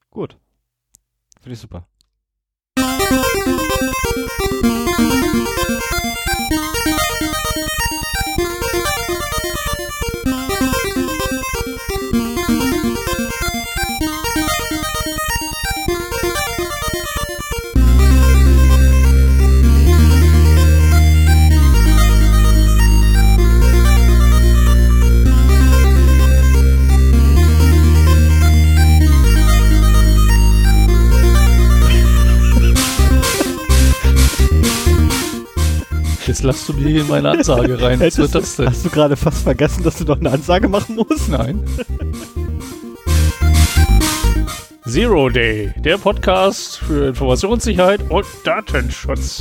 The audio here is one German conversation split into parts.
Gut. Finde ich super. Jetzt lass du mir hier in meine Ansage rein. Was wird das denn? Hast du gerade fast vergessen, dass du doch eine Ansage machen musst? Nein. Zero Day, der Podcast für Informationssicherheit und Datenschutz.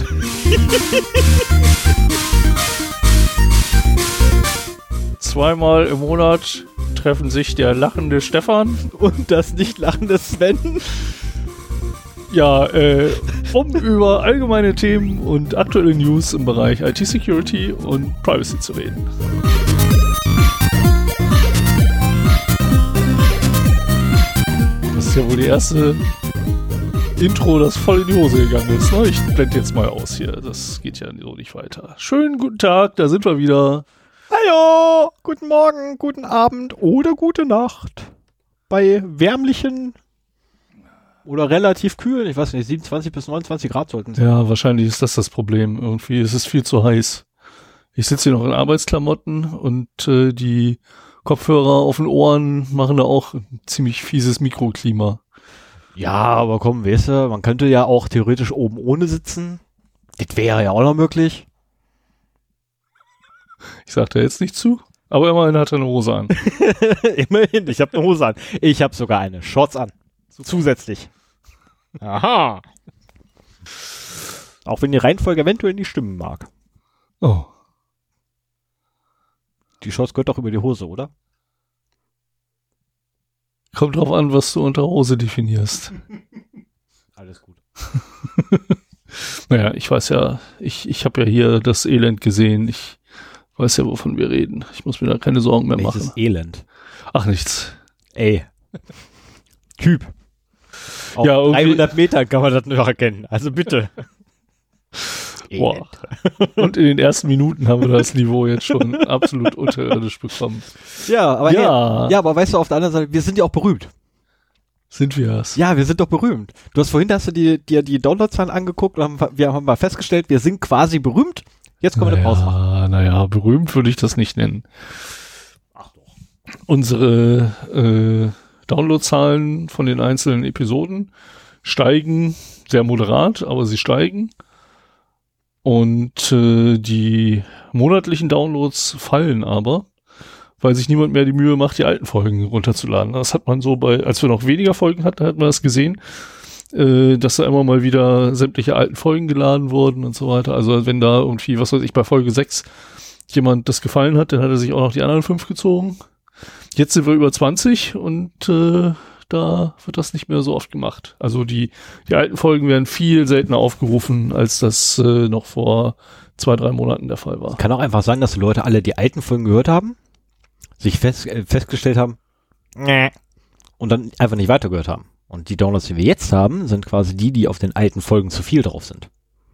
Zweimal im Monat treffen sich der lachende Stefan Und das nicht lachende Sven. Ja, um über allgemeine Themen und aktuelle News im Bereich IT-Security und Privacy zu reden. Das ist ja wohl die erste Intro, das voll in die Hose gegangen ist. Ne? Ich blende jetzt mal aus hier. Das geht ja so nicht weiter. Schönen guten Tag, da sind wir wieder. Hallo, guten Morgen, guten Abend oder gute Nacht. Bei wärmlichen oder relativ kühlen, ich weiß nicht, 27 bis 29 Grad sollten es. Ja, wahrscheinlich ist das Problem. Irgendwie ist es viel zu heiß. Ich sitze hier noch in Arbeitsklamotten und die Kopfhörer auf den Ohren machen da auch ein ziemlich fieses Mikroklima. Ja, aber komm, weißt du, man könnte ja auch theoretisch oben ohne sitzen. Das wäre ja auch noch möglich. Ich sag da jetzt nicht zu, aber immerhin hat er eine Hose an. Immerhin, ich habe eine Hose an. Ich habe sogar eine Shorts an. Super. Zusätzlich. Aha. Auch wenn die Reihenfolge eventuell nicht stimmen mag. Oh. Die Shorts gehört doch über die Hose, oder? Kommt drauf an, was du unter Hose definierst. Alles gut. Naja, ich weiß ja, ich habe ja hier das Elend gesehen. Ich weiß ja, wovon wir reden. Ich muss mir da keine Sorgen mehr machen. Welches Elend? Ach, nichts. Ey. Typ. Auf Ja, 300 Metern kann man das noch erkennen. Also bitte. Boah. Und in den ersten Minuten haben wir das Niveau jetzt schon absolut unterirdisch bekommen. Ja, aber ja. Ja, aber weißt du, auf der anderen Seite, wir sind ja auch berühmt. Sind wir es? Ja, wir sind doch berühmt. Hast du dir die Downloadzahlen angeguckt und wir haben mal festgestellt, wir sind quasi berühmt. Jetzt können wir eine Pause machen. Naja, berühmt würde ich das nicht nennen. Ach doch. Unsere Downloadzahlen von den einzelnen Episoden steigen sehr moderat, aber sie steigen. Und die monatlichen Downloads fallen aber, weil sich niemand mehr die Mühe macht, die alten Folgen runterzuladen. Das hat man so als wir noch weniger Folgen hatten, hat man das gesehen, dass da immer mal wieder sämtliche alten Folgen geladen wurden und so weiter. Also wenn da irgendwie, was weiß ich, bei Folge 6 jemand das gefallen hat, dann hat er sich auch noch die anderen 5 gezogen. Jetzt sind wir über 20 und da wird das nicht mehr so oft gemacht. Also die alten Folgen werden viel seltener aufgerufen, als das noch vor 2-3 Monaten der Fall war. Kann auch einfach sein, dass die Leute alle die alten Folgen gehört haben, sich festgestellt haben, und dann einfach nicht weitergehört haben. Und die Downloads, die wir jetzt haben, sind quasi die auf den alten Folgen zu viel drauf sind.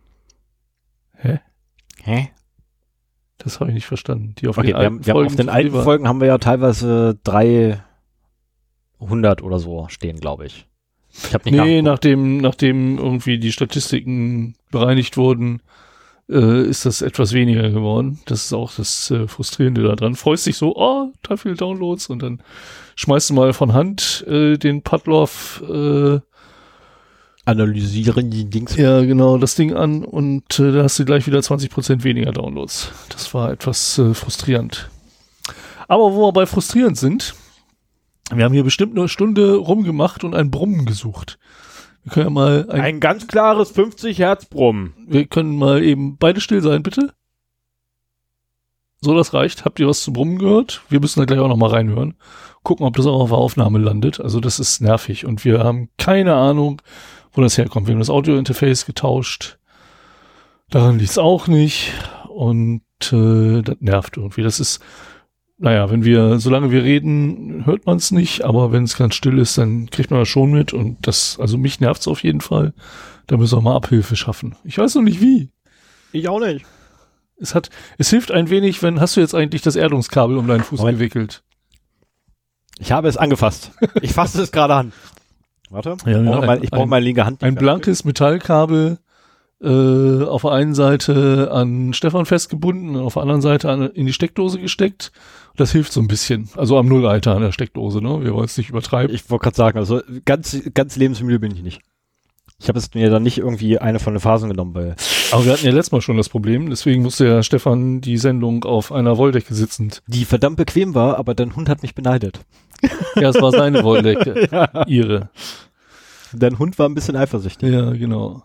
Hä? Das habe ich nicht verstanden. Die auf Okay, auf den alten Folgen haben wir ja teilweise 300 oder so stehen, glaube ich. Ich habe nicht nachdem irgendwie die Statistiken bereinigt wurden, ist das etwas weniger geworden. Das ist auch das Frustrierende daran. Freust dich so, oh, da viele Downloads und dann schmeißt du mal von Hand den Pudlov analysieren die Dings. Ja, genau, das Ding an und da hast du gleich wieder 20% weniger Downloads. Das war etwas frustrierend. Aber wo wir bei frustrierend sind, wir haben hier bestimmt eine Stunde rumgemacht und ein Brummen gesucht. Wir können ja mal ein ganz klares 50 Hertz Brummen. Wir können mal eben beide still sein, bitte. So, das reicht. Habt ihr was zu Brummen gehört? Wir müssen da gleich auch noch mal reinhören. Gucken, ob das auch auf der Aufnahme landet. Also das ist nervig und wir haben keine Ahnung, wo das herkommt. Wir haben das Audio-Interface getauscht. Daran liegt es auch nicht. Und das nervt irgendwie. Das ist solange wir reden, hört man es nicht, aber wenn es ganz still ist, dann kriegt man das schon mit und also mich nervt es auf jeden Fall. Da müssen wir mal Abhilfe schaffen. Ich weiß noch nicht wie. Ich auch nicht. Es hilft ein wenig, hast du jetzt eigentlich das Erdungskabel um deinen Fuß gewickelt? Ich habe es angefasst. Ich fasse es gerade an. Warte. Ich brauche meine linke Hand. Ein blankes Metallkabel auf der einen Seite an Stefan festgebunden und auf der anderen Seite in die Steckdose gesteckt. Das hilft so ein bisschen. Also am Nulleiter an der Steckdose, ne? Wir wollen es nicht übertreiben. Ich wollte gerade sagen, also ganz lebensmüde bin ich nicht. Ich habe es mir dann nicht irgendwie eine von den Phasen genommen, weil... Aber wir hatten ja letztes Mal schon das Problem, deswegen musste ja Stefan die Sendung auf einer Wolldecke sitzend. Die verdammt bequem war, aber dein Hund hat mich beneidet. Ja, es war seine Wolldecke. Ja. Ihre. Dein Hund war ein bisschen eifersüchtig. Ja, genau.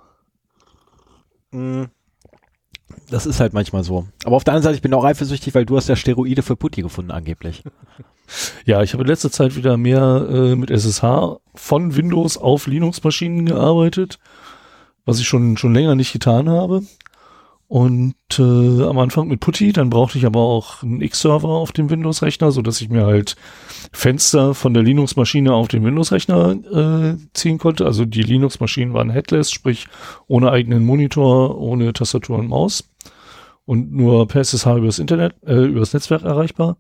Das ist halt manchmal so. Aber auf der anderen Seite, ich bin auch eifersüchtig, weil du hast ja Steroide für Putti gefunden, angeblich. Ja, ich habe in letzter Zeit wieder mehr mit SSH von Windows auf Linux-Maschinen gearbeitet, was ich schon länger nicht getan habe. Und am Anfang mit Putty, dann brauchte ich aber auch einen X-Server auf dem Windows-Rechner, so dass ich mir halt Fenster von der Linux-Maschine auf den Windows-Rechner ziehen konnte. Also die Linux-Maschinen waren headless, sprich ohne eigenen Monitor, ohne Tastatur und Maus und nur per SSH übers Internet, übers Netzwerk erreichbar.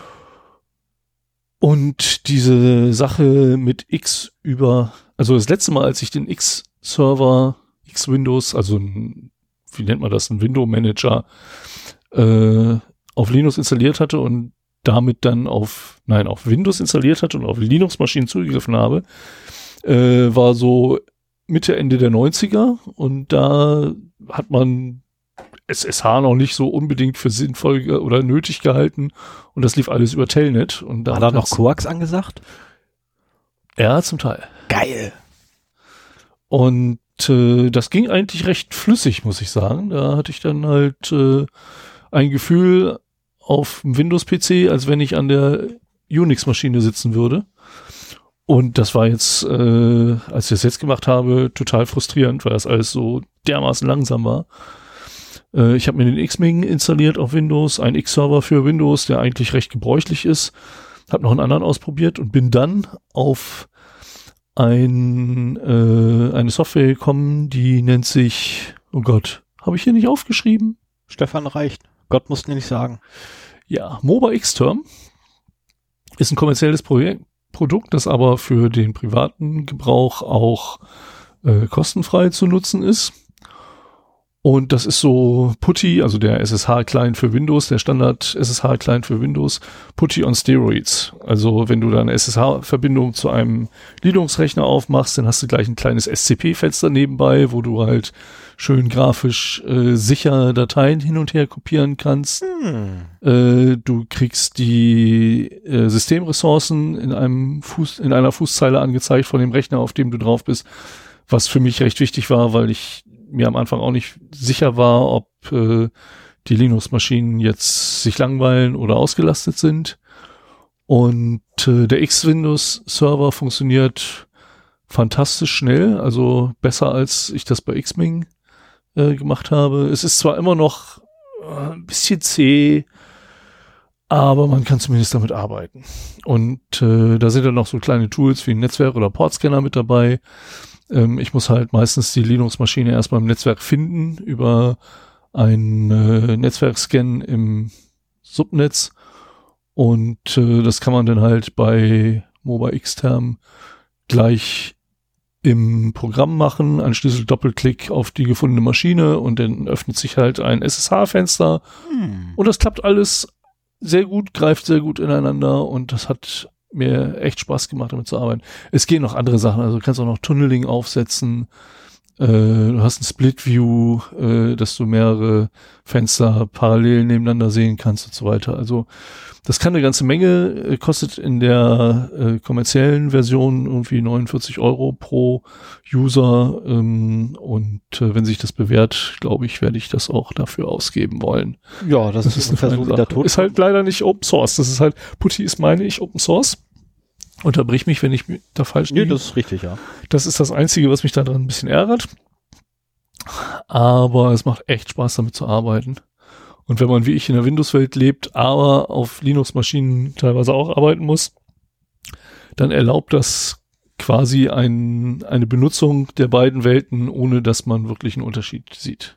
Und diese Sache mit also das letzte Mal, als ich den X-Server, X-Windows, also wie nennt man das, ein Window-Manager auf Linux installiert hatte und damit dann auf Windows installiert hatte und auf Linux-Maschinen zugegriffen habe, war so Mitte, Ende der 90er und da hat man SSH noch nicht so unbedingt für sinnvoll oder nötig gehalten und das lief alles über Telnet. Und war da noch Coax angesagt? Ja, zum Teil. Geil! Und das ging eigentlich recht flüssig, muss ich sagen. Da hatte ich dann halt ein Gefühl auf dem Windows-PC, als wenn ich an der Unix-Maschine sitzen würde. Und das war jetzt, als ich das jetzt gemacht habe, total frustrierend, weil das alles so dermaßen langsam war. Ich habe mir den Xming installiert auf Windows, einen X-Server für Windows, der eigentlich recht gebräuchlich ist. Habe noch einen anderen ausprobiert und bin dann auf eine Software gekommen, die nennt sich, oh Gott, habe ich hier nicht aufgeschrieben? Stefan reicht. Gott musst du nicht sagen. Ja, MobaXterm ist ein kommerzielles Produkt, das aber für den privaten Gebrauch auch kostenfrei zu nutzen ist. Und das ist so Putty, also der SSH-Client für Windows, der Standard-SSH-Client für Windows, Putty on Steroids. Also wenn du da eine SSH-Verbindung zu einem Linux-Rechner aufmachst, dann hast du gleich ein kleines SCP-Fenster nebenbei, wo du halt schön grafisch sicher Dateien hin und her kopieren kannst. Du kriegst die Systemressourcen in einer Fußzeile angezeigt von dem Rechner, auf dem du drauf bist, was für mich recht wichtig war, weil ich mir am Anfang auch nicht sicher war, ob die Linux-Maschinen jetzt sich langweilen oder ausgelastet sind. Und der X-Windows-Server funktioniert fantastisch schnell, also besser als ich das bei Xming gemacht habe. Es ist zwar immer noch ein bisschen zäh, aber man kann zumindest damit arbeiten. Und da sind dann noch so kleine Tools wie ein Netzwerk- oder Portscanner mit dabei. Ich muss halt meistens die Linux-Maschine erstmal im Netzwerk finden über ein Netzwerkscan im Subnetz und das kann man dann halt bei MobaXterm gleich im Programm machen, anschließend Doppelklick auf die gefundene Maschine und dann öffnet sich halt ein SSH-Fenster und das klappt alles sehr gut, greift sehr gut ineinander und das hat mir echt Spaß gemacht, damit zu arbeiten. Es gehen noch andere Sachen, also du kannst auch noch Tunneling aufsetzen, du hast ein Split-View, dass du mehrere Fenster parallel nebeneinander sehen kannst und so weiter. Also das kann eine ganze Menge, kostet in der kommerziellen Version irgendwie 49 € pro User und wenn sich das bewährt, glaube ich, werde ich das auch dafür ausgeben wollen. Ja, das ist ungefähr so wie der Tod. Ist halt leider nicht Open Source. Das ist halt, Putty ist, meine ich, Open Source. Unterbrich mich, wenn ich da falsch liege. Nee, das ist richtig, ja. Das ist das Einzige, was mich daran ein bisschen ärgert. Aber es macht echt Spaß, damit zu arbeiten. Und wenn man wie ich in der Windows-Welt lebt, aber auf Linux-Maschinen teilweise auch arbeiten muss, dann erlaubt das quasi eine Benutzung der beiden Welten, ohne dass man wirklich einen Unterschied sieht.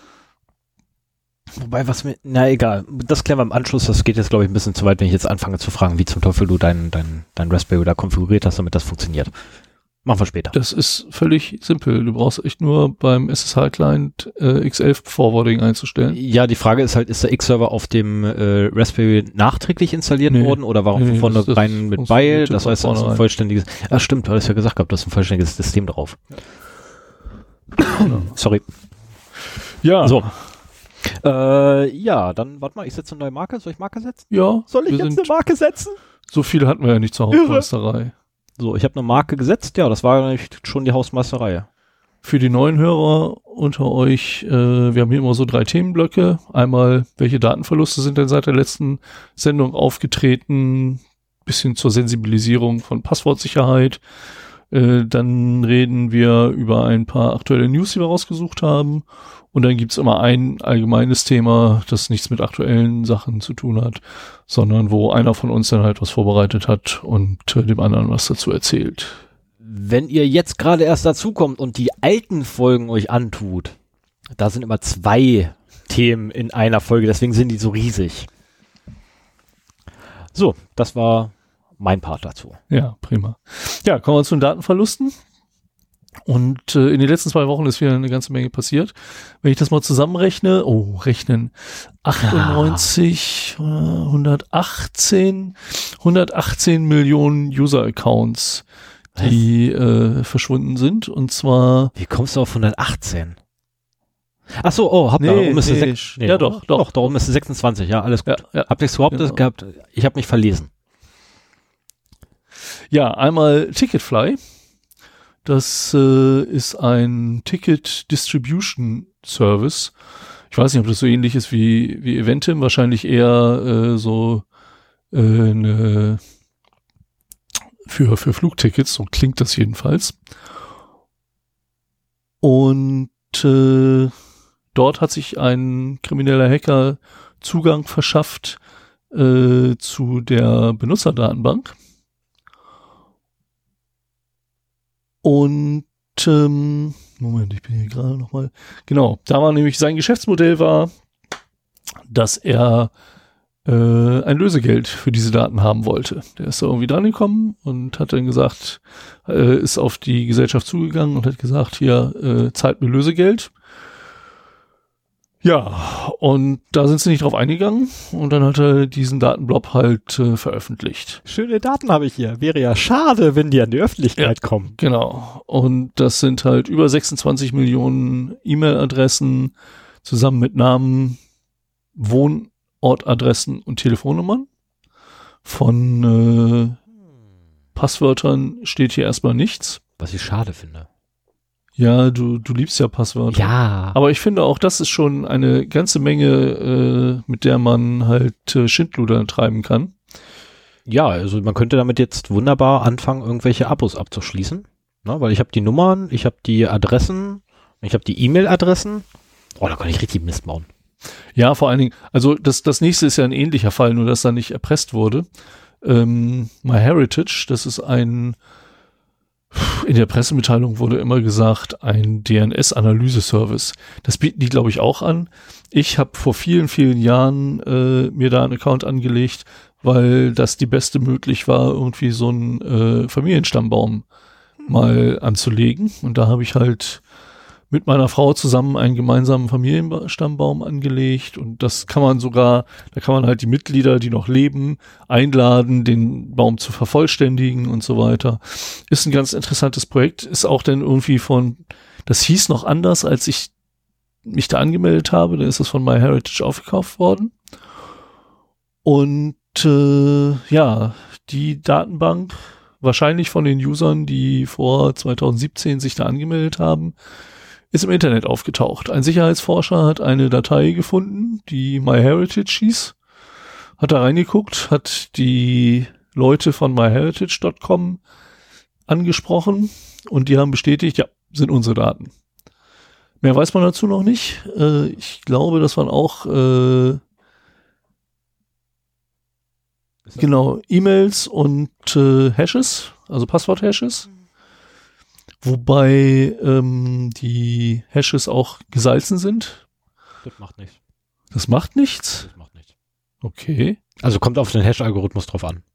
Wobei, na egal, das klären wir im Anschluss, das geht jetzt glaube ich ein bisschen zu weit, wenn ich jetzt anfange zu fragen, wie zum Teufel du dein Raspberry da konfiguriert hast, damit das funktioniert. Machen wir später. Das ist völlig simpel. Du brauchst echt nur beim SSH-Client X11-Forwarding einzustellen. Ja, die Frage ist halt, ist der X-Server auf dem Raspberry nachträglich installiert worden oder warum von rein mit bei? Das heißt, das ist ein vollständiges, stimmt, du hast ja gesagt gehabt, du hast ein vollständiges System drauf. Sorry. Ja. So. Ja, dann, warte mal, ich setze eine neue Marke. Soll ich Marke setzen? Ja. Soll ich jetzt eine Marke setzen? So viel hatten wir ja nicht zur Hausmeisterei. So, ich habe eine Marke gesetzt. Ja, das war schon die Hausmeisterei. Für die neuen Hörer unter euch, wir haben hier immer so 3 Themenblöcke. Einmal, welche Datenverluste sind denn seit der letzten Sendung aufgetreten? Bisschen zur Sensibilisierung von Passwortsicherheit. Dann reden wir über ein paar aktuelle News, die wir rausgesucht haben. Und dann gibt's immer ein allgemeines Thema, das nichts mit aktuellen Sachen zu tun hat, sondern wo einer von uns dann halt was vorbereitet hat und dem anderen was dazu erzählt. Wenn ihr jetzt gerade erst dazukommt und die alten Folgen euch antut, da sind immer 2 Themen in einer Folge, deswegen sind die so riesig. So, das war mein Part dazu. Ja, prima. Ja, kommen wir zu den Datenverlusten. Und in den letzten 2 Wochen ist wieder eine ganze Menge passiert. Wenn ich das mal zusammenrechne, rechnen, 98, 118 Millionen User-Accounts, die verschwunden sind. Und zwar... Wie kommst du auf 118? Ach so, da oben ist es ja, doch, da oben ist es 26, ja, alles gut. Ja, Habt ihr es überhaupt gehabt? Ich habe mich verlesen. Ja, einmal Ticketfly. Das ist ein Ticket Distribution Service. Ich weiß nicht, ob das so ähnlich ist wie Eventim, wahrscheinlich eher eine für Flugtickets, so klingt das jedenfalls. Und dort hat sich ein krimineller Hacker Zugang verschafft zu der Benutzerdatenbank. Und Moment, ich bin hier gerade nochmal. Genau, da war nämlich sein Geschäftsmodell war, dass er ein Lösegeld für diese Daten haben wollte. Der ist da irgendwie dran gekommen und hat dann gesagt, ist auf die Gesellschaft zugegangen und hat gesagt, hier, zahlt mir Lösegeld. Ja, und da sind sie nicht drauf eingegangen und dann hat er diesen Datenblob halt veröffentlicht. Schöne Daten habe ich hier. Wäre ja schade, wenn die an die Öffentlichkeit kommen. Genau. Und das sind halt über 26 Millionen E-Mail-Adressen zusammen mit Namen, Wohnortadressen und Telefonnummern. Von Passwörtern steht hier erstmal nichts. Was ich schade finde. Ja, du liebst ja Passwörter. Ja. Aber ich finde auch, das ist schon eine ganze Menge, mit der man halt Schindluder treiben kann. Ja, also man könnte damit jetzt wunderbar anfangen, irgendwelche Abos abzuschließen. Na, weil ich habe die Nummern, ich habe die Adressen, ich habe die E-Mail-Adressen. Da kann ich richtig Mist bauen. Ja, vor allen Dingen, also das nächste ist ja ein ähnlicher Fall, nur dass da nicht erpresst wurde. MyHeritage, das ist in der Pressemitteilung wurde immer gesagt, ein DNS-Analyse-Service. Das bieten die, glaube ich, auch an. Ich habe vor vielen, vielen Jahren mir da einen Account angelegt, weil das die beste möglich war, irgendwie so einen Familienstammbaum mal anzulegen. Und da habe ich halt mit meiner Frau zusammen einen gemeinsamen Familienstammbaum angelegt und da kann man halt die Mitglieder, die noch leben, einladen, den Baum zu vervollständigen und so weiter. Ist ein ganz interessantes Projekt, ist auch dann irgendwie das hieß noch anders, als ich mich da angemeldet habe, dann ist das von MyHeritage aufgekauft worden. Und die Datenbank, wahrscheinlich von den Usern, die vor 2017 sich da angemeldet haben, ist im Internet aufgetaucht. Ein Sicherheitsforscher hat eine Datei gefunden, die MyHeritage hieß, hat da reingeguckt, hat die Leute von myheritage.com angesprochen und die haben bestätigt, ja, sind unsere Daten. Mehr weiß man dazu noch nicht. Ich glaube, das waren auch genau E-Mails und Hashes, also Passwort-Hashes. Wobei die Hashes auch gesalzen sind. Das macht nichts. Das macht nichts? Das macht nichts. Okay. Also kommt auf den Hash-Algorithmus drauf an.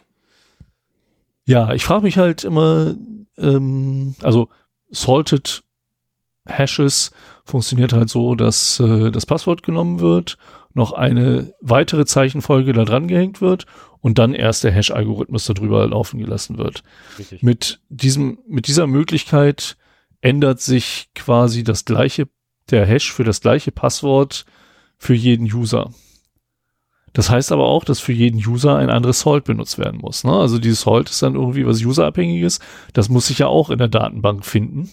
Ja, ich frage mich halt immer, also Salted Hashes funktioniert halt so, dass das Passwort genommen wird, noch eine weitere Zeichenfolge da dran gehängt wird und dann erst der Hash-Algorithmus darüber laufen gelassen wird. Richtig. Mit dieser Möglichkeit ändert sich quasi der Hash für das gleiche Passwort für jeden User. Das heißt aber auch, dass für jeden User ein anderes Salt benutzt werden muss. Ne? Also dieses Salt ist dann irgendwie was userabhängiges. Das muss sich ja auch in der Datenbank finden.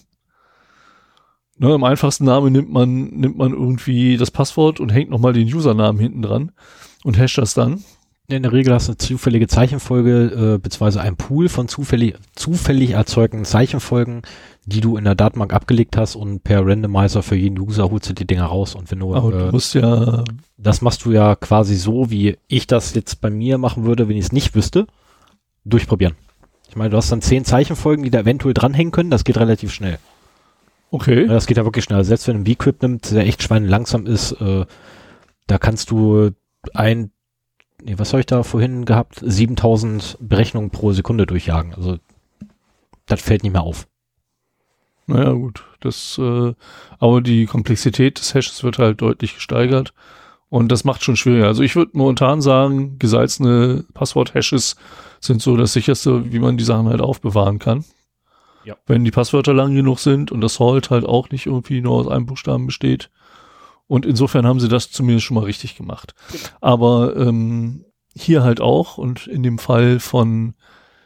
Ne, im einfachsten Namen nimmt man irgendwie das Passwort und hängt nochmal den Usernamen hinten dran und hasht das dann. In der Regel hast du eine zufällige Zeichenfolge, beziehungsweise ein Pool von zufällig erzeugten Zeichenfolgen, die du in der Datenbank abgelegt hast und per Randomizer für jeden User holst du die Dinger raus. Und wenn du, Aber du musst ja... Das machst du ja quasi so, wie ich das jetzt bei mir machen würde, wenn ich es nicht wüsste, durchprobieren. Ich meine, du hast dann 10 Zeichenfolgen, die da eventuell dranhängen können, das geht relativ schnell. Okay. Das geht ja wirklich schnell. Selbst wenn ein V-Quip nimmt, der echt schweinelangsam ist, da kannst du was habe ich da vorhin gehabt? 7000 Berechnungen pro Sekunde durchjagen. Also das fällt nicht mehr auf. Naja, gut. Aber die Komplexität des Hashes wird halt deutlich gesteigert und das macht schon schwieriger. Also ich würde momentan sagen, gesalzene Passwort-Hashes sind so das sicherste, wie man die Sachen halt aufbewahren kann. Ja. Wenn die Passwörter lang genug sind und das Salt halt auch nicht irgendwie nur aus einem Buchstaben besteht. Und insofern haben sie das zumindest schon mal richtig gemacht. Genau. Aber hier halt auch und in dem Fall von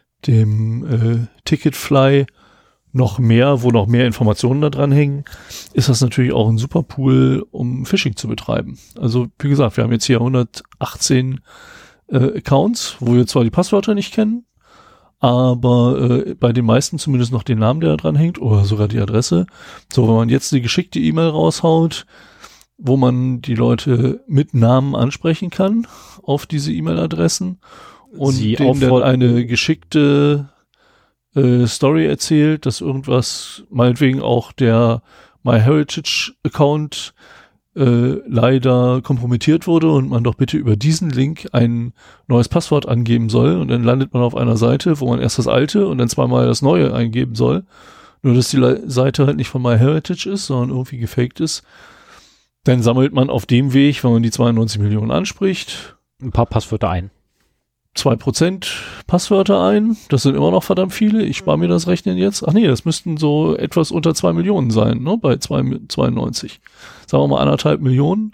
dem Ticketfly noch mehr, wo noch mehr Informationen da dran hängen, ist das natürlich auch ein super Pool, um Phishing zu betreiben. Also wie gesagt, wir haben jetzt hier 118 Accounts, wo wir zwar die Passwörter nicht kennen, aber bei den meisten zumindest noch den Namen, der da dran hängt, oder sogar die Adresse. So, wenn man jetzt eine geschickte E-Mail raushaut, wo man die Leute mit Namen ansprechen kann auf diese E-Mail-Adressen und denen dann eine geschickte Story erzählt, dass irgendwas, meinetwegen auch der MyHeritage-Account leider kompromittiert wurde und man doch bitte über diesen Link ein neues Passwort angeben soll und dann landet man auf einer Seite, wo man erst das alte und dann zweimal das neue eingeben soll. Nur, dass die Seite halt nicht von MyHeritage ist, sondern irgendwie gefaked ist. Dann sammelt man auf dem Weg, wenn man die 92 Millionen anspricht, ein paar Passwörter ein. 2% Passwörter ein. Das sind immer noch verdammt viele. Ich spare mir das Rechnen jetzt. Ach nee, das müssten so etwas unter 2 Millionen sein, ne? Bei 92. Sagen wir mal 1,5 Millionen.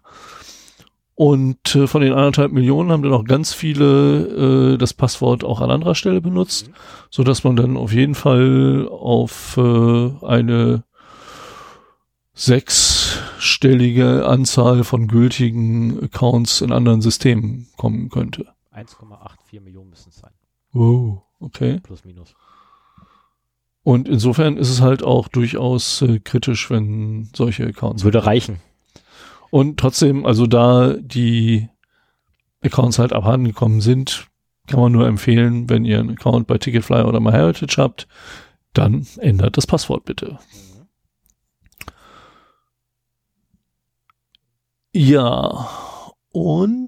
Und von den 1,5 Millionen haben dann auch ganz viele das Passwort auch an anderer Stelle benutzt, sodass man dann auf jeden Fall auf eine 6-stellige Anzahl von gültigen Accounts in anderen Systemen kommen könnte. 1,84 Millionen müssen es sein. Wow, okay. Plus, minus. Und insofern ist es halt auch durchaus kritisch, wenn solche Accounts... Würde reichen. Und trotzdem, also da die Accounts halt abhanden gekommen sind, kann man nur empfehlen, wenn ihr einen Account bei Ticketfly oder MyHeritage habt, dann ändert das Passwort bitte. Ja, und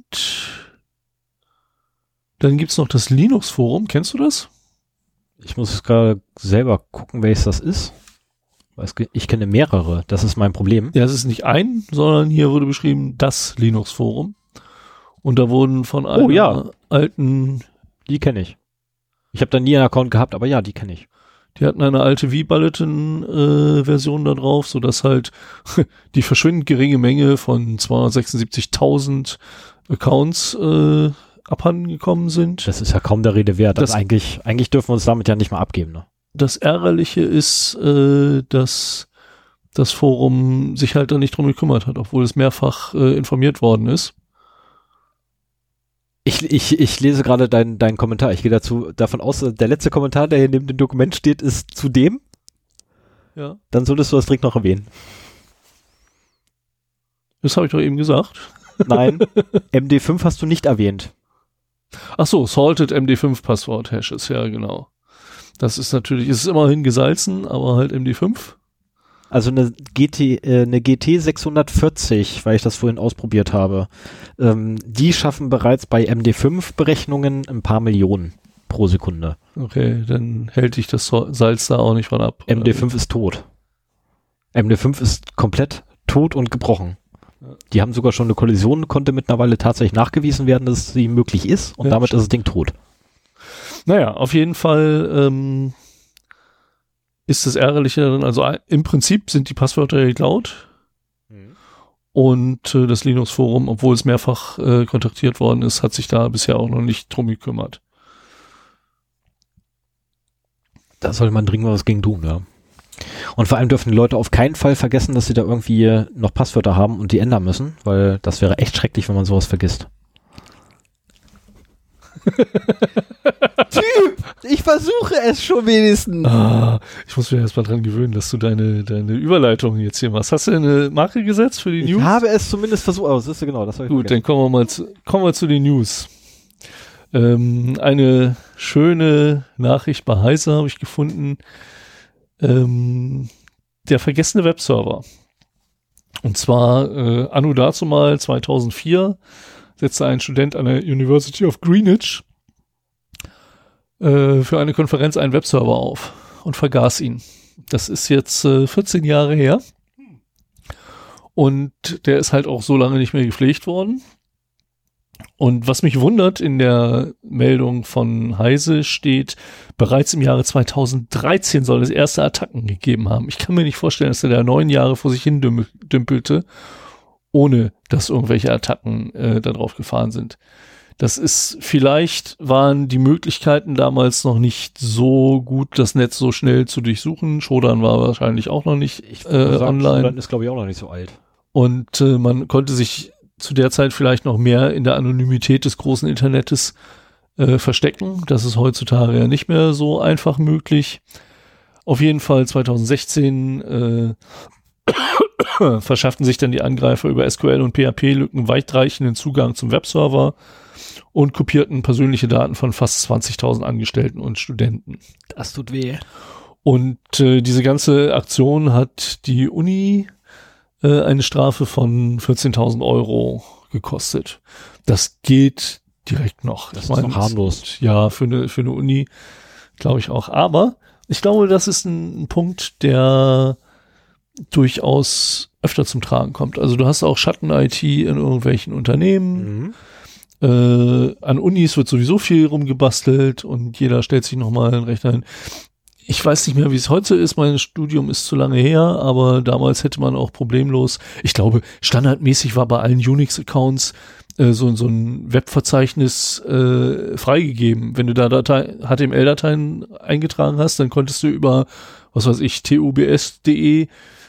dann gibt's noch das Linux-Forum. Kennst du das? Ich muss jetzt gerade selber gucken, welches das ist. Ich kenne mehrere. Das ist mein Problem. Ja, es ist nicht ein, sondern hier wurde beschrieben das Linux-Forum. Und da wurden von einer alten... Die kenne ich. Ich habe da nie einen Account gehabt, aber ja, die kenne ich. Die hatten eine alte V-Bulletin-Version da drauf, sodass halt die verschwindend geringe Menge von 276.000 Accounts abhanden gekommen sind. Das ist ja kaum der Rede wert. Eigentlich dürfen wir uns damit ja nicht mal abgeben. Ne? Das Ärgerliche ist, dass das Forum sich halt da nicht drum gekümmert hat, obwohl es mehrfach informiert worden ist. Ich lese gerade deinen Kommentar. Ich gehe davon aus, der letzte Kommentar, der hier neben dem Dokument steht, ist zu dem. Ja. Dann solltest du das direkt noch erwähnen. Das habe ich doch eben gesagt. Nein, MD5 hast du nicht erwähnt. Ach so, Salted MD5 Passwort-Hashes, ja genau. Das ist natürlich, es ist immerhin gesalzen, aber halt MD5. Also eine GT 640, weil ich das vorhin ausprobiert habe, die schaffen bereits bei MD5 Berechnungen ein paar Millionen pro Sekunde. Okay, dann hält dich das Salz da auch nicht von ab. MD5 ist tot. MD5 ist komplett tot und gebrochen. Ja. Die haben sogar schon eine Kollision, konnte mittlerweile tatsächlich nachgewiesen werden, dass sie möglich ist und damit ist das Ding tot. Naja, auf jeden Fall ist das Ärgerliche darin, also im Prinzip sind die Passwörter geklaut und das Linux-Forum, obwohl es mehrfach kontaktiert worden ist, hat sich da bisher auch noch nicht drum gekümmert. Da sollte man dringend was gegen tun, ja. Und vor allem dürfen die Leute auf keinen Fall vergessen, dass sie da irgendwie noch Passwörter haben und die ändern müssen, weil das wäre echt schrecklich, wenn man sowas vergisst. Typ, ich versuche es schon wenigstens. Ich muss mir erst mal dran gewöhnen, dass du deine Überleitung jetzt hier machst. Hast du eine Marke gesetzt für die News? Ich habe es zumindest versucht, aber das ist ja genau, das habe ich Gut, dann kommen wir zu den News. Eine schöne Nachricht bei Heise habe ich gefunden. Der vergessene Webserver. Und zwar anno dazumal 2004 setzte ein Student an der University of Greenwich für eine Konferenz einen Webserver auf und vergaß ihn. Das ist jetzt 14 Jahre her. Und der ist halt auch so lange nicht mehr gepflegt worden. Und was mich wundert, in der Meldung von Heise steht, bereits im Jahre 2013 soll es erste Attacken gegeben haben. Ich kann mir nicht vorstellen, dass er da 9 Jahre vor sich hin dümpelte, ohne dass irgendwelche Attacken darauf gefahren sind. Das ist, vielleicht waren die Möglichkeiten damals noch nicht so gut, das Netz so schnell zu durchsuchen. Shodan war wahrscheinlich auch noch nicht online. Shodan ist, glaube ich, auch noch nicht so alt. Und man konnte sich zu der Zeit vielleicht noch mehr in der Anonymität des großen Internets verstecken. Das ist heutzutage ja nicht mehr so einfach möglich. Auf jeden Fall 2016 verschafften sich dann die Angreifer über SQL und PHP-Lücken weitreichenden Zugang zum Webserver und kopierten persönliche Daten von fast 20.000 Angestellten und Studenten. Das tut weh. Und diese ganze Aktion hat die Uni eine Strafe von 14.000 € gekostet. Das geht direkt noch. Das ist noch harmlos. Ja, für eine Uni glaube ich auch. Aber ich glaube, das ist ein Punkt, der durchaus öfter zum Tragen kommt. Also du hast auch Schatten-IT in irgendwelchen Unternehmen. An Unis wird sowieso viel rumgebastelt und jeder stellt sich nochmal einen Rechner hin. Ich weiß nicht mehr, wie es heute ist. Mein Studium ist zu lange her, aber damals hätte man auch problemlos, ich glaube, standardmäßig war bei allen Unix-Accounts so ein Webverzeichnis freigegeben. Wenn du da HTML-Dateien eingetragen hast, dann konntest du über, was weiß ich, tubs.de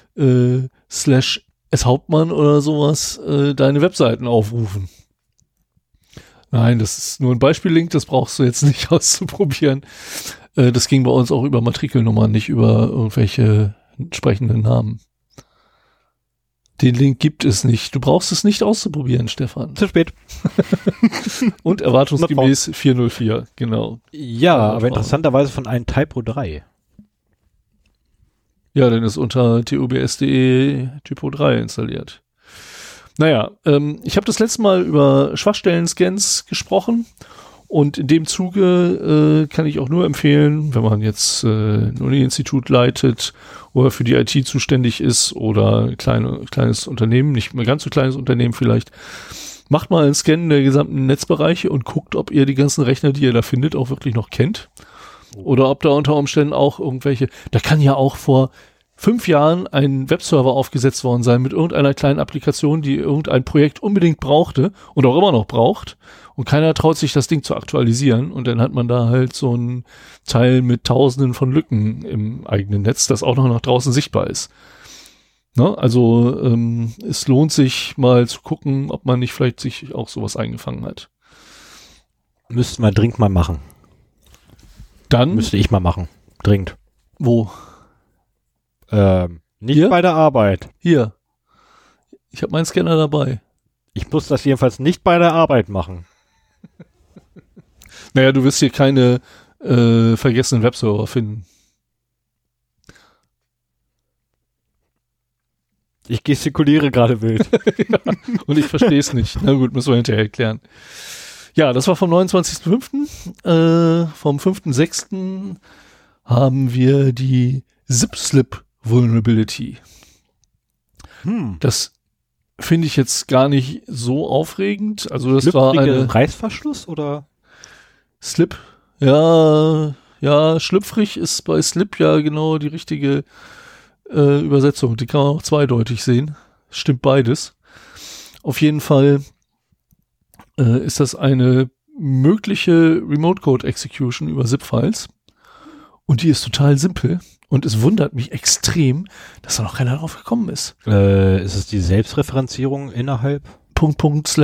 /sHauptmann oder sowas deine Webseiten aufrufen. Nein, das ist nur ein Beispiellink, das brauchst du jetzt nicht auszuprobieren. Das ging bei uns auch über Matrikelnummern, nicht über irgendwelche entsprechenden Namen. Den Link gibt es nicht. Du brauchst es nicht auszuprobieren, Stefan. Zu spät. Und erwartungsgemäß 404, genau. Ja, aber interessanterweise von einem Typo 3. Ja, dann ist unter tubs.de Typo 3 installiert. Naja, ich habe das letzte Mal über Schwachstellen-Scans gesprochen und in dem Zuge kann ich auch nur empfehlen, wenn man jetzt ein Uni-Institut leitet oder für die IT zuständig ist oder ein kleines Unternehmen, nicht mehr ganz so kleines Unternehmen vielleicht, macht mal einen Scan der gesamten Netzbereiche und guckt, ob ihr die ganzen Rechner, die ihr da findet, auch wirklich noch kennt. Oder ob da unter Umständen auch irgendwelche, da kann ja auch vor 5 Jahren ein Webserver aufgesetzt worden sein mit irgendeiner kleinen Applikation, die irgendein Projekt unbedingt brauchte und auch immer noch braucht. Und keiner traut sich, das Ding zu aktualisieren. Und dann hat man da halt so ein Teil mit Tausenden von Lücken im eigenen Netz, das auch noch nach draußen sichtbar ist. Ne? Also es lohnt sich mal zu gucken, ob man nicht vielleicht sich auch sowas eingefangen hat. Müssten wir dringend mal machen. Dann müsste ich mal machen. Dringend. Wo? Nicht Hier? bei der Arbeit. Hier. Ich habe meinen Scanner dabei. Ich muss das jedenfalls nicht bei der Arbeit machen. Naja, du wirst hier keine vergessenen Webserver finden. Ich gestikuliere gerade wild. Ja, und ich verstehe es nicht. Na gut, müssen wir hinterher erklären. Ja, das war vom 29.05. Vom 5.06. haben wir die Zip-Slip Vulnerability. Das finde ich jetzt gar nicht so aufregend. Also das war eine Reißverschluss oder? Slip. Ja, schlüpfrig ist bei Slip ja genau die richtige Übersetzung. Die kann man auch zweideutig sehen. Stimmt beides. Auf jeden Fall ist das eine mögliche Remote Code Execution über Zip-Files. Und die ist total simpel. Und es wundert mich extrem, dass da noch keiner drauf gekommen ist. Ist es die Selbstreferenzierung innerhalb? ///////////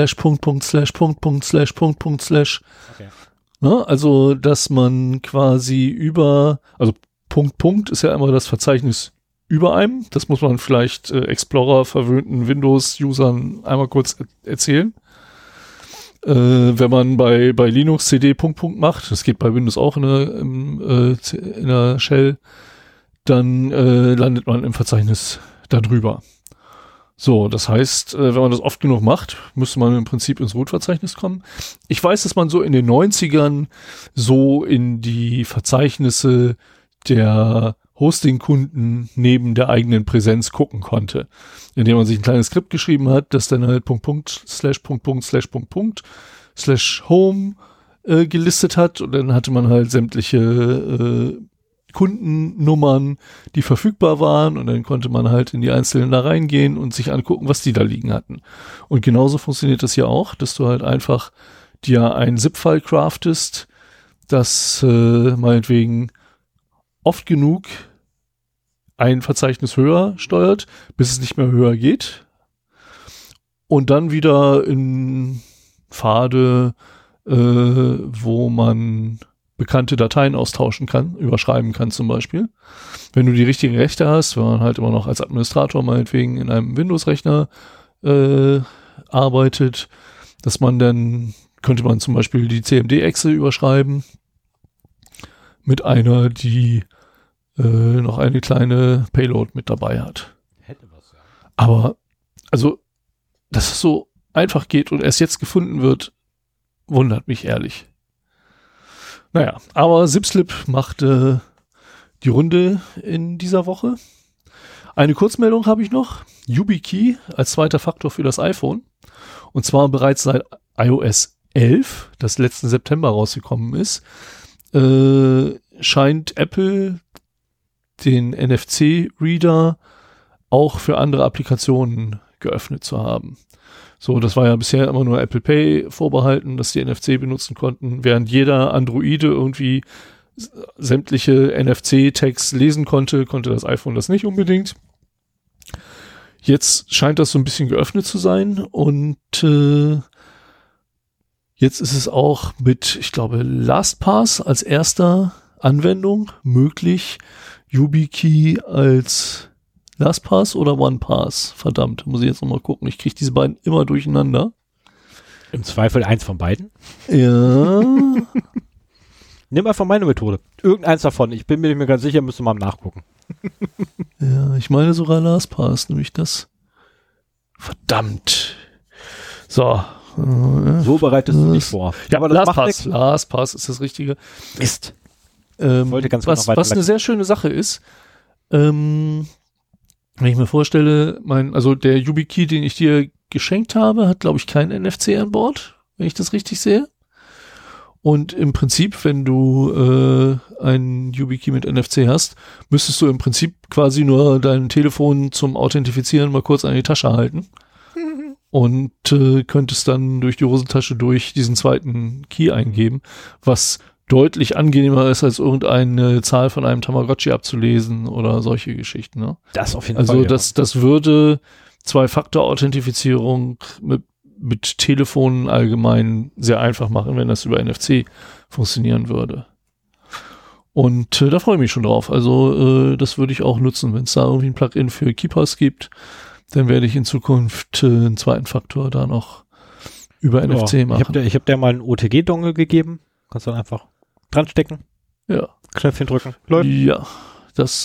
Okay. Na, also, dass man quasi also Punkt ist ja immer das Verzeichnis über einem. Das muss man vielleicht Explorer verwöhnten Windows-Usern einmal kurz erzählen. Wenn man bei Linux CD Punkt macht, das geht bei Windows auch in der Shell, dann landet man im Verzeichnis darüber. So, das heißt, wenn man das oft genug macht, müsste man im Prinzip ins Root-Verzeichnis kommen. Ich weiß, dass man so in den 90ern so in die Verzeichnisse der Hosting-Kunden neben der eigenen Präsenz gucken konnte, indem man sich ein kleines Skript geschrieben hat, das dann halt //////home gelistet hat, und dann hatte man halt sämtliche Kundennummern, die verfügbar waren, und dann konnte man halt in die einzelnen da reingehen und sich angucken, was die da liegen hatten. Und genauso funktioniert das hier auch, dass du halt einfach dir ein ZIP-File craftest, das meinetwegen oft genug ein Verzeichnis höher steuert, bis es nicht mehr höher geht, und dann wieder in Pfade, wo man bekannte Dateien austauschen kann, überschreiben kann zum Beispiel. Wenn du die richtigen Rechte hast, wenn man halt immer noch als Administrator meinetwegen in einem Windows-Rechner arbeitet, dass man dann, könnte man zum Beispiel die CMD-Exe überschreiben mit einer, die noch eine kleine Payload mit dabei hat. Hätte was, ja. Aber, also, dass es so einfach geht und erst jetzt gefunden wird, wundert mich ehrlich. Naja, aber Zip-Slip machte die Runde in dieser Woche. Eine Kurzmeldung habe ich noch. YubiKey als zweiter Faktor für das iPhone. Und zwar bereits seit iOS 11, das letzten September rausgekommen ist, scheint Apple den NFC-Reader auch für andere Applikationen geöffnet zu haben. So, das war ja bisher immer nur Apple Pay vorbehalten, dass die NFC benutzen konnten, während jeder Androide irgendwie sämtliche NFC-Tags lesen konnte das iPhone das nicht unbedingt. Jetzt scheint das so ein bisschen geöffnet zu sein, und jetzt ist es auch mit, ich glaube, LastPass als erster Anwendung möglich, YubiKey als LastPass oder OnePass. Verdammt, muss ich jetzt nochmal gucken. Ich kriege diese beiden immer durcheinander. Im Zweifel eins von beiden. Ja. Nimm einfach meine Methode. Irgendeins davon. Ich bin mir nicht mehr ganz sicher, müsste mal nachgucken. Ja, ich meine sogar LastPass, nämlich das. Verdammt. So. So bereitest du dich vor. Ja, aber LastPass ist das Richtige. Mist. Wollte ganz was eine sehr schöne Sache ist, wenn ich mir vorstelle, der YubiKey, den ich dir geschenkt habe, hat, glaube ich, kein NFC an Bord, wenn ich das richtig sehe. Und im Prinzip, wenn du ein YubiKey mit NFC hast, müsstest du im Prinzip quasi nur dein Telefon zum Authentifizieren mal kurz an die Tasche halten und könntest dann durch die Hosentasche durch diesen zweiten Key eingeben, was deutlich angenehmer ist, als irgendeine Zahl von einem Tamagotchi abzulesen oder solche Geschichten. Ne? Das auf jeden Fall. Ja. Das würde Zwei-Faktor-Authentifizierung mit Telefonen allgemein sehr einfach machen, wenn das über NFC funktionieren würde. Und da freue ich mich schon drauf. Also das würde ich auch nutzen, wenn es da irgendwie ein Plugin für KeePass gibt, dann werde ich in Zukunft einen zweiten Faktor da noch über NFC machen. Ich hab dir mal einen OTG-Dongle gegeben. Kannst dann einfach dran stecken. Ja. Knöpfchen drücken. Läuft. Ja. Das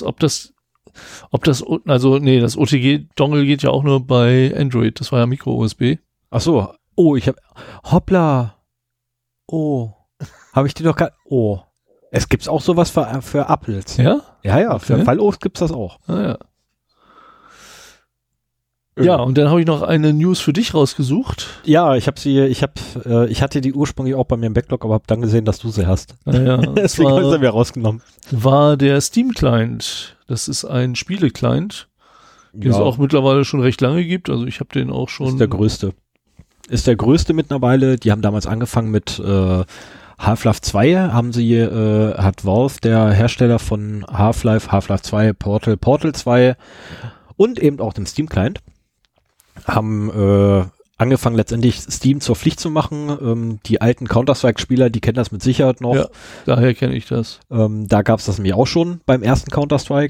OTG-Dongle geht ja auch nur bei Android. Das war ja Micro-USB. Ach so. Oh, hoppla. Oh. Habe ich dir doch gar... Oh. Es gibt's auch sowas für Apples. Ja? Ja, Okay. für Fall-Os gibt's das auch. Ah, ja. Ja, und dann habe ich noch eine News für dich rausgesucht. Ja, ich hatte die ursprünglich auch bei mir im Backlog, aber habe dann gesehen, dass du sie hast. Ja, Deswegen habe ich sie mir rausgenommen. war der Steam-Client. Das ist ein Spiele-Client, den es auch mittlerweile schon recht lange gibt. Also ich habe den auch schon... Ist der größte mittlerweile. Die haben damals angefangen mit Half-Life 2. Hat Valve, der Hersteller von Half-Life 2, Portal 2 und eben auch dem Steam-Client, haben angefangen letztendlich Steam zur Pflicht zu machen. Die alten Counter-Strike-Spieler, die kennen das mit Sicherheit noch. Ja, daher kenne ich das. Da gab es das nämlich auch schon beim ersten Counter-Strike.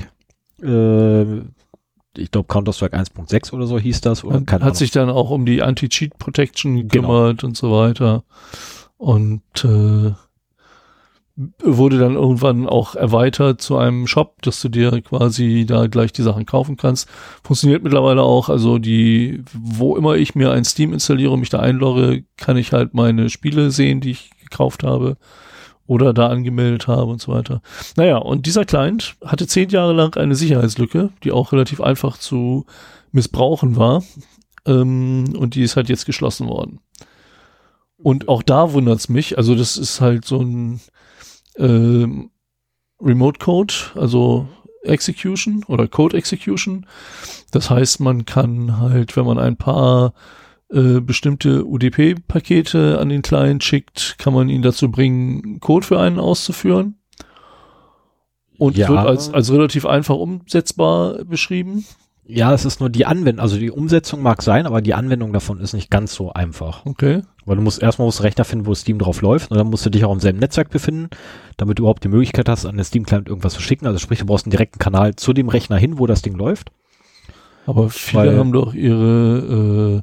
Ich glaube Counter-Strike 1.6 oder so hieß das. Oder Hat sich dann auch um die Anti-Cheat-Protection gekümmert und so weiter. Und wurde dann irgendwann auch erweitert zu einem Shop, dass du dir quasi da gleich die Sachen kaufen kannst. Funktioniert mittlerweile auch, also wo immer ich mir ein Steam installiere und mich da einlogge, kann ich halt meine Spiele sehen, die ich gekauft habe oder da angemeldet habe und so weiter. Naja, und dieser Client hatte 10 Jahre lang eine Sicherheitslücke, die auch relativ einfach zu missbrauchen war. Und die ist halt jetzt geschlossen worden. Und auch da wundert's mich, also das ist halt so ein Remote Code, also Execution oder Code Execution. Das heißt, man kann halt, wenn man ein paar bestimmte UDP-Pakete an den Client schickt, kann man ihn dazu bringen, Code für einen auszuführen. Und wird als relativ einfach umsetzbar beschrieben. Ja, es ist nur die Anwendung, also die Umsetzung mag sein, aber die Anwendung davon ist nicht ganz so einfach. Okay. Weil du musst erstmal einen Rechner finden, wo Steam drauf läuft, und dann musst du dich auch im selben Netzwerk befinden, damit du überhaupt die Möglichkeit hast, an den Steam-Client irgendwas zu schicken. Also sprich, du brauchst einen direkten Kanal zu dem Rechner hin, wo das Ding läuft. Aber viele haben doch ihre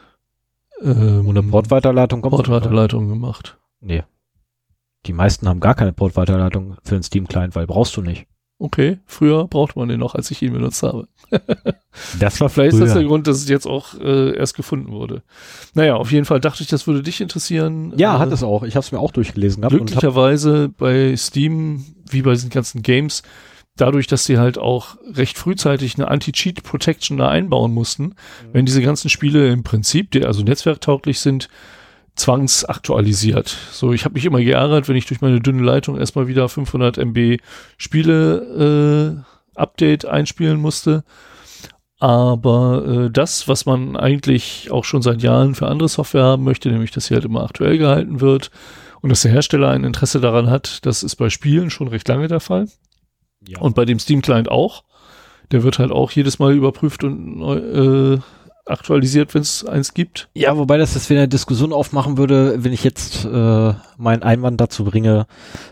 eine Portweiterleitung gemacht. Nee. Die meisten haben gar keine Portweiterleitung für den Steam-Client, weil brauchst du nicht. Okay, früher brauchte man den noch, als ich ihn benutzt habe. Das war vielleicht ist das der Grund, dass es jetzt auch erst gefunden wurde. Naja, auf jeden Fall dachte ich, das würde dich interessieren. Ja, hat es auch. Ich habe es mir auch durchgelesen gehabt. Glücklicherweise bei Steam, wie bei diesen ganzen Games, dadurch, dass sie halt auch recht frühzeitig eine Anti-Cheat-Protection da einbauen mussten, wenn diese ganzen Spiele im Prinzip, also netzwerktauglich sind, zwangsaktualisiert. So, ich habe mich immer geärgert, wenn ich durch meine dünne Leitung erstmal wieder 500 MB Spiele Update einspielen musste. Aber das, was man eigentlich auch schon seit Jahren für andere Software haben möchte, nämlich, dass sie halt immer aktuell gehalten wird und dass der Hersteller ein Interesse daran hat, das ist bei Spielen schon recht lange der Fall. Ja. Und bei dem Steam-Client auch. Der wird halt auch jedes Mal überprüft und aktualisiert, wenn es eins gibt. Ja, wobei das jetzt wieder eine Diskussion aufmachen würde, wenn ich jetzt meinen Einwand dazu bringe,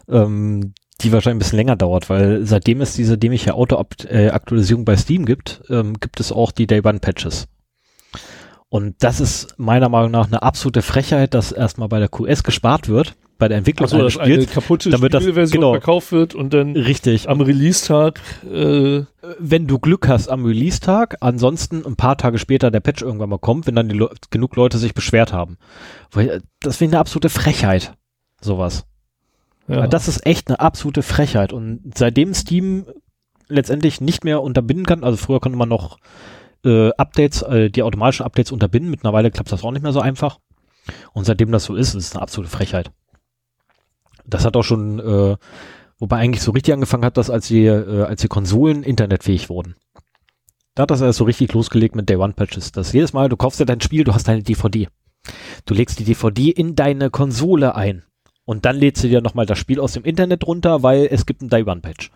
die wahrscheinlich ein bisschen länger dauert, weil seitdem es diese dämliche Auto-Aktualisierung bei Steam gibt, gibt es auch die Day-One-Patches. Und das ist meiner Meinung nach eine absolute Frechheit, dass erstmal bei der QS gespart wird, bei der Entwicklung eines Spiels, eine kaputte Spielversion verkauft wird und dann richtig am Release-Tag wenn du Glück hast am Release-Tag, ansonsten ein paar Tage später der Patch irgendwann mal kommt, wenn dann genug Leute sich beschwert haben. Das wäre eine absolute Frechheit, sowas. Ja. Das ist echt eine absolute Frechheit. Und seitdem Steam letztendlich nicht mehr unterbinden kann, also früher konnte man noch Updates, die automatischen Updates unterbinden, mittlerweile klappt das auch nicht mehr so einfach. Und seitdem das so ist es eine absolute Frechheit. Das hat auch schon, wobei eigentlich so richtig angefangen hat, dass als die Konsolen internetfähig wurden. Da hat das erst so richtig losgelegt mit Day-One-Patches. Dass jedes Mal, du kaufst dir dein Spiel, du hast deine DVD. Du legst die DVD in deine Konsole ein. Und dann lädst du dir nochmal das Spiel aus dem Internet runter, weil es gibt einen Day-One-Patch.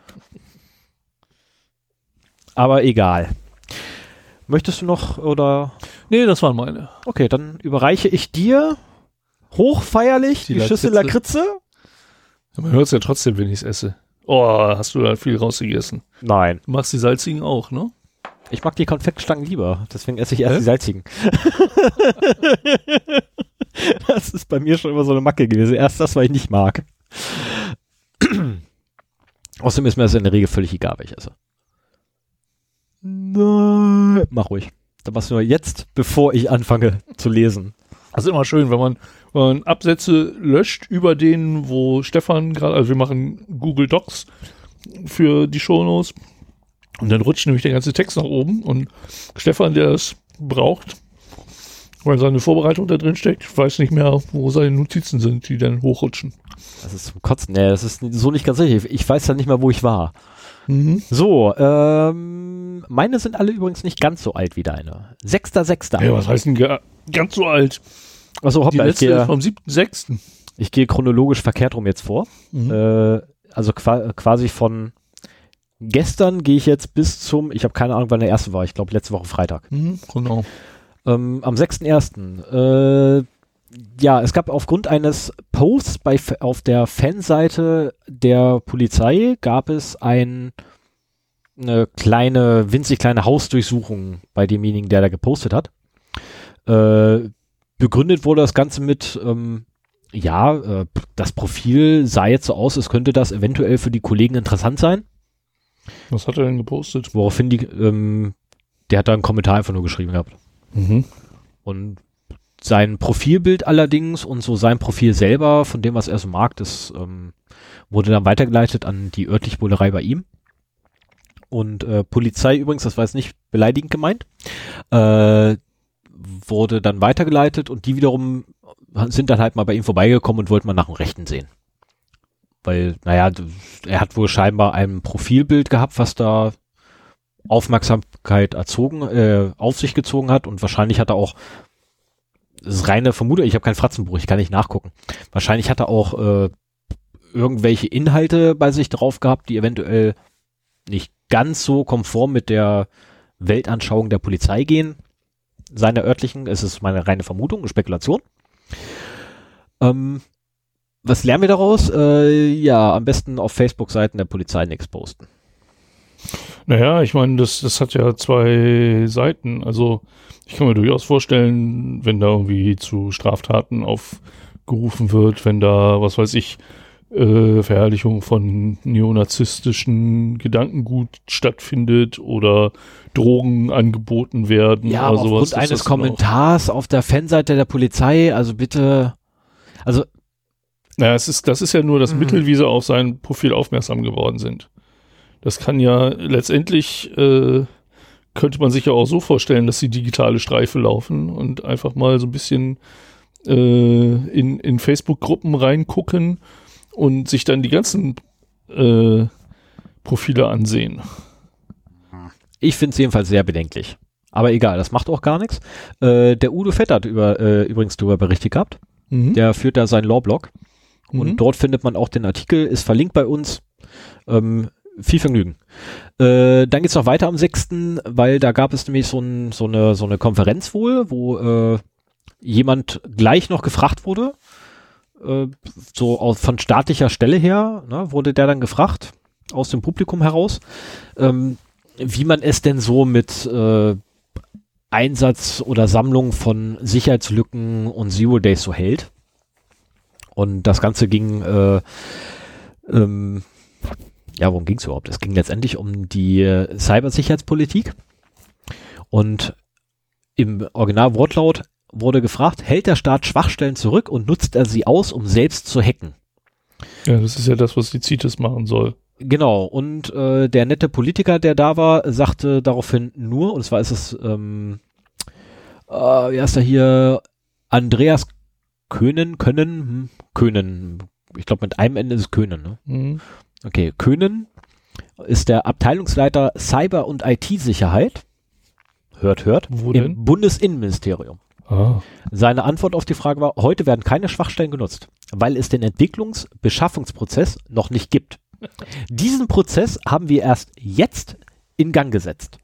Aber egal. Möchtest du noch, oder? Nee, das waren meine. Okay, dann überreiche ich dir hochfeierlich die Schüssel Lakritze. Man hört es ja trotzdem, wenn ich es esse. Oh, hast du da viel rausgegessen? Nein. Du machst die salzigen auch, ne? Ich mag die Konfektstangen lieber, deswegen esse ich erst die salzigen. Das ist bei mir schon immer so eine Macke gewesen. Erst das, was ich nicht mag. Außerdem ist mir das in der Regel völlig egal, was ich esse. Nein. Mach ruhig. Dann machst du nur jetzt, bevor ich anfange zu lesen. Das ist immer schön, wenn man Absätze löscht über denen, wo Stefan gerade, also wir machen Google Docs für die Shownotes und dann rutscht nämlich der ganze Text nach oben und Stefan, der es braucht, weil seine Vorbereitung da drin steckt, weiß nicht mehr, wo seine Notizen sind, die dann hochrutschen. Das ist zum Kotzen. Nee, das ist so nicht ganz richtig. Ich weiß dann nicht mal, wo ich war. Mhm. So, meine sind alle übrigens nicht ganz so alt wie deine. 6.6. Ja, was heißt denn ganz so alt? Achso, Die hoppla, letzte ist vom 7.6. ich gehe chronologisch verkehrt rum jetzt vor. Also quasi von gestern gehe ich jetzt bis zum, ich habe keine Ahnung, wann der erste war. Ich glaube, letzte Woche Freitag. Genau. Am 6.1. Ja, es gab aufgrund eines Posts auf der Fanseite der Polizei gab es eine winzig kleine Hausdurchsuchung bei demjenigen, der da gepostet hat. Begründet wurde das Ganze mit, das Profil sah jetzt so aus, es könnte das eventuell für die Kollegen interessant sein. Was hat er denn gepostet? Woraufhin der hat da einen Kommentar einfach nur geschrieben gehabt. Und sein Profilbild allerdings und so sein Profil selber, von dem, was er so mag, das wurde dann weitergeleitet an die örtliche Bullerei bei ihm. Und Polizei übrigens, das war jetzt nicht beleidigend gemeint, wurde dann weitergeleitet und die wiederum sind dann halt mal bei ihm vorbeigekommen und wollten mal nach dem Rechten sehen. Weil, naja, er hat wohl scheinbar ein Profilbild gehabt, was da Aufmerksamkeit auf sich gezogen hat und wahrscheinlich hat er auch, das ist reine Vermutung, ich habe kein Fratzenbuch, ich kann nicht nachgucken. Wahrscheinlich hat er auch irgendwelche Inhalte bei sich drauf gehabt, die eventuell nicht ganz so konform mit der Weltanschauung der Polizei gehen, seiner örtlichen, es ist meine reine Vermutung, eine Spekulation. Was lernen wir daraus? Ja, am besten auf Facebook-Seiten der Polizei nichts posten. Naja, ich meine, das hat ja zwei Seiten. Also ich kann mir durchaus vorstellen, wenn da irgendwie zu Straftaten aufgerufen wird, wenn da, was weiß ich, Verherrlichung von neonazistischen Gedankengut stattfindet oder Drogen angeboten werden. Ja, oder aber sowas, aufgrund eines Kommentars auf der Fanseite der Polizei, also bitte, also naja, das ist ja nur das Mittel, wie sie auf sein Profil aufmerksam geworden sind. Das kann ja letztendlich, könnte man sich ja auch so vorstellen, dass die digitale Streife laufen und einfach mal so ein bisschen in Facebook-Gruppen reingucken und sich dann die ganzen Profile ansehen. Ich finde es jedenfalls sehr bedenklich. Aber egal, das macht auch gar nichts. Der Udo Fett hat übrigens darüber berichtet gehabt. Der führt da seinen Law-Blog. Und dort findet man auch den Artikel, ist verlinkt bei uns. Viel Vergnügen. Dann geht's noch weiter am 6., weil da gab es nämlich so eine Konferenz wohl, wo jemand gleich noch gefragt wurde, von staatlicher Stelle her, ne, wurde der dann gefragt, aus dem Publikum heraus, wie man es denn so mit Einsatz oder Sammlung von Sicherheitslücken und Zero Days so hält. Und das Ganze ging, worum ging es überhaupt? Es ging letztendlich um die Cybersicherheitspolitik. Und im Originalwortlaut wurde gefragt, hält der Staat Schwachstellen zurück und nutzt er sie aus, um selbst zu hacken? Ja, das ist ja das, was die CITES machen soll. Genau, und der nette Politiker, der da war, sagte daraufhin nur, und zwar ist es, wie heißt er hier, Andreas Köhnen, ich glaube mit einem Ende ist es Köhnen, ne? Okay, Köhnen ist der Abteilungsleiter Cyber- und IT-Sicherheit, hört, Wo im denn? Bundesinnenministerium. Seine Antwort auf die Frage war, heute werden keine Schwachstellen genutzt, weil es den Beschaffungsprozess noch nicht gibt. Diesen Prozess haben wir erst jetzt in Gang gesetzt.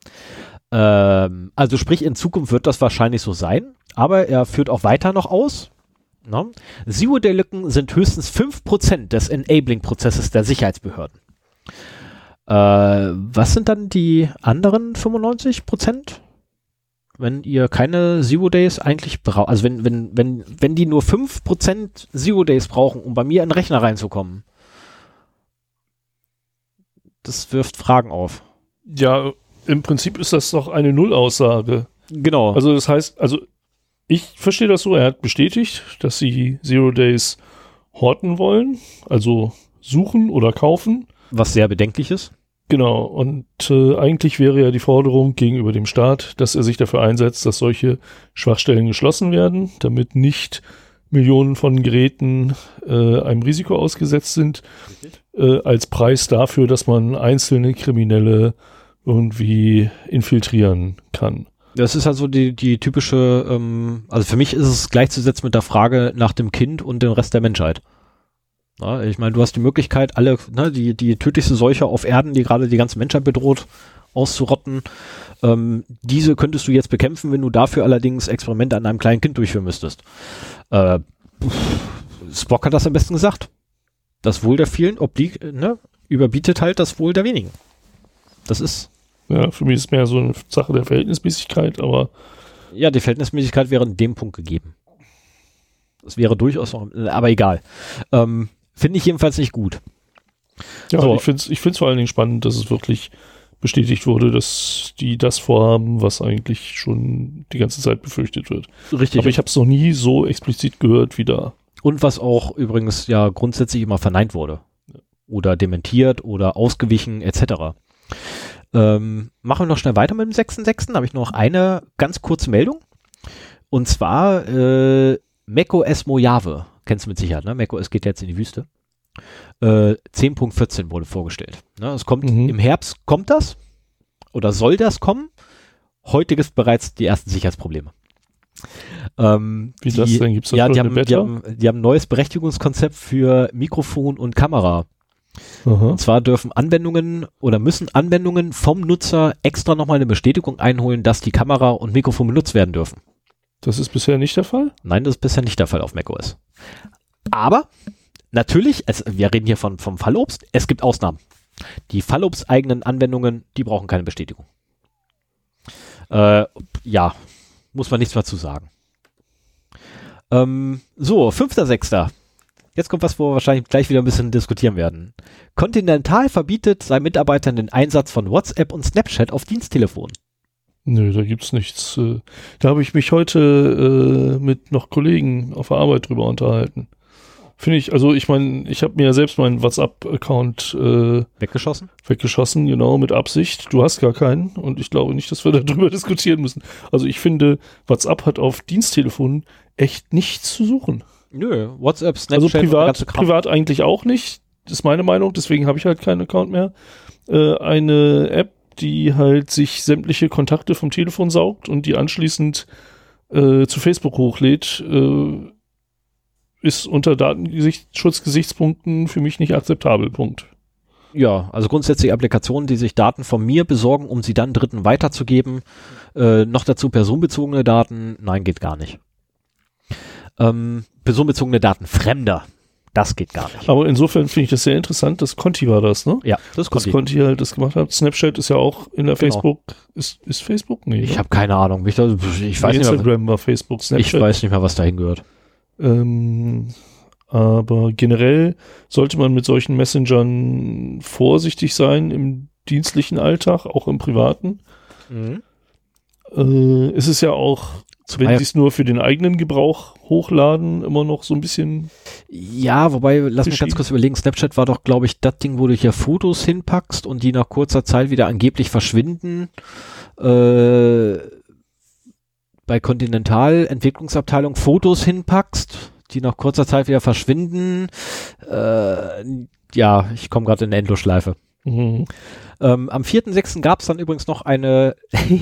Also sprich, in Zukunft wird das wahrscheinlich so sein, aber er führt auch weiter noch aus. Ne? Zero-Day-Lücken sind höchstens 5% des Enabling-Prozesses der Sicherheitsbehörden. Was sind dann die anderen 95%? Wenn ihr keine Zero Days eigentlich braucht, also wenn die nur 5% Zero Days brauchen, um bei mir in den Rechner reinzukommen, das wirft Fragen auf. Ja, im Prinzip ist das doch eine Nullaussage. Genau. Also das heißt, ich verstehe das so, er hat bestätigt, dass sie Zero Days horten wollen, also suchen oder kaufen. Was sehr bedenklich ist. Genau, und eigentlich wäre ja die Forderung gegenüber dem Staat, dass er sich dafür einsetzt, dass solche Schwachstellen geschlossen werden, damit nicht Millionen von Geräten einem Risiko ausgesetzt sind, als Preis dafür, dass man einzelne Kriminelle irgendwie infiltrieren kann. Das ist also die typische, also für mich ist es gleichzusetzen mit der Frage nach dem Kind und dem Rest der Menschheit. Ja, ich meine, du hast die Möglichkeit, alle, die tödlichste Seuche auf Erden, die gerade die ganze Menschheit bedroht, auszurotten. Diese könntest du jetzt bekämpfen, wenn du dafür allerdings Experimente an einem kleinen Kind durchführen müsstest. Spock hat das am besten gesagt. Das Wohl der vielen überbietet halt das Wohl der wenigen. Das ist... Ja, für mich ist es mehr so eine Sache der Verhältnismäßigkeit, aber... Ja, die Verhältnismäßigkeit wäre in dem Punkt gegeben. Das wäre durchaus noch... Aber egal. Finde ich jedenfalls nicht gut. Ja, so. Ich find's vor allen Dingen spannend, dass es wirklich bestätigt wurde, dass die das vorhaben, was eigentlich schon die ganze Zeit befürchtet wird. Richtig. Aber ich habe es noch nie so explizit gehört wie da. Und was auch übrigens ja grundsätzlich immer verneint wurde. Oder dementiert oder ausgewichen etc. Machen wir noch schnell weiter mit dem 6.6. Da habe ich noch eine ganz kurze Meldung. Und zwar macOS Mojave. Kennst du mit Sicherheit, ne? macOS geht jetzt in die Wüste. 10.14 wurde vorgestellt. Ne? Es kommt im Herbst, kommt das? Oder soll das kommen? Heute gibt es bereits die ersten Sicherheitsprobleme. Wie das denn? Gibt's da schon eine Beta? Die haben ein neues Berechtigungskonzept für Mikrofon und Kamera. Aha. Und zwar müssen Anwendungen vom Nutzer extra nochmal eine Bestätigung einholen, dass die Kamera und Mikrofon benutzt werden dürfen. Das ist bisher nicht der Fall? Nein, das ist bisher nicht der Fall auf macOS. Aber natürlich, wir reden hier vom Fallobst, es gibt Ausnahmen. Die Fallobst-eigenen Anwendungen, die brauchen keine Bestätigung. Ja, muss man nichts mehr zu sagen. So, 5.6. Jetzt kommt was, wo wir wahrscheinlich gleich wieder ein bisschen diskutieren werden. Continental verbietet seinen Mitarbeitern den Einsatz von WhatsApp und Snapchat auf Diensttelefonen. Nö, da gibt's nichts. Da habe ich mich heute mit noch Kollegen auf der Arbeit drüber unterhalten. Finde ich, also ich meine, ich habe mir ja selbst meinen WhatsApp-Account weggeschossen, genau, mit Absicht. Du hast gar keinen und ich glaube nicht, dass wir darüber diskutieren müssen. Also ich finde, WhatsApp hat auf Diensttelefonen echt nichts zu suchen. Nö, WhatsApp, Snapchat, also privat eigentlich auch nicht. Das ist meine Meinung, deswegen habe ich halt keinen Account mehr. Eine App, die halt sich sämtliche Kontakte vom Telefon saugt und die anschließend zu Facebook hochlädt, ist unter Datenschutzgesichtspunkten für mich nicht akzeptabel. Punkt. Ja, also grundsätzlich Applikationen, die sich Daten von mir besorgen, um sie dann Dritten weiterzugeben. Noch dazu personenbezogene Daten, nein, geht gar nicht. Personenbezogene Daten Fremder, das geht gar nicht. Aber insofern finde ich das sehr interessant, dass Conti war das, ne? Ja, das Conti halt das gemacht hat. Snapchat ist ja auch in der Facebook. Ist Facebook? Nee. Ich habe keine Ahnung. Ich weiß nicht mehr, Instagram war Facebook, Snapchat. Ich weiß nicht mehr, was dahin gehört. Aber generell sollte man mit solchen Messengern vorsichtig sein im dienstlichen Alltag, auch im privaten. Es ist ja auch, wenn sie es nur für den eigenen Gebrauch hochladen, immer noch so ein bisschen... Ja, wobei, lass mich ganz kurz überlegen, Snapchat war doch, glaube ich, das Ding, wo du hier Fotos hinpackst und die nach kurzer Zeit wieder angeblich verschwinden. Bei Continental Entwicklungsabteilung Fotos hinpackst, die nach kurzer Zeit wieder verschwinden. Ja, ich komme gerade in eine Endlosschleife. Am 4.6. gab es dann übrigens noch eine,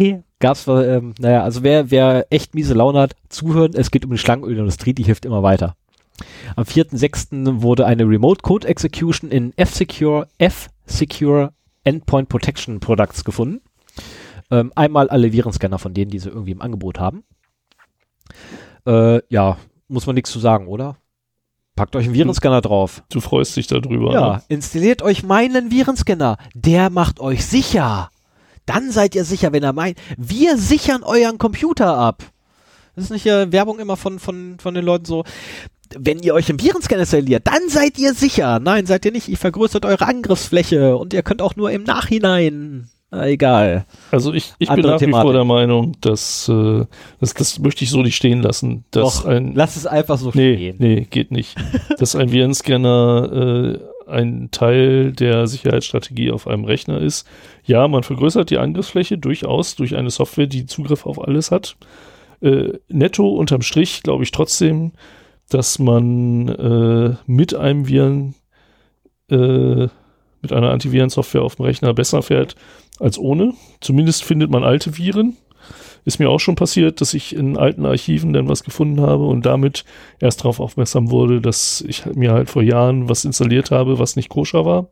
also wer echt miese Laune hat, zuhören, es geht um die Schlangenölindustrie, die hilft immer weiter. Am 4.6. wurde eine Remote Code Execution in F-Secure Endpoint Protection Products gefunden. Einmal alle Virenscanner von denen, die sie irgendwie im Angebot haben. Ja, muss man nichts zu sagen, oder? Packt euch einen Virenscanner drauf. Du freust dich darüber. Ja, Ne? installiert euch meinen Virenscanner. Der macht euch sicher. Dann seid ihr sicher, wenn er meint. Wir sichern euren Computer ab. Das ist nicht Werbung immer von den Leuten so. Wenn ihr euch einen Virenscanner installiert, dann seid ihr sicher. Nein, seid ihr nicht. Ihr vergrößert eure Angriffsfläche und ihr könnt auch nur im Nachhinein. Egal. Also ich bin Andere nach wie Thematik. vor der Meinung, dass das möchte ich so nicht stehen lassen. Dass Doch, lass es einfach so stehen. Nee, geht nicht. Dass ein Virenscanner ein Teil der Sicherheitsstrategie auf einem Rechner ist. Ja, man vergrößert die Angriffsfläche durchaus durch eine Software, die Zugriff auf alles hat. Netto unterm Strich glaube ich trotzdem, dass man mit einem mit einer Antivirensoftware auf dem Rechner besser fährt als ohne. Zumindest findet man alte Viren. Ist mir auch schon passiert, dass ich in alten Archiven dann was gefunden habe und damit erst darauf aufmerksam wurde, dass ich mir halt vor Jahren was installiert habe, was nicht koscher war.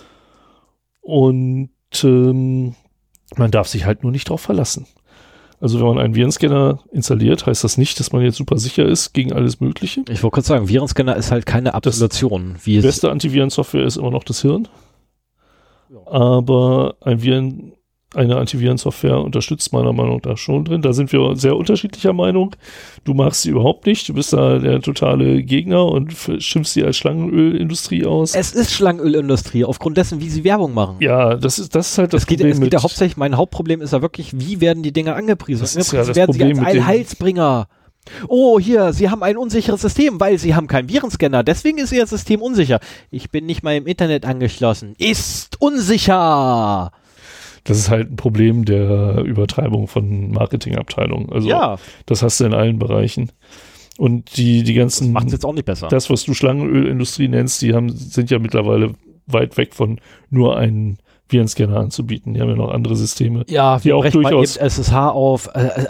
Und man darf sich halt nur nicht drauf verlassen. Also wenn man einen Virenscanner installiert, heißt das nicht, dass man jetzt super sicher ist gegen alles Mögliche. Ich wollte kurz sagen, Virenscanner ist halt keine Absolution. Die beste Antivirensoftware ist immer noch das Hirn. Ja. Aber eine Antivirensoftware unterstützt meiner Meinung nach schon drin. Da sind wir sehr unterschiedlicher Meinung. Du magst sie überhaupt nicht. Du bist da der totale Gegner und schimpfst sie als Schlangenölindustrie aus. Es ist Schlangenölindustrie, aufgrund dessen, wie sie Werbung machen. Ja, das ist halt das Problem. Es geht ja hauptsächlich, mein Hauptproblem ist ja wirklich, wie werden die Dinger angepriesen? Das ist ja das werden Problem sie als Allheilsbringer. Oh, hier, Sie haben ein unsicheres System, weil Sie haben keinen Virenscanner. Deswegen ist Ihr System unsicher. Ich bin nicht mal im Internet angeschlossen. Ist unsicher. Das ist halt ein Problem der Übertreibung von Marketingabteilungen. Also ja. Das hast du in allen Bereichen. Und die ganzen... Das macht es jetzt auch nicht besser. Das, was du Schlangenölindustrie nennst, sind ja mittlerweile weit weg von nur einen Virenscanner anzubieten. Die haben ja noch andere Systeme. Ja, die auch durchaus... Mal eben SSH auf,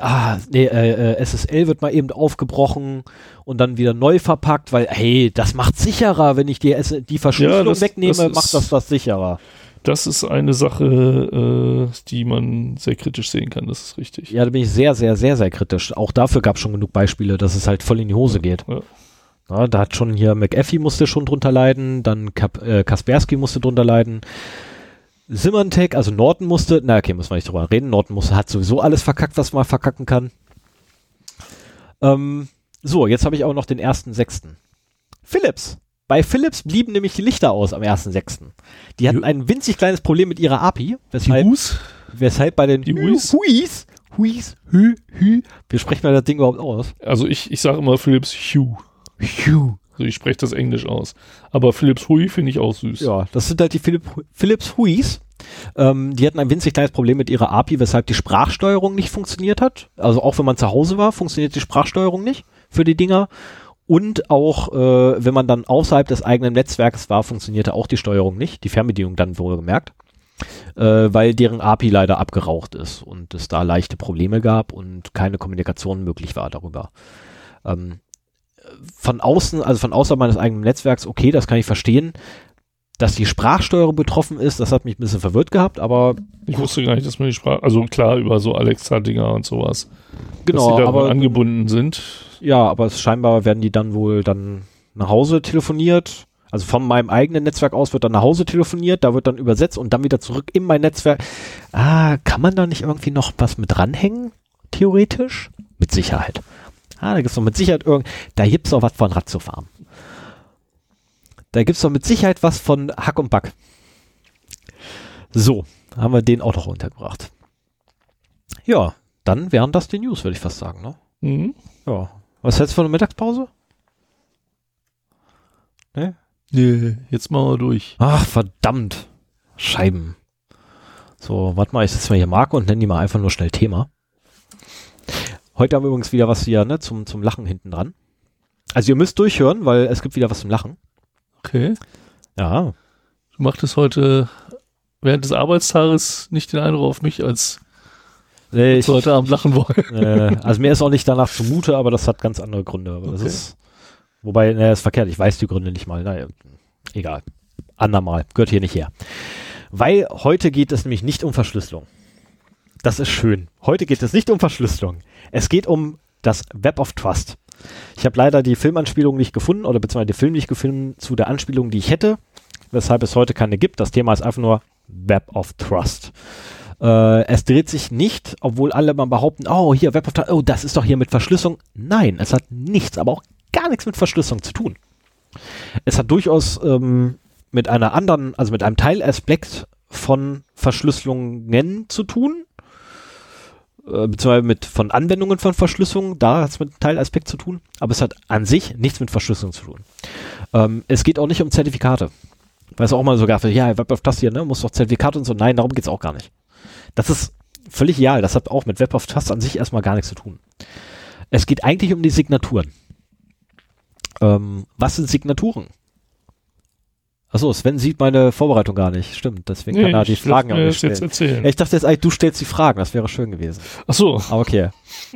SSL wird mal eben aufgebrochen und dann wieder neu verpackt, weil, hey, das macht sicherer, wenn ich die Verschlüsselung wegnehme, macht das sicherer. Das ist eine Sache, die man sehr kritisch sehen kann, das ist richtig. Ja, da bin ich sehr, sehr, sehr, sehr kritisch. Auch dafür gab es schon genug Beispiele, dass es halt voll in die Hose geht. Ja. Ja, da hat schon hier McAfee musste schon drunter leiden, dann Kaspersky musste drunter leiden. Symantec, also Norton musste, müssen wir nicht drüber reden, hat sowieso alles verkackt, was man verkacken kann. So, jetzt habe ich auch noch den 1.6. Philips. Bei Philips blieben nämlich die Lichter aus am 1.6. Die hatten ein winzig kleines Problem mit ihrer API, weshalb bei den Huis, wir sprechen mal das Ding überhaupt aus. Also ich sage immer Philips Hue. Also ich spreche das Englisch aus. Aber Philips Hui finde ich auch süß. Ja, das sind halt die Philips Huis. Die hatten ein winzig kleines Problem mit ihrer API, weshalb die Sprachsteuerung nicht funktioniert hat. Also auch wenn man zu Hause war, funktioniert die Sprachsteuerung nicht für die Dinger. Und auch, wenn man dann außerhalb des eigenen Netzwerks war, funktionierte auch die Steuerung nicht. Die Fernbedienung dann wohlgemerkt. Weil deren API leider abgeraucht ist und es da leichte Probleme gab und keine Kommunikation möglich war darüber. Von außerhalb meines eigenen Netzwerks, okay, das kann ich verstehen. Dass die Sprachsteuerung betroffen ist, das hat mich ein bisschen verwirrt gehabt, aber... Ich wusste gar nicht, dass man die Sprache... Also klar, über so Alexa-Dinger und sowas. Genau, dass die da aber angebunden sind. Ja, aber scheinbar werden die dann wohl nach Hause telefoniert. Also von meinem eigenen Netzwerk aus wird dann nach Hause telefoniert, da wird dann übersetzt und dann wieder zurück in mein Netzwerk. Kann man da nicht irgendwie noch was mit dranhängen? Theoretisch? Mit Sicherheit. Da gibt's doch mit Sicherheit da gibt's doch was von Ratiofarm. Da gibt's doch mit Sicherheit was von Hack und Back. So, haben wir den auch noch untergebracht. Ja, dann wären das die News, würde ich fast sagen, ne? Mhm. Ja. Was hältst du von der Mittagspause? Ne? Nee, jetzt machen wir durch. Ach, verdammt. Scheiben. So, warte mal, ich setze mal hier Marke und nenne die mal einfach nur schnell Thema. Heute haben wir übrigens wieder was hier, zum Lachen hinten dran. Also ihr müsst durchhören, weil es gibt wieder was zum Lachen. Okay. Ja. Du machtest heute während des Arbeitstages nicht den Eindruck auf mich, als ich heute Abend lachen wollen. Also mir ist auch nicht danach zumute, aber das hat ganz andere Gründe. Aber das ist, wobei, ist verkehrt, ich weiß die Gründe nicht mal. Naja, egal. Andermal, gehört hier nicht her. Weil heute geht es nämlich nicht um Verschlüsselung. Das ist schön. Heute geht es nicht um Verschlüsselung. Es geht um das Web of Trust. Ich habe leider die Filmanspielung nicht gefunden oder beziehungsweise den Film nicht gefunden zu der Anspielung, die ich hätte, weshalb es heute keine gibt. Das Thema ist einfach nur Web of Trust. Es dreht sich nicht, obwohl alle mal behaupten, oh, hier Web of Trust, oh, das ist doch hier mit Verschlüsselung. Nein, es hat nichts, aber auch gar nichts mit Verschlüsselung zu tun. Es hat durchaus mit einer anderen, also mit einem Teilaspekt von Verschlüsselungen zu tun, beziehungsweise von Anwendungen von Verschlüsselung, da hat es mit einem Teilaspekt zu tun, aber es hat an sich nichts mit Verschlüsselung zu tun. Es geht auch nicht um Zertifikate. Weil es auch mal so gab, ja, Web of Trust hier, ne, muss doch Zertifikate und so. Nein, darum geht es auch gar nicht. Das ist völlig egal. Das hat auch mit Web of Trust an sich erstmal gar nichts zu tun. Es geht eigentlich um die Signaturen. Was sind Signaturen? Achso, Sven sieht meine Vorbereitung gar nicht. Stimmt, deswegen kann er die Fragen auch nicht stellen. Jetzt erzählen. Ich dachte jetzt eigentlich, du stellst die Fragen. Das wäre schön gewesen. Ach so. Aber okay.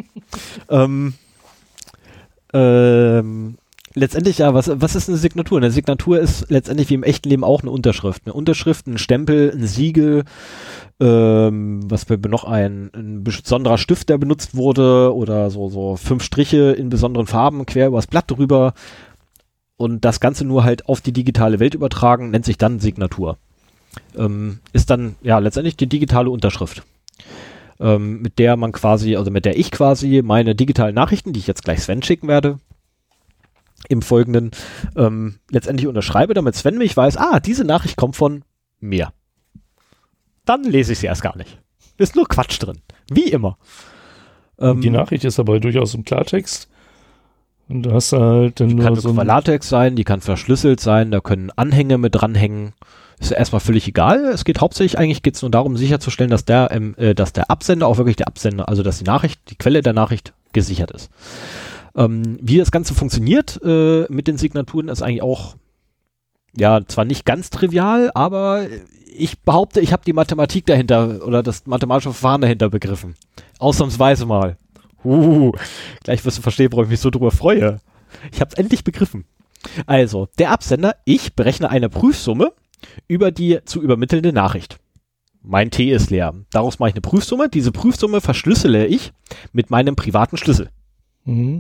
Letztendlich ja, was ist eine Signatur? Eine Signatur ist letztendlich wie im echten Leben auch eine Unterschrift. Eine Unterschrift, ein Stempel, ein Siegel, was wir noch ein besonderer Stift, der benutzt wurde oder so 5 Striche in besonderen Farben quer übers Blatt drüber und das Ganze nur halt auf die digitale Welt übertragen, nennt sich dann Signatur. Ist dann ja letztendlich die digitale Unterschrift. Mit der man quasi, also mit der ich quasi meine digitalen Nachrichten, die ich jetzt gleich Sven schicken werde, im Folgenden letztendlich unterschreibe, damit Sven mich weiß, diese Nachricht kommt von mir. Dann lese ich sie erst gar nicht. Ist nur Quatsch drin. Wie immer. Die Nachricht ist aber durchaus im Klartext. Und da hast du halt dann nur kann so Latex sein, die kann verschlüsselt sein, da können Anhänge mit dranhängen. Ist ja erstmal völlig egal. Es geht hauptsächlich, eigentlich geht es nur darum, sicherzustellen, dass der Absender auch wirklich der Absender, also dass die Nachricht, die Quelle der Nachricht gesichert ist. Wie das Ganze funktioniert mit den Signaturen ist eigentlich auch, ja, zwar nicht ganz trivial, aber ich behaupte, ich habe die Mathematik dahinter oder das mathematische Verfahren dahinter begriffen. Ausnahmsweise mal. Gleich wirst du verstehen, worauf ich mich so drüber freue. Ich habe es endlich begriffen. Also, der Absender, ich berechne eine Prüfsumme über die zu übermittelnde Nachricht. Mein T ist leer. Daraus mache ich eine Prüfsumme. Diese Prüfsumme verschlüssele ich mit meinem privaten Schlüssel. Mhm.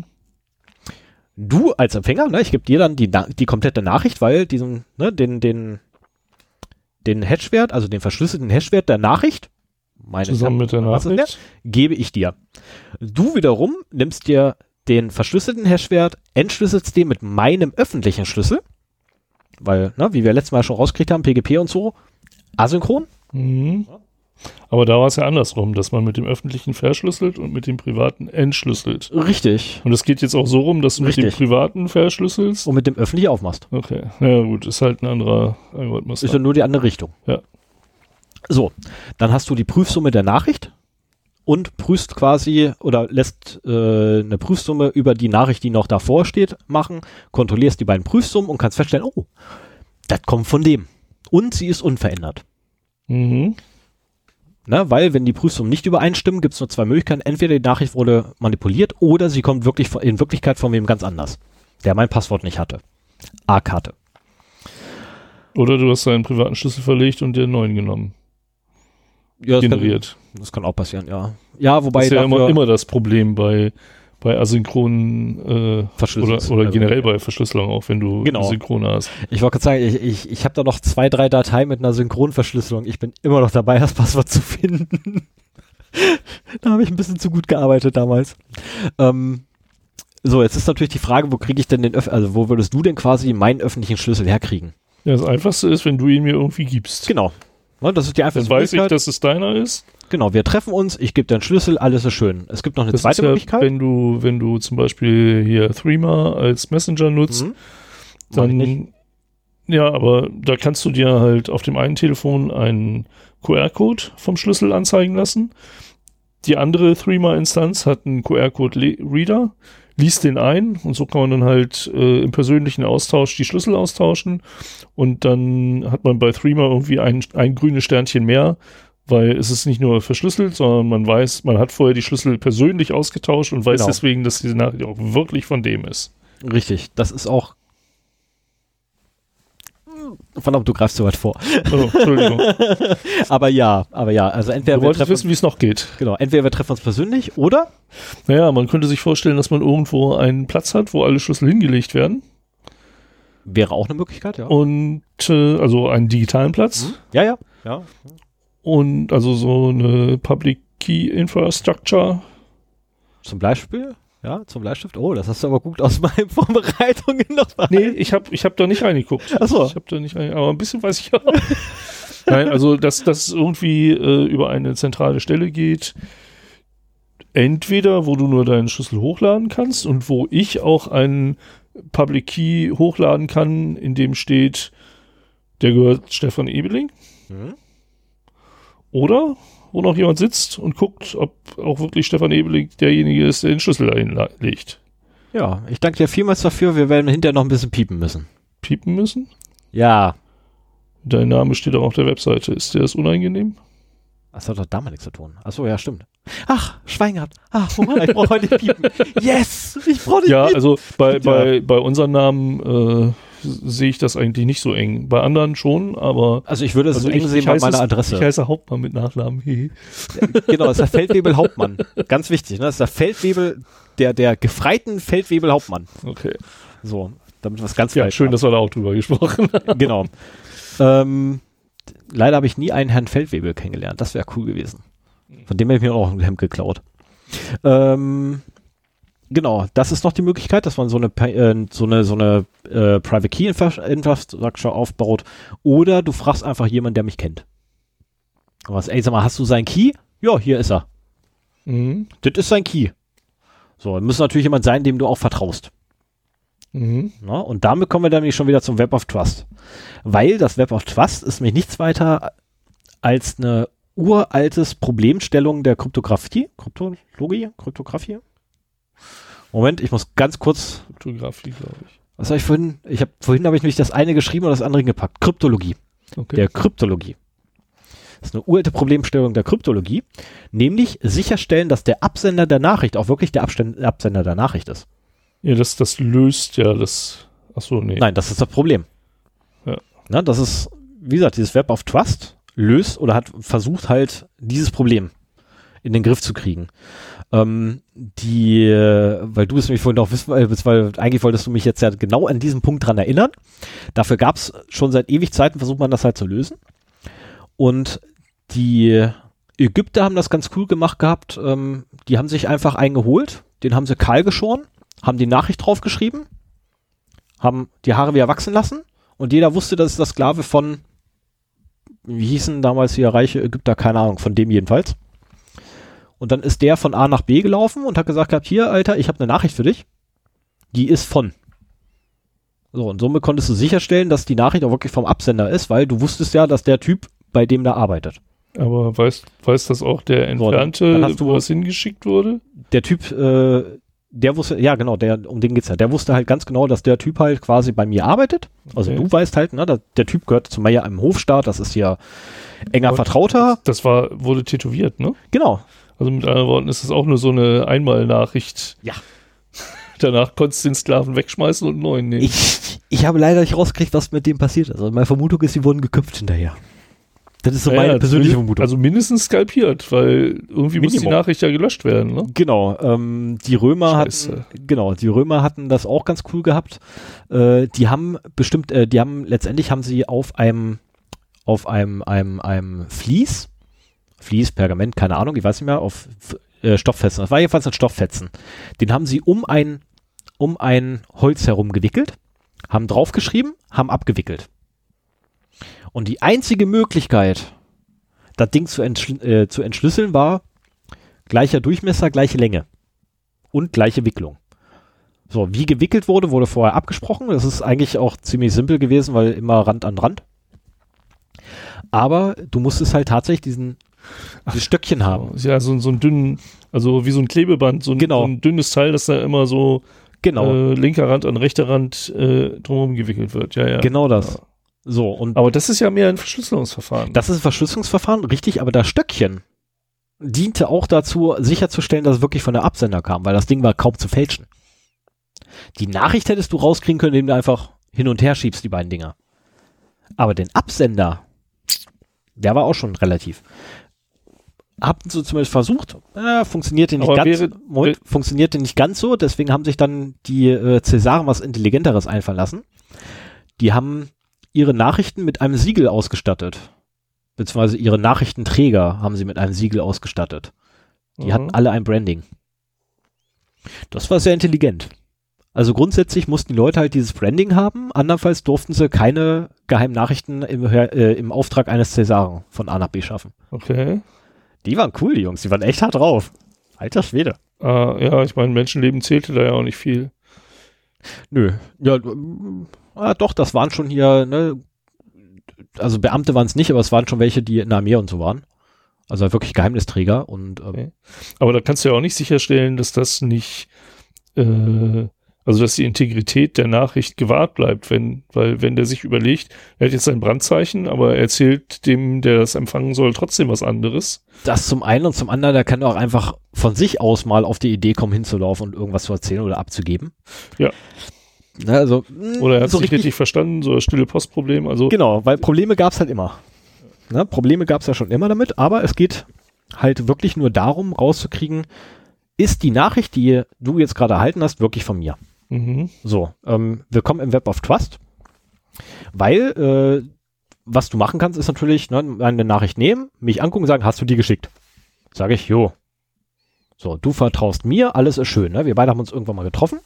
Du als Empfänger, ne, ich gebe dir dann die komplette Nachricht, weil diesen, ne, den Hashwert, also den verschlüsselten Hashwert der Nachricht, zusammen mit der Nachricht, gebe ich dir. Du wiederum nimmst dir den verschlüsselten Hashwert, entschlüsselst den mit meinem öffentlichen Schlüssel, weil, ne, wie wir letztes Mal schon rausgekriegt haben, PGP und so, asynchron. Mhm. Aber da war es ja andersrum, dass man mit dem öffentlichen verschlüsselt und mit dem privaten entschlüsselt. Richtig. Und es geht jetzt auch so rum, dass du mit dem privaten verschlüsselst und mit dem öffentlichen aufmachst. Okay, ja gut, ist halt ein anderer Algorithmus. Ist ja nur die andere Richtung. Ja. So, dann hast du die Prüfsumme der Nachricht und prüfst quasi oder lässt eine Prüfsumme über die Nachricht, die noch davor steht, machen, kontrollierst die beiden Prüfsummen und kannst feststellen, oh, das kommt von dem. Und sie ist unverändert. Mhm. Ne, weil, wenn die Prüfsummen nicht übereinstimmen, gibt es nur 2 Möglichkeiten. Entweder die Nachricht wurde manipuliert oder sie kommt wirklich in Wirklichkeit von wem ganz anders, der mein Passwort nicht hatte. A-Karte. Oder du hast deinen privaten Schlüssel verlegt und dir einen neuen genommen. Ja, generiert. Das kann auch passieren, ja. Ja, wobei das ist ja immer das Problem bei asynchronen oder generell bei Verschlüsselung, auch wenn du Synchrone hast. Ich wollte gerade sagen, ich habe da noch 2, 3 Dateien mit einer Synchronverschlüsselung. Ich bin immer noch dabei, das Passwort zu finden. Da habe ich ein bisschen zu gut gearbeitet damals. So, jetzt ist natürlich die Frage, wo kriege ich denn wo würdest du denn quasi meinen öffentlichen Schlüssel herkriegen? Ja, das Einfachste ist, wenn du ihn mir irgendwie gibst. Genau. Ne, das ist die einfachste Dann weiß ich, dass es deiner ist. Genau, wir treffen uns, ich gebe dir einen Schlüssel, alles ist schön. Es gibt noch eine zweite Möglichkeit. Wenn du zum Beispiel hier Threema als Messenger nutzt, dann ja, aber da kannst du dir halt auf dem einen Telefon einen QR-Code vom Schlüssel anzeigen lassen. Die andere Threema-Instanz hat einen QR-Code-Reader, liest den ein und so kann man dann halt im persönlichen Austausch die Schlüssel austauschen und dann hat man bei Threema irgendwie ein grünes Sternchen mehr, weil es ist nicht nur verschlüsselt, sondern man weiß, man hat vorher die Schlüssel persönlich ausgetauscht und weiß deswegen, dass diese Nachricht auch wirklich von dem ist. Richtig, das ist auch Verdammt, du greifst so weit vor. Oh, Entschuldigung. aber ja, also entweder Du wolltest wissen, wie es noch geht. Genau, entweder wir treffen uns persönlich oder Naja, man könnte sich vorstellen, dass man irgendwo einen Platz hat, wo alle Schlüssel hingelegt werden. wäre auch eine Möglichkeit, ja. Und also einen digitalen Platz. Ja. Und also so eine Public Key Infrastructure. Zum Beispiel? Ja, zum Bleistift. Oh, das hast du aber gut aus meinen Vorbereitungen noch. Nee, ich hab da nicht reingeguckt. Ach so. Ich habe da nicht aber ein bisschen weiß ich auch. Nein, also dass das irgendwie über eine zentrale Stelle geht. Entweder, wo du nur deinen Schlüssel hochladen kannst und wo ich auch einen Public Key hochladen kann, in dem steht, der gehört Stefan Ebeling. Mhm. Oder wo noch jemand sitzt und guckt, ob auch wirklich Stefan Ebeling derjenige ist, der den Schlüssel einlegt. Ja, ich danke dir vielmals dafür. Wir werden hinterher noch ein bisschen piepen müssen. Piepen müssen? Ja. Dein Name steht auch auf der Webseite. Ist dir das unangenehm? Das hat doch damit nichts zu tun. Achso, ja, stimmt. Ach, Schwein gehabt. Ach, Moment, ich brauche heute nicht piepen. Yes! Ich brauche nicht Ja, piepen. also bei unseren Namen sehe ich das eigentlich nicht so eng. Bei anderen schon, aber Also ich würde es eng sehen bei meiner Adresse. Ich heiße Hauptmann mit Nachnamen. Genau, das ist der Feldwebel Hauptmann. Ganz wichtig, ne? Das ist der Feldwebel, der gefreiten Feldwebel Hauptmann. Okay. So, damit was ganz Ja, falsch schön, war. dass wir da auch drüber gesprochen haben. Genau. Leider habe ich nie einen Herrn Feldwebel kennengelernt. Das wäre cool gewesen. Von dem hätte ich mir auch ein Hemd geklaut. Genau, das ist noch die Möglichkeit, dass man so eine Private Key Infrastructure aufbaut. Oder du fragst einfach jemanden, der mich kennt. Was, ey, sag mal, hast du seinen Key? Ja, hier ist er. Mhm. Das ist sein Key. So, muss natürlich jemand sein, dem du auch vertraust. Mhm. Na, und damit kommen wir dann nämlich schon wieder zum Web of Trust. Weil das Web of Trust ist nämlich nichts weiter als eine uraltes Problemstellung der Kryptographie. Kryptographie? Moment, ich muss ganz kurz. Kryptographie, glaube ich. Was habe ich vorhin? Vorhin habe ich nämlich das eine geschrieben und das andere gepackt. Kryptologie. Okay. Der Kryptologie. Das ist eine uralte Problemstellung der Kryptologie. Nämlich sicherstellen, dass der Absender der Nachricht auch wirklich der Absender der Nachricht ist. Ja, das löst ja das. Achso, nee. Nein, das ist das Problem. Ja. Na, das ist, wie gesagt, dieses Web of Trust löst oder hat versucht halt dieses Problem in den Griff zu kriegen. Weil du es nämlich vorhin auch wissen, weil eigentlich wolltest du mich jetzt ja genau an diesem Punkt dran erinnern. Dafür gab es schon seit ewig Zeiten, versucht man das halt zu lösen. Und die Ägypter haben das ganz cool gemacht gehabt. Die haben sich einfach einen geholt, den haben sie kahl geschoren, haben die Nachricht draufgeschrieben, haben die Haare wieder wachsen lassen und jeder wusste, das ist der Sklave von, wie hießen damals hier reiche Ägypter, keine Ahnung, von dem jedenfalls. Und dann ist der von A nach B gelaufen und hat gesagt gehabt, hier, Alter, ich habe eine Nachricht für dich. Die ist von. So, und somit konntest du sicherstellen, dass die Nachricht auch wirklich vom Absender ist, weil du wusstest ja, dass der Typ bei dem da arbeitet. Aber weiß das auch der Entfernte, wo es hingeschickt wurde? Der Typ, der wusste, ja genau, um den geht's ja. Der wusste halt ganz genau, dass der Typ halt quasi bei mir arbeitet. Also Okay. du weißt halt, ne, der Typ gehört zu mir im Hofstaat, das ist hier enger Und Vertrauter. Das wurde tätowiert, ne? Genau. Also mit anderen Worten ist es auch nur so eine Einmalnachricht. Ja. Danach konntest du den Sklaven wegschmeißen und einen neuen nehmen. Ich habe leider nicht rausgekriegt, was mit dem passiert ist. Also meine Vermutung ist, sie wurden geköpft hinterher. Das ist so meine persönliche Vermutung. Also mindestens skalpiert, weil irgendwie muss die Nachricht ja gelöscht werden, ne? Genau, die Römer hatten das auch ganz cool gehabt. Letztendlich haben sie auf einem Vlies, Pergament, keine Ahnung, ich weiß nicht mehr, auf Stofffetzen. Das war jedenfalls ein Stofffetzen. Den haben sie um ein Holz herum gewickelt, haben draufgeschrieben, haben abgewickelt. Und die einzige Möglichkeit, das Ding zu entschlüsseln, war gleicher Durchmesser, gleiche Länge und gleiche Wicklung. So, wie gewickelt wurde vorher abgesprochen. Das ist eigentlich auch ziemlich simpel gewesen, weil immer Rand an Rand. Aber du musstest halt tatsächlich dieses Stöckchen haben. Ja, so einen dünnen, also wie so ein Klebeband, so ein dünnes Teil, das da immer so linker Rand an rechter Rand drumherum gewickelt wird. Ja, ja. Genau das. Ja. So, Aber das ist ja mehr ein Verschlüsselungsverfahren. Das ist ein Verschlüsselungsverfahren, richtig, aber das Stöckchen diente auch dazu, sicherzustellen, dass es wirklich von der Absender kam, weil das Ding war kaum zu fälschen. Die Nachricht hättest du rauskriegen können, indem du einfach hin und her schiebst, die beiden Dinger. Aber den Absender, der war auch schon relativ. Hatten sie zumindest versucht, funktionierte nicht ganz so, deswegen haben sich dann die Cäsaren was Intelligenteres einfallen lassen. Die haben ihre Nachrichten mit einem Siegel ausgestattet. Beziehungsweise ihre Nachrichtenträger haben sie mit einem Siegel ausgestattet. Die hatten alle ein Branding. Das war sehr intelligent. Also grundsätzlich mussten die Leute halt dieses Branding haben, andernfalls durften sie keine geheimen Nachrichten im Auftrag eines Cäsaren von A nach B schaffen. Okay. Die waren cool, die Jungs, die waren echt hart drauf. Alter Schwede. Ja, ich meine, Menschenleben zählte da ja auch nicht viel. Nö, ja, doch, das waren schon hier, ne, also Beamte waren es nicht, aber es waren schon welche, die in der Armee und so waren. Also wirklich Geheimnisträger und okay. Aber da kannst du ja auch nicht sicherstellen, dass das nicht, also dass die Integrität der Nachricht gewahrt bleibt, weil wenn der sich überlegt, er hat jetzt ein Brandzeichen, aber er erzählt dem, der das empfangen soll, trotzdem was anderes. Das zum einen und zum anderen, der kann auch einfach von sich aus mal auf die Idee kommen, hinzulaufen und irgendwas zu erzählen oder abzugeben. Ja. Na, also, oder er hat es nicht richtig verstanden, so das stille Postproblem. Also genau, weil Probleme gab es halt immer. Na, Probleme gab es ja schon immer damit, aber es geht halt wirklich nur darum, rauszukriegen, ist die Nachricht, die du jetzt gerade erhalten hast, wirklich von mir? Mhm. So, willkommen im Web of Trust, weil was du machen kannst, ist natürlich eine Nachricht nehmen, mich angucken und sagen, hast du die geschickt? Sage ich, jo. So, du vertraust mir, alles ist schön. Ne? Wir beide haben uns irgendwann mal getroffen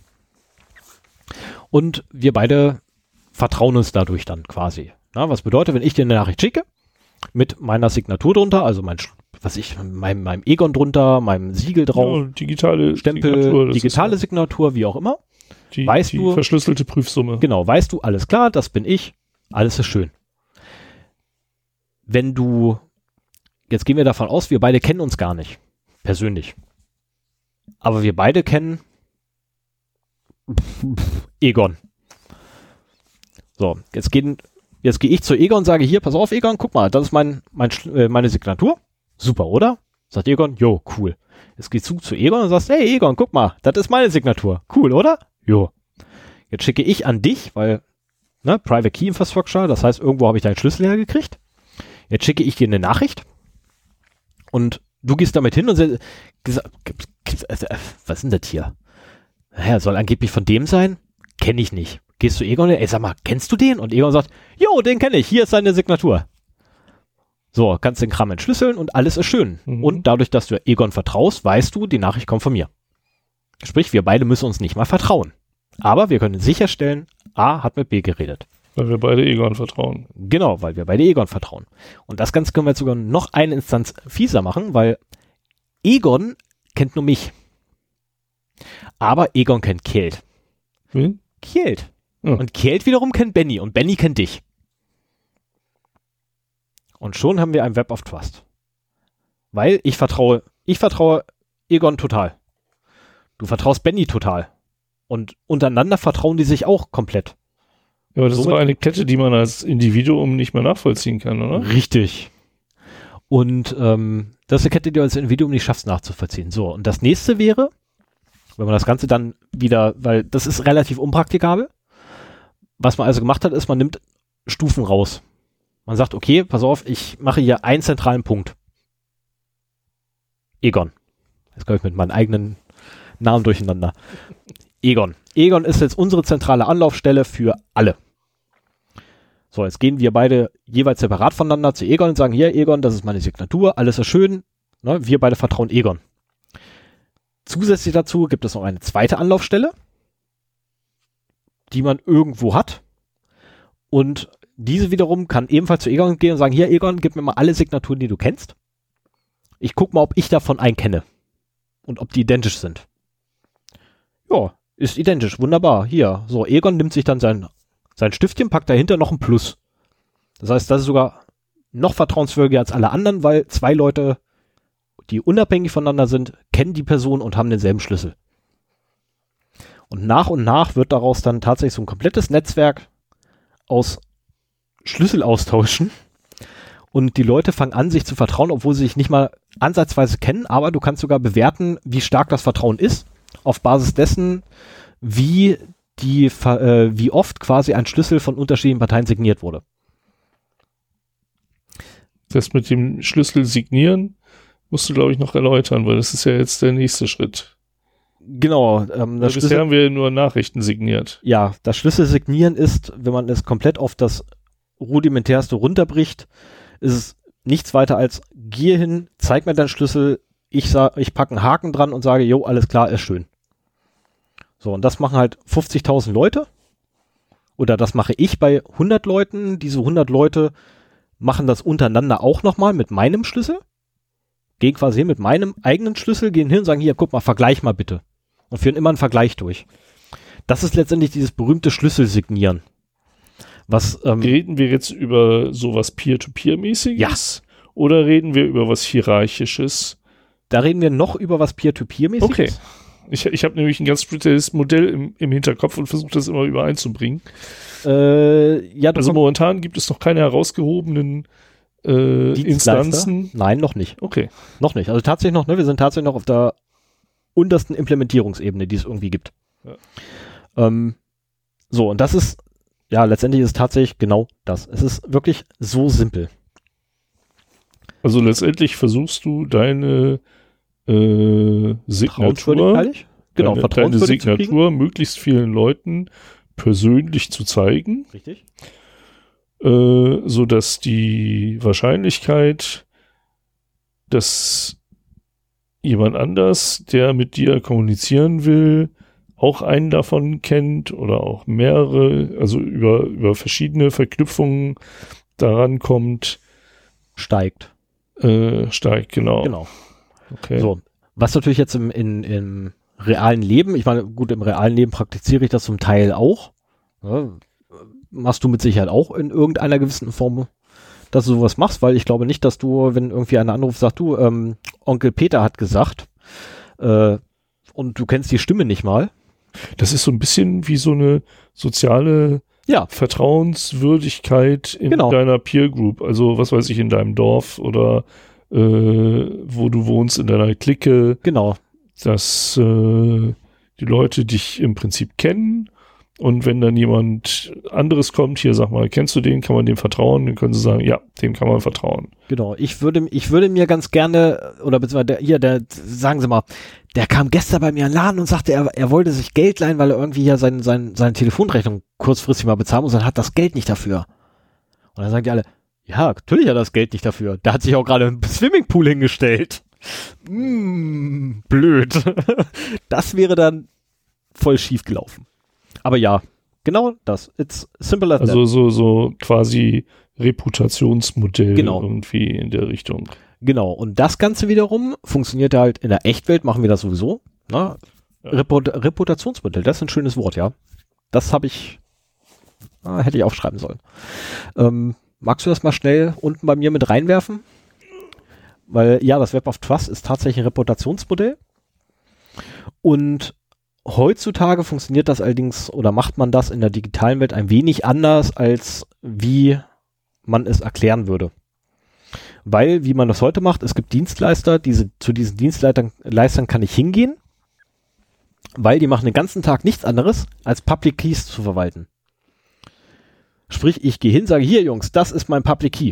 und wir beide vertrauen uns dadurch dann quasi. Na, was bedeutet, wenn ich dir eine Nachricht schicke, mit meiner Signatur drunter, also meinem Egon drunter, meinem Siegel drauf, ja, digitale Stempel, Signatur, digitale Signatur, wie auch immer. Die du, verschlüsselte Prüfsumme. Genau, weißt du, alles klar, das bin ich, alles ist schön. Wenn du, jetzt gehen wir davon aus, wir beide kennen uns gar nicht, persönlich. Aber wir beide kennen Egon. So, jetzt gehe ich zu Egon und sage, hier, pass auf Egon, guck mal, das ist meine Signatur. Super, oder? Sagt Egon, jo, cool. Jetzt gehst du zu Egon und sagst, hey Egon, guck mal, das ist meine Signatur. Cool, oder? Jo. Jetzt schicke ich an dich, weil, ne, Private Key Infrastructure, das heißt, irgendwo habe ich deinen Schlüssel hergekriegt. Jetzt schicke ich dir eine Nachricht und du gehst damit hin und sagst, was ist denn das hier? Naja, soll angeblich von dem sein? Kenne ich nicht. Gehst du Egon, ey, sag mal, kennst du den? Und Egon sagt, jo, den kenne ich, hier ist seine Signatur. So, kannst den Kram entschlüsseln und alles ist schön. Mhm. Und dadurch, dass du Egon vertraust, weißt du, die Nachricht kommt von mir. Sprich, wir beide müssen uns nicht mal vertrauen. Aber wir können sicherstellen, A hat mit B geredet. Weil wir beide Egon vertrauen. Genau, weil wir beide Egon vertrauen. Und das Ganze können wir jetzt sogar noch eine Instanz fieser machen, weil Egon kennt nur mich. Aber Egon kennt Kjeld. Wen? Kjeld. Ja. Und Kjeld wiederum kennt Benny und Benny kennt dich. Und schon haben wir ein Web of Trust. Weil ich vertraue Egon total. Du vertraust Benny total. Und untereinander vertrauen die sich auch komplett. Ja, aber das ist doch eine Kette, die man als Individuum nicht mehr nachvollziehen kann, oder? Richtig. Und das ist eine Kette, die du als Individuum nicht schaffst nachzuvollziehen. So, und das nächste wäre, wenn man das Ganze dann wieder, weil das ist relativ unpraktikabel. Was man also gemacht hat, ist, man nimmt Stufen raus. Man sagt, okay, pass auf, ich mache hier einen zentralen Punkt. Egon. Jetzt komme ich mit meinen eigenen Namen durcheinander. Egon. Egon ist jetzt unsere zentrale Anlaufstelle für alle. So, jetzt gehen wir beide jeweils separat voneinander zu Egon und sagen, hier Egon, das ist meine Signatur, alles ist schön. Ne, wir beide vertrauen Egon. Zusätzlich dazu gibt es noch eine zweite Anlaufstelle, die man irgendwo hat. Und diese wiederum kann ebenfalls zu Egon gehen und sagen, hier Egon, gib mir mal alle Signaturen, die du kennst. Ich guck mal, ob ich davon einen kenne. Und ob die identisch sind. Ja, ist identisch, wunderbar. Hier, so, Egon nimmt sich dann sein Stiftchen, packt dahinter noch ein Plus. Das heißt, das ist sogar noch vertrauenswürdiger als alle anderen, weil zwei Leute, die unabhängig voneinander sind, kennen die Person und haben denselben Schlüssel. Und nach wird daraus dann tatsächlich so ein komplettes Netzwerk aus Schlüsselaustauschen. Und die Leute fangen an, sich zu vertrauen, obwohl sie sich nicht mal ansatzweise kennen, aber du kannst sogar bewerten, wie stark das Vertrauen ist, auf Basis dessen, wie oft quasi ein Schlüssel von unterschiedlichen Parteien signiert wurde. Das mit dem Schlüssel signieren musst du, glaube ich, noch erläutern, weil das ist ja jetzt der nächste Schritt. Genau. Bisher haben wir nur Nachrichten signiert. Ja, das Schlüssel signieren ist, wenn man es komplett auf das Rudimentärste runterbricht, ist es nichts weiter als, gehe hin, zeig mir deinen Schlüssel, ich packe einen Haken dran und sage, jo, alles klar, ist schön. So, und das machen halt 50.000 Leute. Oder das mache ich bei 100 Leuten. Diese 100 Leute machen das untereinander auch nochmal mit meinem Schlüssel. Gehen quasi hin mit meinem eigenen Schlüssel, gehen hin und sagen, hier, guck mal, vergleich mal bitte. Und führen immer einen Vergleich durch. Das ist letztendlich dieses berühmte Schlüsselsignieren. Was, reden wir jetzt über sowas Peer-to-Peer-mäßiges? Ja. Oder reden wir über was Hierarchisches? Da reden wir noch über was Peer-to-Peer-mäßiges. Okay. Ich habe nämlich ein ganz spezielles Modell im Hinterkopf und versuche das immer übereinzubringen. Ja, also momentan gibt es noch keine herausgehobenen Instanzen. Nein, noch nicht. Okay. Noch nicht. Also tatsächlich noch, ne? Wir sind tatsächlich noch auf der untersten Implementierungsebene, die es irgendwie gibt. Ja. So, und das ist, ja, letztendlich ist es tatsächlich genau das. Es ist wirklich so simpel. Also letztendlich versuchst du deine Signatur, genau, deine Signatur möglichst vielen Leuten persönlich zu zeigen. Richtig. Sodass die Wahrscheinlichkeit, dass jemand anders, der mit dir kommunizieren will, auch einen davon kennt oder auch mehrere, also über verschiedene Verknüpfungen daran kommt, steigt, genau. Genau. Okay. So, was natürlich jetzt im realen Leben, ich meine, gut, im realen Leben praktiziere ich das zum Teil auch. Ja, machst du mit Sicherheit auch in irgendeiner gewissen Form, dass du sowas machst, weil ich glaube nicht, dass du, wenn irgendwie einer anruft, sagt, du, Onkel Peter hat gesagt, und du kennst die Stimme nicht mal. Das ist so ein bisschen wie so eine soziale Vertrauenswürdigkeit in deiner Peer Group. Also, was weiß ich, in deinem Dorf oder wo du wohnst, in deiner Clique. Genau. Dass die Leute dich im Prinzip kennen. Und wenn dann jemand anderes kommt, hier sag mal, kennst du den, kann man dem vertrauen? Dann können sie sagen, ja, dem kann man vertrauen. Genau, ich würde mir ganz gerne, oder beziehungsweise sagen Sie mal, der kam gestern bei mir in den Laden und sagte, er wollte sich Geld leihen, weil er irgendwie ja seine Telefonrechnung kurzfristig mal bezahlen muss und hat das Geld nicht dafür. Und dann sagen die alle, ja, natürlich hat er das Geld nicht dafür. Da hat sich auch gerade ein Swimmingpool hingestellt. Blöd. Das wäre dann voll schief gelaufen. Aber ja, genau das. It's simple as that. Also so quasi Reputationsmodell irgendwie in der Richtung. Genau. Und das Ganze wiederum funktioniert halt in der Echtwelt, machen wir das sowieso. Na? Ja. Reputationsmodell, das ist ein schönes Wort, ja. Das habe ich, hätte ich aufschreiben sollen. Magst du das mal schnell unten bei mir mit reinwerfen? Weil ja, das Web of Trust ist tatsächlich ein Reputationsmodell. Und heutzutage funktioniert das allerdings oder macht man das in der digitalen Welt ein wenig anders, als wie man es erklären würde. Weil, wie man das heute macht, es gibt Dienstleister, zu diesen Dienstleistern kann ich hingehen, weil die machen den ganzen Tag nichts anderes, als Public Keys zu verwalten. Sprich, ich gehe hin, sage, hier Jungs, das ist mein Public Key.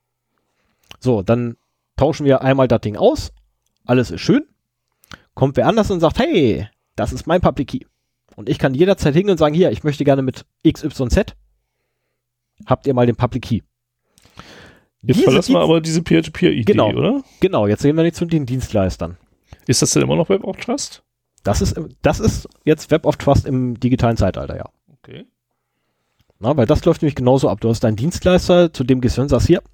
So, dann tauschen wir einmal das Ding aus, alles ist schön, kommt wer anders und sagt, hey, das ist mein Public Key. Und ich kann jederzeit hingehen und sagen, hier, ich möchte gerne mit XYZ, habt ihr mal den Public Key. Jetzt verlassen wir aber diese Peer-to-Peer-Idee, oder? Genau, jetzt gehen wir nicht zu den Dienstleistern. Ist das denn immer noch Web of Trust? Das ist jetzt Web of Trust im digitalen Zeitalter, ja. Okay. Na, weil das läuft nämlich genauso ab. Du hast deinen Dienstleister, zu dem gehst du und sagst, hier,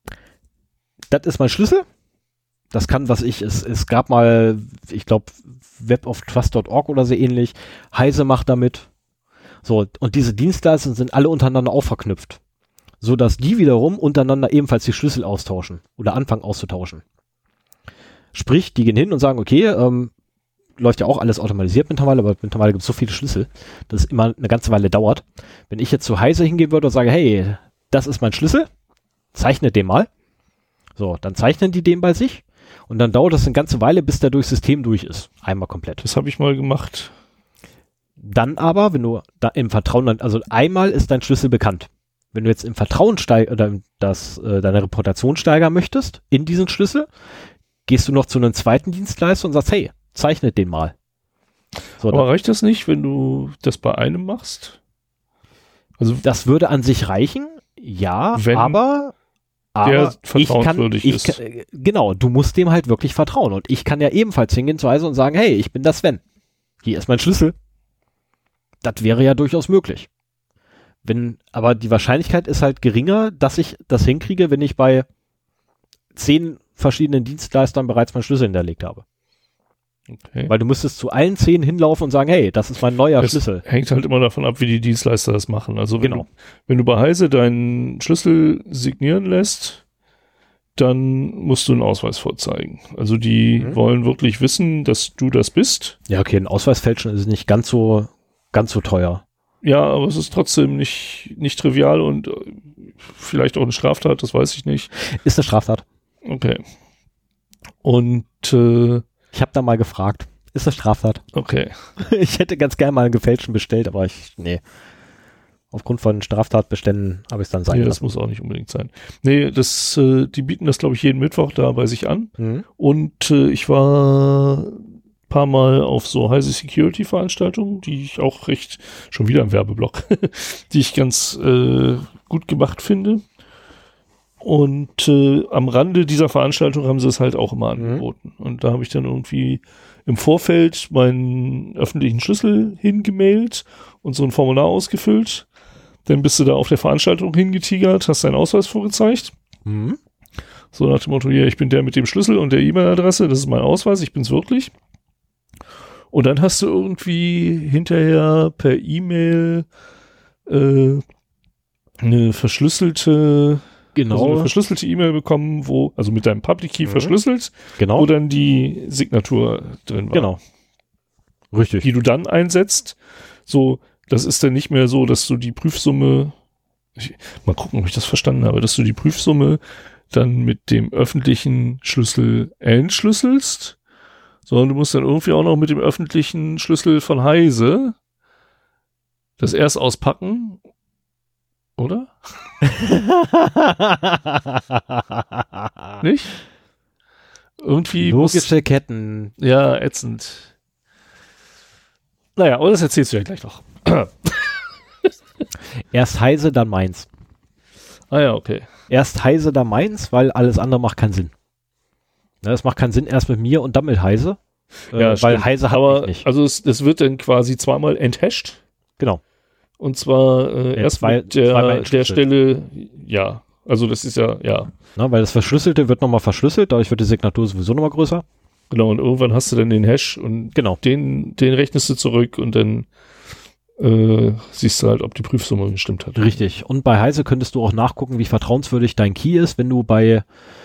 das ist mein Schlüssel. Das kann, es gab mal, ich glaube, weboftrust.org oder so ähnlich. Heise macht damit. So, und diese Dienstleister sind alle untereinander auch verknüpft. So dass die wiederum untereinander ebenfalls die Schlüssel austauschen oder anfangen auszutauschen. Sprich, die gehen hin und sagen, okay, läuft ja auch alles automatisiert mittlerweile, aber mittlerweile gibt es so viele Schlüssel, dass es immer eine ganze Weile dauert. Wenn ich jetzt zu Heise hingehen würde und sage, hey, das ist mein Schlüssel, zeichnet den mal. So, dann zeichnen die den bei sich und dann dauert es eine ganze Weile, bis der durchs System durch ist. Einmal komplett. Das habe ich mal gemacht. Dann aber, wenn du da im Vertrauen, also einmal ist dein Schlüssel bekannt. Wenn du jetzt im Vertrauen deine Reputation steigern möchtest in diesen Schlüssel, gehst du noch zu einem zweiten Dienstleister und sagst, hey, zeichnet den mal. So, Aber reicht das nicht, wenn du das bei einem machst? Also das würde an sich reichen, ja, wenn aber der vertrauenswürdig ist. Genau, du musst dem halt wirklich vertrauen. Und ich kann ja ebenfalls hingehen zu Heise und sagen, hey, ich bin der Sven. Hier ist mein Schlüssel. Das wäre ja durchaus möglich. Aber die Wahrscheinlichkeit ist halt geringer, dass ich das hinkriege, wenn ich bei 10 verschiedenen Dienstleistern bereits meinen Schlüssel hinterlegt habe. Okay. Weil du müsstest zu allen 10 hinlaufen und sagen, hey, das ist mein neuer Schlüssel. Hängt halt immer davon ab, wie die Dienstleister das machen. Also wenn du bei Heise deinen Schlüssel signieren lässt, dann musst du einen Ausweis vorzeigen. Also die wollen wirklich wissen, dass du das bist. Ja, okay, ein Ausweis fälschen ist nicht ganz so teuer. Ja, aber es ist trotzdem nicht trivial und vielleicht auch eine Straftat, das weiß ich nicht. Ist eine Straftat. Okay. Und ich habe da mal gefragt. Ist das Straftat? Okay. Ich hätte ganz gerne mal einen gefälschten bestellt, aber nee. Aufgrund von Straftatbeständen habe ich es dann sein lassen. Das muss auch nicht unbedingt sein. Nee, die bieten das, glaube ich, jeden Mittwoch da bei sich an. Und ich war ein paar Mal auf so Heise Security Veranstaltungen, die ich auch schon wieder im Werbeblock, die ich ganz gut gemacht finde. Und am Rande dieser Veranstaltung haben sie es halt auch immer angeboten. Und da habe ich dann irgendwie im Vorfeld meinen öffentlichen Schlüssel hingemailt und so ein Formular ausgefüllt. Dann bist du da auf der Veranstaltung hingetigert, hast deinen Ausweis vorgezeigt. So nach dem Motto, ja, ich bin der mit dem Schlüssel und der E-Mail-Adresse, das ist mein Ausweis, ich bin's wirklich. Und dann hast du irgendwie hinterher per E-Mail eine verschlüsselte E-Mail bekommen, also mit deinem Public Key verschlüsselt, wo dann die Signatur drin war. Genau. Richtig. Die du dann einsetzt. So, das ist dann nicht mehr so, dass du die Prüfsumme, mal gucken, ob ich das verstanden habe, dass du die Prüfsumme dann mit dem öffentlichen Schlüssel entschlüsselst, sondern du musst dann irgendwie auch noch mit dem öffentlichen Schlüssel von Heise das erst auspacken, oder? Nicht? Irgendwie logische Ketten. Ja, ätzend. Naja, aber das erzählst du ja gleich noch. Erst Heise, dann meins. Ah ja, okay. Erst Heise, dann meins, weil alles andere macht keinen Sinn. Ja, es macht keinen Sinn, erst mit mir und dann mit Heise. Ja, weil Heise hat mich nicht. Also es wird dann quasi zweimal enthashed. Genau. Und zwar erst mit der Stelle, ja. Also das ist ja. Na, weil das Verschlüsselte wird nochmal verschlüsselt, dadurch wird die Signatur sowieso nochmal größer. Genau, und irgendwann hast du dann den Hash und den rechnest du zurück und dann siehst du halt, ob die Prüfsumme gestimmt hat. Richtig. Und bei Heise könntest du auch nachgucken, wie vertrauenswürdig dein Key ist, wenn du dein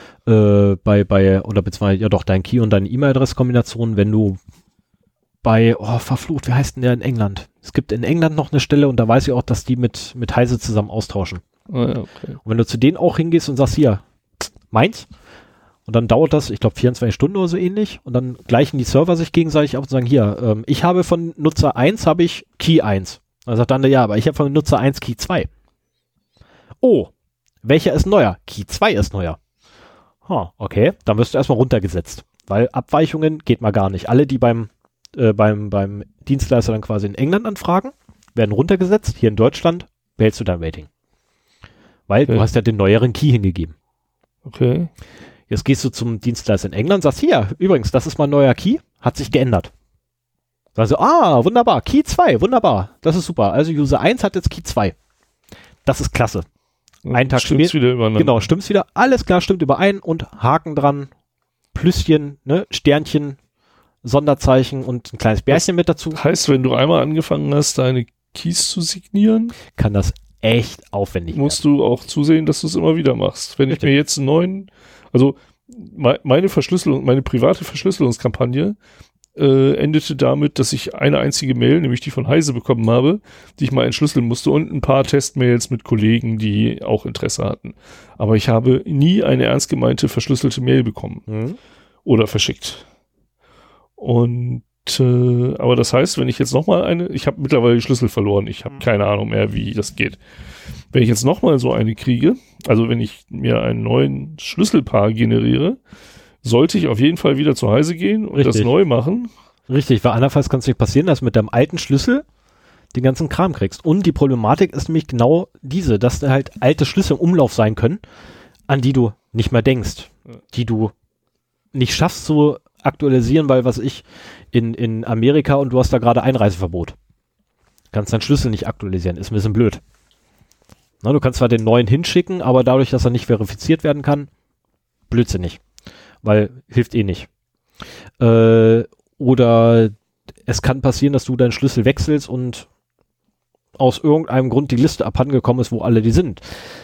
Key und deine E-Mail-Adress-Kombination, wenn du verflucht, wie heißt denn der in England? Es gibt in England noch eine Stelle und da weiß ich auch, dass die mit Heise zusammen austauschen. Ah, ja, okay. Und wenn du zu denen auch hingehst und sagst, hier, meins, und dann dauert das, ich glaube, 24 Stunden oder so ähnlich, und dann gleichen die Server sich gegenseitig ab und sagen, hier, ich habe von Nutzer 1 habe ich Key 1. Dann sagt dann, ja, aber ich habe von Nutzer 1 Key 2. Oh, welcher ist neuer? Key 2 ist neuer. Okay, dann wirst du erstmal runtergesetzt, weil Abweichungen geht mal gar nicht. Alle, die beim Dienstleister dann quasi in England anfragen, werden runtergesetzt. Hier in Deutschland behältst du dein Rating. Weil du hast ja den neueren Key hingegeben. Okay. Jetzt gehst du zum Dienstleister in England, sagst, hier, übrigens, das ist mein neuer Key, hat sich geändert. Sagen sie, wunderbar, Key 2, wunderbar, das ist super. Also User 1 hat jetzt Key 2. Das ist klasse. Einen Tag später. Stimmt's wieder übereinander. Genau, stimmt's wieder. Alles klar, stimmt überein und Haken dran, Plüsschen, ne, Sternchen, Sonderzeichen und ein kleines Bärchen mit dazu. Heißt, wenn du einmal angefangen hast, deine Keys zu signieren, kann das echt aufwendig musst du auch zusehen, dass du es immer wieder machst. Wenn ich mir jetzt einen neuen, also meine private Verschlüsselungskampagne endete damit, dass ich eine einzige Mail, nämlich die von Heise bekommen habe, die ich mal entschlüsseln musste und ein paar Testmails mit Kollegen, die auch Interesse hatten. Aber ich habe nie eine ernst gemeinte verschlüsselte Mail bekommen oder verschickt. Und aber das heißt, wenn ich jetzt nochmal ich habe mittlerweile die Schlüssel verloren, ich habe keine Ahnung mehr, wie das geht. Wenn ich jetzt nochmal so eine kriege, also wenn ich mir einen neuen Schlüsselpaar generiere, sollte ich auf jeden Fall wieder zu Heise gehen und das neu machen. Richtig, weil andernfalls kann es nicht passieren, dass du mit deinem alten Schlüssel den ganzen Kram kriegst. Und die Problematik ist nämlich genau diese, dass da halt alte Schlüssel im Umlauf sein können, an die du nicht mehr denkst, die du nicht schaffst zu aktualisieren, weil in Amerika und du hast da gerade Einreiseverbot. Kannst deinen Schlüssel nicht aktualisieren, ist ein bisschen blöd. Na, du kannst zwar den neuen hinschicken, aber dadurch, dass er nicht verifiziert werden kann, blödsinnig. Weil hilft eh nicht. Oder es kann passieren, dass du deinen Schlüssel wechselst und aus irgendeinem Grund die Liste abhandengekommen ist, wo alle die sind.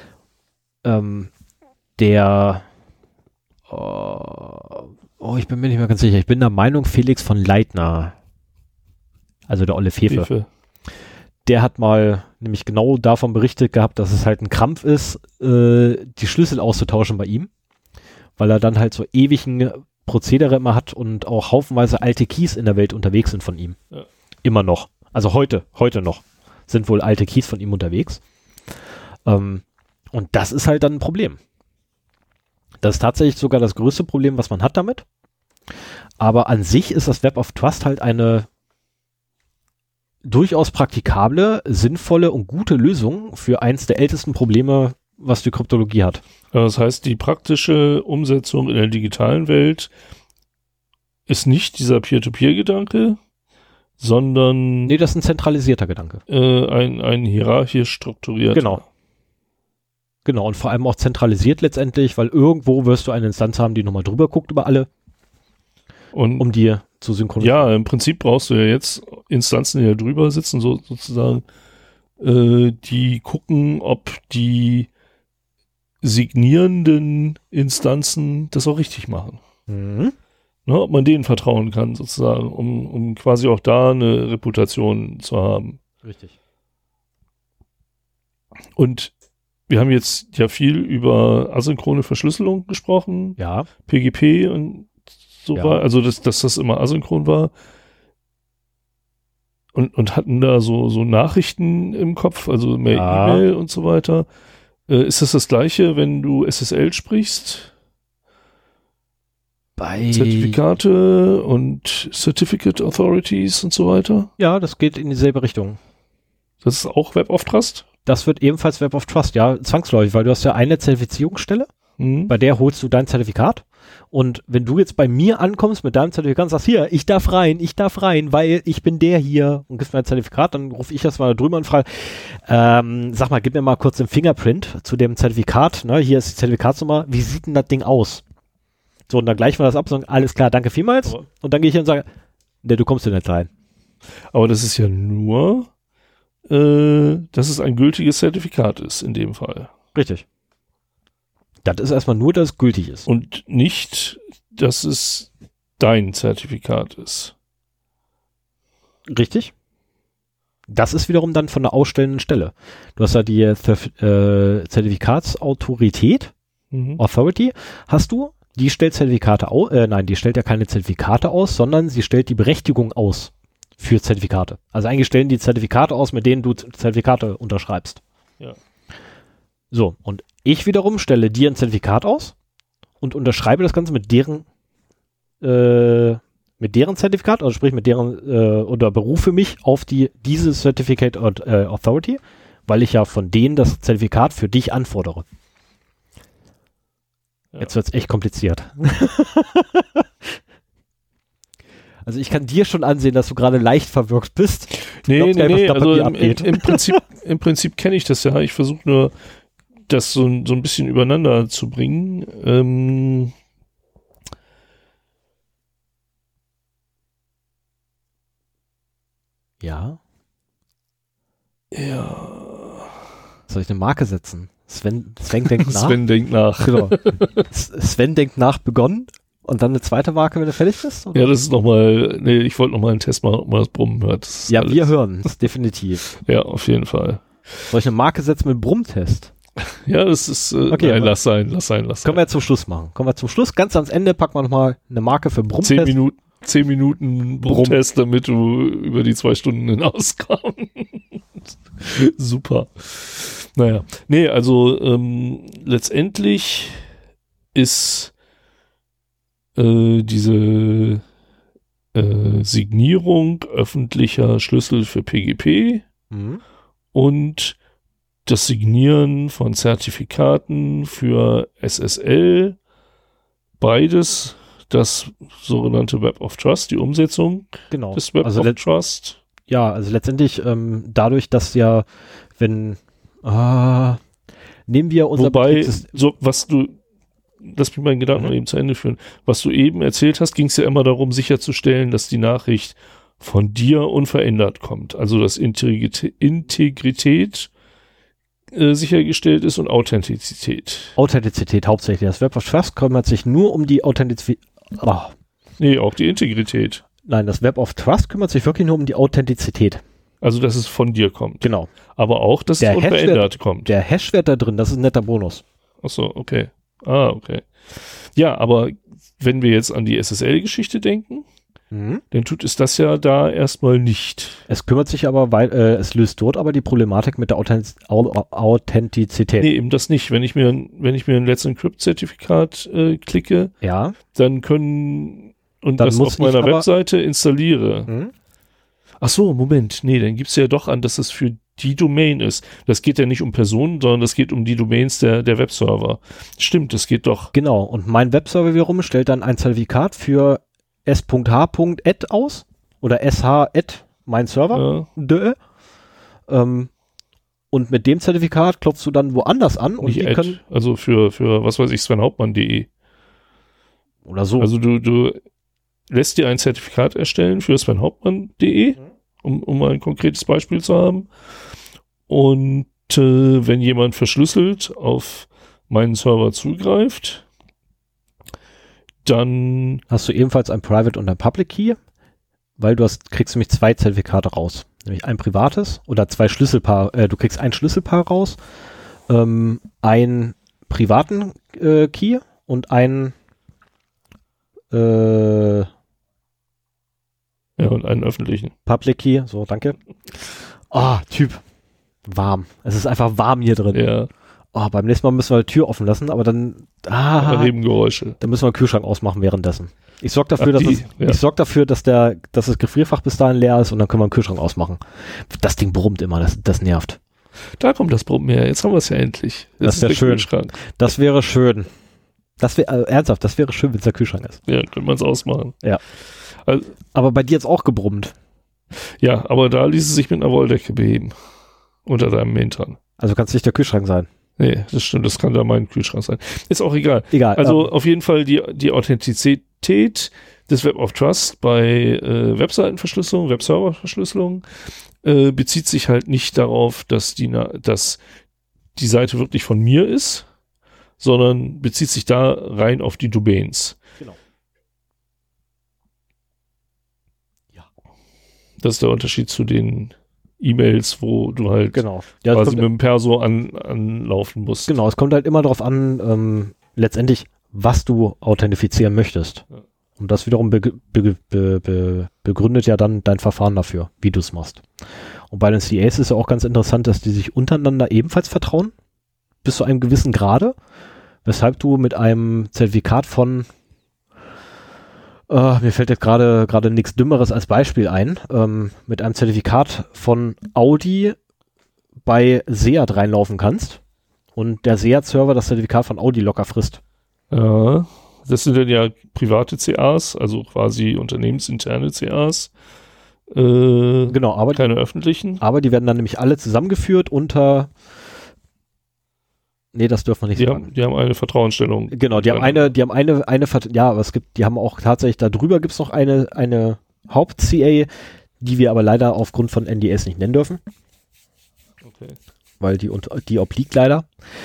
Ich bin mir nicht mehr ganz sicher. Ich bin der Meinung, Felix von Leitner, also der olle Fefe, der hat mal nämlich genau davon berichtet gehabt, dass es halt ein Krampf ist, die Schlüssel auszutauschen bei ihm, weil er dann halt so ewigen Prozedere immer hat und auch haufenweise alte Keys in der Welt unterwegs sind von ihm. Ja. Immer noch. Also heute noch sind wohl alte Keys von ihm unterwegs. Und das ist halt dann ein Problem. Das ist tatsächlich sogar das größte Problem, was man hat damit. Aber an sich ist das Web of Trust halt eine durchaus praktikable, sinnvolle und gute Lösung für eins der ältesten Probleme, was die Kryptologie hat. Das heißt, die praktische Umsetzung in der digitalen Welt ist nicht dieser Peer-to-Peer-Gedanke, sondern... Nee, das ist ein zentralisierter Gedanke. Ein hierarchisch strukturierter. Genau, und vor allem auch zentralisiert letztendlich, weil irgendwo wirst du eine Instanz haben, die nochmal drüber guckt über alle, und um dir zu synchronisieren. Ja, im Prinzip brauchst du ja jetzt Instanzen, die da drüber sitzen, sozusagen, die gucken, ob die signierenden Instanzen das auch richtig machen. Mhm. Ne, ob man denen vertrauen kann, sozusagen, um quasi auch da eine Reputation zu haben. Richtig. Und wir haben jetzt ja viel über asynchrone Verschlüsselung gesprochen. Ja. PGP und so war, also dass das immer asynchron war. Und hatten da so Nachrichten im Kopf, also mehr E-Mail und so weiter. Ist das Gleiche, wenn du SSL sprichst? Bei Zertifikate und Certificate Authorities und so weiter? Ja, das geht in dieselbe Richtung. Das ist auch Web of Trust? Das wird ebenfalls Web of Trust, ja, zwangsläufig, weil du hast ja eine Zertifizierungsstelle, bei der holst du dein Zertifikat. Und wenn du jetzt bei mir ankommst mit deinem Zertifikat und sagst, hier, ich darf rein, weil ich bin der hier und gibst mir ein Zertifikat, dann rufe ich das mal da drüber und frage, sag mal, gib mir mal kurz den Fingerprint zu dem Zertifikat, ne, hier ist die Zertifikatsnummer, wie sieht denn das Ding aus? So, und dann gleichen wir das ab und sagen, alles klar, danke vielmals. Und dann gehe ich hin und sage, ne, du kommst hier nicht rein. Aber das ist ja nur, dass es ein gültiges Zertifikat ist in dem Fall. Richtig. Das ist erstmal nur, dass es gültig ist. Und nicht, dass es dein Zertifikat ist. Richtig. Das ist wiederum dann von der ausstellenden Stelle. Du hast ja die Zertifikatsautorität, Authority, hast du, die stellt Zertifikate aus, die stellt ja keine Zertifikate aus, sondern sie stellt die Berechtigung aus für Zertifikate. Also eigentlich stellen die Zertifikate aus, mit denen du Zertifikate unterschreibst. Ja. So, und ich wiederum stelle dir ein Zertifikat aus und unterschreibe das Ganze mit deren Zertifikat, also sprich mit deren oder berufe mich auf diese Certificate Authority, weil ich ja von denen das Zertifikat für dich anfordere. Ja. Jetzt wird's echt kompliziert. Also ich kann dir schon ansehen, dass du gerade leicht verwirrt bist. Nee, also im Prinzip kenne ich das ja. Ich versuche nur, das so ein bisschen übereinander zu bringen. Ja. Ja. Soll ich eine Marke setzen? Sven denkt nach. Sven denkt nach. Genau. Sven denkt nach begonnen und dann eine zweite Marke, wenn du fertig bist? Oder? Ja, das ist nochmal, ich wollte nochmal einen Test machen, ob man das Brummen hört. Ja, wir hören es, definitiv. Ja, auf jeden Fall. Soll ich eine Marke setzen mit Brummtest? Ja, das ist, okay, nein, lass sein. Können wir zum Schluss machen. Ganz ans Ende packen wir nochmal eine Marke für Brummtest. 10 Minuten. 10 Minuten Brummtest, damit du über die 2 Stunden hinauskommst. Super. Naja. Nee, also letztendlich ist diese Signierung öffentlicher Schlüssel für PGP und das Signieren von Zertifikaten für SSL, beides das sogenannte Web of Trust, die Umsetzung des Web of Trust. Ja, also letztendlich dadurch, dass ja, wenn nehmen wir unser Wobei, lass mich meinen Gedanken noch eben zu Ende führen. Was du eben erzählt hast, ging es ja immer darum, sicherzustellen, dass die Nachricht von dir unverändert kommt. Also, dass Integrität sichergestellt ist und Authentizität. Authentizität hauptsächlich. Das Web of Trust kümmert sich nur um die Authentizität. Nee, auch die Integrität. Nein, das Web of Trust kümmert sich wirklich nur um die Authentizität. Also, dass es von dir kommt. Genau. Aber auch, dass es unverändert kommt. Der Hashwert da drin, das ist ein netter Bonus. Ach so, okay. Okay. Ja, aber wenn wir jetzt an die SSL-Geschichte denken, dann tut es das ja da erstmal nicht. Es kümmert sich aber, weil es löst dort aber die Problematik mit der Authentizität. Nee, eben das nicht. Wenn ich mir ein Let's Encrypt-Zertifikat klicke, dann und dann das auf meiner Webseite installiere. Ach so, Moment. Nee, dann gibt es ja doch an, dass es für die Domain ist. Das geht ja nicht um Personen, sondern das geht um die Domains der Webserver. Stimmt, das geht doch. Genau, und mein Webserver wiederum stellt dann ein Zertifikat für s.h.ad aus oder sh@ mein Server. Ja. Und mit dem Zertifikat klopfst du dann woanders an. Und nicht die können also für was weiß ich, svenhauptmann.de. Oder so. Also du lässt dir ein Zertifikat erstellen für svenhauptmann.de, um mal ein konkretes Beispiel zu haben. Und wenn jemand verschlüsselt auf meinen Server zugreift, dann hast du ebenfalls ein Private und ein Public Key, weil kriegst nämlich 2 Zertifikate raus. Nämlich ein privates oder 2 Schlüsselpaar. Du kriegst ein Schlüsselpaar raus, einen privaten Key und einen und einen öffentlichen. Public Key, so, danke. Typ. Warm. Es ist einfach warm hier drin. Ja. Beim nächsten Mal müssen wir die Tür offen lassen, aber dann Nebengeräusche. Dann müssen wir den Kühlschrank ausmachen währenddessen. Ich sorge dafür, dass das Gefrierfach bis dahin leer ist und dann können wir den Kühlschrank ausmachen. Das Ding brummt immer, das nervt. Da kommt das Brummen her. Jetzt haben wir es ja endlich. Das wäre schön. Das wäre schön. Ernsthaft, das wäre schön, wenn es der Kühlschrank ist. Ja, könnte man es ausmachen. Ja. Also, aber bei dir jetzt auch gebrummt. Ja, aber da ließ es sich mit einer Wolldecke beheben. Unter deinem Hintern. Also kann es nicht der Kühlschrank sein. Nee, das stimmt, das kann da mein Kühlschrank sein. Ist auch egal. Also auf jeden Fall die Authentizität des Web of Trust bei Webseitenverschlüsselung, Webserververschlüsselung bezieht sich halt nicht darauf, dass die Seite wirklich von mir ist, sondern bezieht sich da rein auf die Domains. Genau. Ja. Das ist der Unterschied zu den E-Mails, wo du halt quasi mit dem Perso anlaufen musst. Genau, es kommt halt immer darauf an, letztendlich, was du authentifizieren möchtest. Ja. Und das wiederum begründet ja dann dein Verfahren dafür, wie du es machst. Und bei den CAs ist ja auch ganz interessant, dass die sich untereinander ebenfalls vertrauen, bis zu einem gewissen Grade, weshalb du mit einem Zertifikat von mir fällt jetzt gerade nichts Dümmeres als Beispiel ein, mit einem Zertifikat von Audi bei Seat reinlaufen kannst und der Seat-Server das Zertifikat von Audi locker frisst. Ja, das sind dann ja private CAs, also quasi unternehmensinterne CAs. Genau, aber keine öffentlichen. Aber die werden dann nämlich alle zusammengeführt unter Nee, das dürfen wir nicht sagen. Die haben eine Vertrauensstellung. Genau, die haben aber die haben auch tatsächlich, da drüber gibt es noch eine Haupt-CA, die wir aber leider aufgrund von NDS nicht nennen dürfen. Okay. Weil die obliegt leider.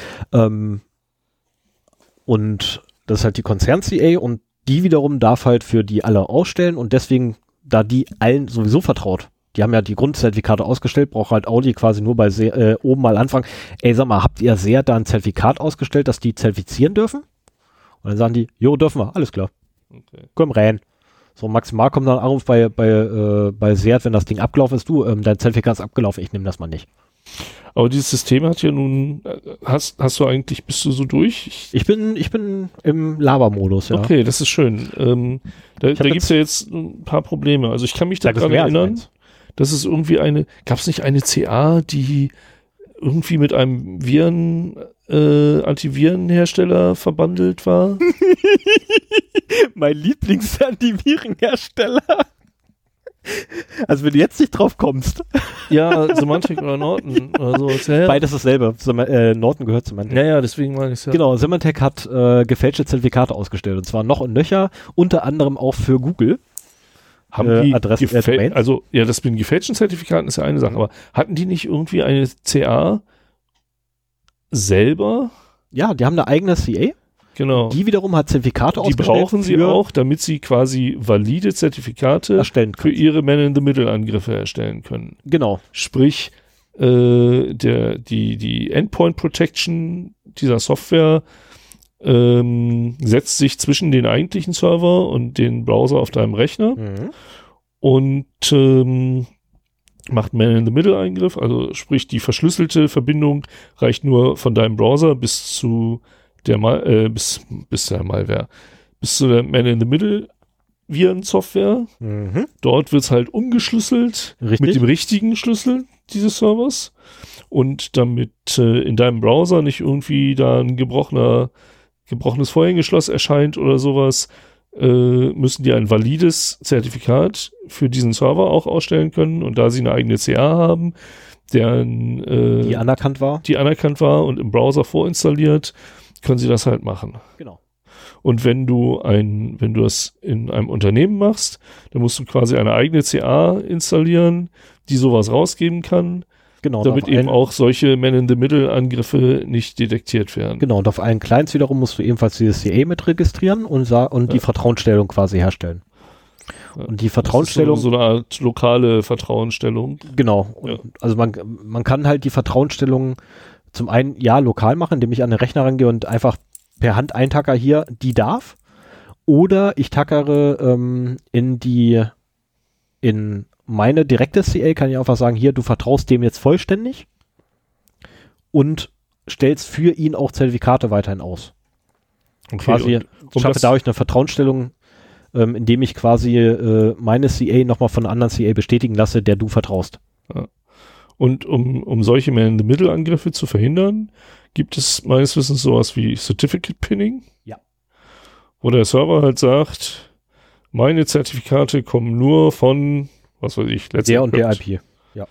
Und das ist halt die Konzern-CA und die wiederum darf halt für die alle ausstellen und deswegen, da die allen sowieso vertraut. Die haben ja die Grundzertifikate ausgestellt, braucht halt Audi quasi nur bei oben mal anfangen. Ey, sag mal, habt ihr Seat da ein Zertifikat ausgestellt, dass die zertifizieren dürfen? Und dann sagen die, jo, dürfen wir, alles klar. Okay. Komm rein. So maximal kommt dann ein Anruf bei Seat, wenn das Ding abgelaufen ist. Du, dein Zertifikat ist abgelaufen, ich nehme das mal nicht. Aber dieses System hat ja nun, hast du eigentlich, bist du so durch? Ich bin im Labermodus, ja. Okay, das ist schön. Da gibt es ja jetzt ein paar Probleme. Also ich kann mich daran erinnern, dass es irgendwie gab es nicht eine CA, die irgendwie mit einem Antivirenhersteller verbandelt war? Mein Lieblings-Antivirenhersteller. Also wenn du jetzt nicht drauf kommst. Ja, Symantec oder Norton oder so. Ja. Beides dasselbe. Norton gehört Symantec. Ja, deswegen meine ich es ja. Genau, Symantec hat gefälschte Zertifikate ausgestellt. Und zwar noch und nöcher, unter anderem auch für Google. Haben die Adressen, also ja, das mit den gefälschten Zertifikaten ist ja eine Sache, aber hatten die nicht irgendwie eine CA selber? Ja, die haben eine eigene CA. Genau. Die wiederum hat Zertifikate ausgestellt. Die brauchen sie auch, damit sie quasi valide Zertifikate für ihre Man-in-the-Middle-Angriffe erstellen können. Genau. Sprich, die Endpoint Protection dieser Software setzt sich zwischen den eigentlichen Server und den Browser auf deinem Rechner und macht Man-in-the-Middle-Eingriff, also sprich die verschlüsselte Verbindung reicht nur von deinem Browser bis zu der Malware, bis zur Man-in-the-Middle-Viren-Software. Dort wird es halt umgeschlüsselt mit dem richtigen Schlüssel dieses Servers und damit in deinem Browser nicht irgendwie da ein gebrochenes Vorhängeschloss erscheint oder sowas, müssen die ein valides Zertifikat für diesen Server auch ausstellen können und da sie eine eigene CA haben, die anerkannt war und im Browser vorinstalliert, können sie das halt machen. Genau. Und wenn du das in einem Unternehmen machst, dann musst du quasi eine eigene CA installieren, die sowas rausgeben kann, damit eben auch solche Man-in-the-Middle-Angriffe nicht detektiert werden. Genau, und auf allen Clients wiederum musst du ebenfalls dieses CA mit registrieren und die Vertrauensstellung quasi herstellen. Ja. Und die Vertrauensstellung... so eine Art lokale Vertrauensstellung. Genau. Ja. Also man kann halt die Vertrauensstellung zum einen, lokal machen, indem ich an den Rechner rangehe und einfach per Hand eintacker hier, die darf. Oder ich tackere in meine direkte CA, kann ich einfach sagen, hier, du vertraust dem jetzt vollständig und stellst für ihn auch Zertifikate weiterhin aus. Okay, quasi schaffe dadurch eine Vertrauensstellung, indem ich quasi meine CA nochmal von einer anderen CA bestätigen lasse, der du vertraust. Ja. Und um solche Man-in-the-Middle-Angriffe zu verhindern, gibt es meines Wissens sowas wie Certificate Pinning. Ja. Wo der Server halt sagt, meine Zertifikate kommen nur von, was weiß ich, der und der IP. Ja.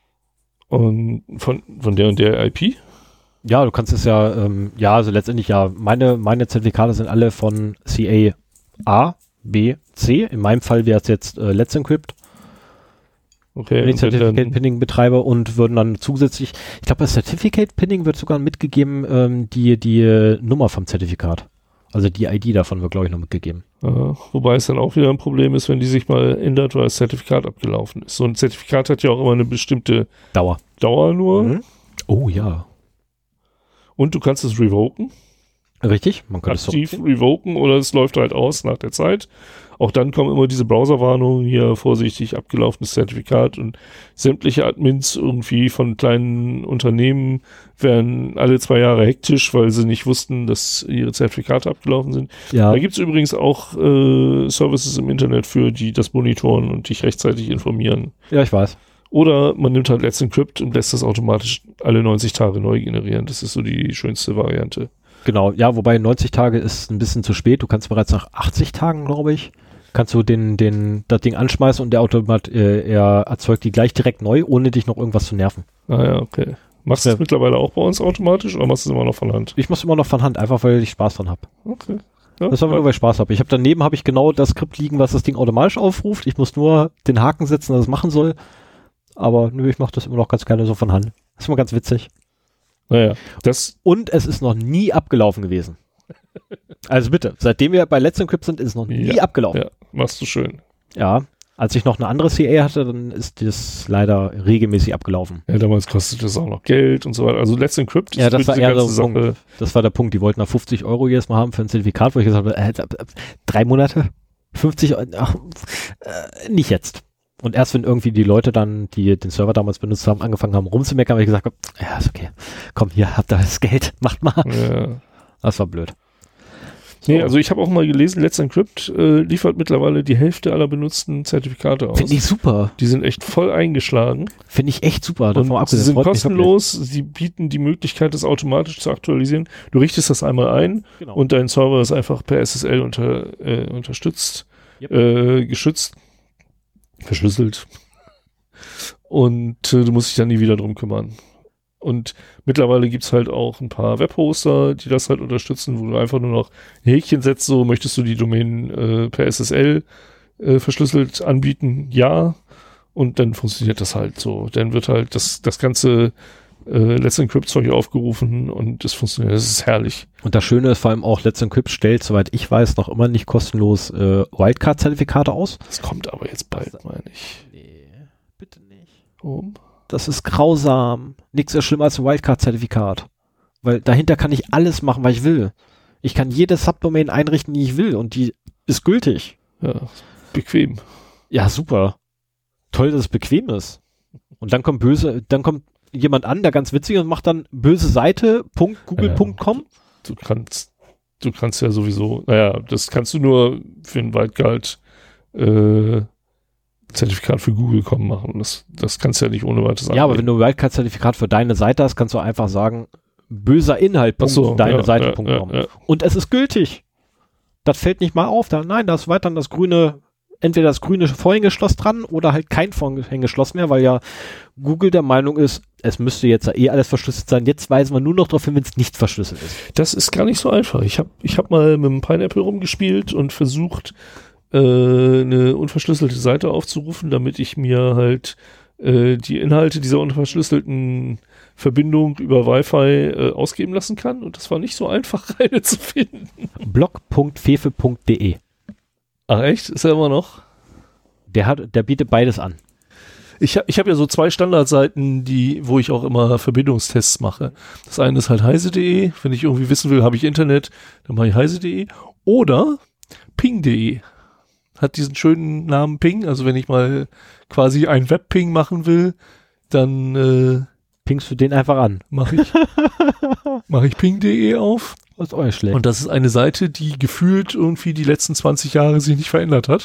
Und von der und der IP? Ja, du kannst es ja, also letztendlich ja, meine Zertifikate sind alle von CA A, B, C. In meinem Fall wäre es jetzt Let's Encrypt. Okay. Wenn ich Certificate Pinning betreibe und würden dann zusätzlich, ich glaube bei Certificate Pinning wird sogar mitgegeben, die Nummer vom Zertifikat. Also die ID davon wird, glaube ich, noch mitgegeben. Wobei es dann auch wieder ein Problem ist, wenn die sich mal ändert, weil das Zertifikat abgelaufen ist. So ein Zertifikat hat ja auch immer eine bestimmte Dauer nur. Mhm. Oh ja. Und du kannst es revoken. Richtig, man kann es aktiv revoken oder es läuft halt aus nach der Zeit. Auch dann kommen immer diese Browserwarnungen, hier vorsichtig abgelaufenes Zertifikat und sämtliche Admins irgendwie von kleinen Unternehmen werden alle 2 Jahre hektisch, weil sie nicht wussten, dass ihre Zertifikate abgelaufen sind. Ja. Da gibt es übrigens auch Services im Internet für die das monitoren und dich rechtzeitig informieren. Ja, ich weiß. Oder man nimmt halt Let's Encrypt und lässt das automatisch alle 90 Tage neu generieren. Das ist so die schönste Variante. Genau, ja, wobei 90 Tage ist ein bisschen zu spät. Du kannst bereits nach 80 Tagen, glaube ich, kannst du das Ding anschmeißen und der Automat, er erzeugt die gleich direkt neu, ohne dich noch irgendwas zu nerven. Ah ja, okay. Machst du das mittlerweile auch bei uns automatisch oder machst du es immer noch von Hand? Ich mach's immer noch von Hand, einfach weil ich Spaß dran habe. Okay. Ja, das war nur, weil ich Spaß habe. Daneben habe ich genau das Skript liegen, was das Ding automatisch aufruft. Ich muss nur den Haken setzen, dass es machen soll. Aber nö, ich mache das immer noch ganz gerne so von Hand. Das ist immer ganz witzig. Naja, und es ist noch nie abgelaufen gewesen. Also bitte, seitdem wir bei Let's Encrypt sind, ist es noch nie abgelaufen. Ja, machst du schön. Ja, als ich noch eine andere CA hatte, dann ist das leider regelmäßig abgelaufen. Ja, damals kostet das auch noch Geld und so weiter. Also Let's Encrypt ist das war eher so ein Punkt. Das war der Punkt, die wollten da 50 € jedes Mal haben für ein Zertifikat, wo ich gesagt habe, 3 Monate? 50, nicht jetzt. Und erst wenn irgendwie die Leute dann, die den Server damals benutzt haben, angefangen haben rumzumeckern, habe ich gesagt, ja, ist okay. Komm, hier, habt ihr das Geld, macht mal. Ja. Das war blöd. Nee, also ich habe auch mal gelesen, Let's Encrypt liefert mittlerweile die Hälfte aller benutzten Zertifikate aus. Finde ich super. Die sind echt voll eingeschlagen. Finde ich echt super. Und sie sind kostenlos. Sie bieten die Möglichkeit, das automatisch zu aktualisieren. Du richtest das einmal ein und dein Server ist einfach per SSL unterstützt, geschützt, verschlüsselt. Und du musst dich dann nie wieder drum kümmern. Und mittlerweile gibt's halt auch ein paar Webhoster, die das halt unterstützen, wo du einfach nur noch ein Häkchen setzt, so möchtest du die Domain per SSL verschlüsselt anbieten, ja. Und dann funktioniert das halt so. Dann wird halt das ganze Let's Encrypt-Zeug aufgerufen und das funktioniert. Das ist herrlich. Und das Schöne ist vor allem auch, Let's Encrypt stellt, soweit ich weiß, noch immer nicht kostenlos Wildcard-Zertifikate aus. Das kommt aber jetzt bald, meine ich. Nee, bitte nicht. Warum? Das ist grausam. Nichts ist schlimmer als ein Wildcard-Zertifikat. Weil dahinter kann ich alles machen, was ich will. Ich kann jede Subdomain einrichten, die ich will und die ist gültig. Ja, bequem. Ja, super. Toll, dass es bequem ist. Und dann kommt jemand an, der ganz witzig und macht dann böse Seite.google.com. Du kannst ja sowieso, das kannst du nur für ein Wildcard Zertifikat für Google.com machen. Das kannst du ja nicht ohne weiteres Ja, aber wenn du ein Wildcard-Zertifikat für deine Seite hast, kannst du einfach sagen, böser Inhalt, Seite.com. Ja. Und es ist gültig. Das fällt nicht mal auf. Da ist weiter das grüne, entweder das grüne Vorhängeschloss dran oder halt kein Vorhängeschloss mehr, weil ja Google der Meinung ist, es müsste jetzt ja alles verschlüsselt sein. Jetzt weisen wir nur noch darauf hin, wenn es nicht verschlüsselt ist. Das ist gar nicht so einfach. Ich hab mal mit dem Pineapple rumgespielt und versucht, eine unverschlüsselte Seite aufzurufen, damit ich mir halt die Inhalte dieser unverschlüsselten Verbindung über Wi-Fi ausgeben lassen kann. Und das war nicht so einfach, eine zu finden. blog.fefe.de. Ach echt? Ist er immer noch? Der bietet beides an. Ich hab ja so 2 Standardseiten, wo ich auch immer Verbindungstests mache. Das eine ist halt heise.de. Wenn ich irgendwie wissen will, habe ich Internet, dann mache ich heise.de. Oder ping.de. Hat diesen schönen Namen Ping. Also wenn ich mal quasi ein Webping machen will, dann pingst du den einfach an. Mache ich ping.de auf. Das ist auch nicht schlecht. Und das ist eine Seite, die gefühlt irgendwie die letzten 20 Jahre sich nicht verändert hat.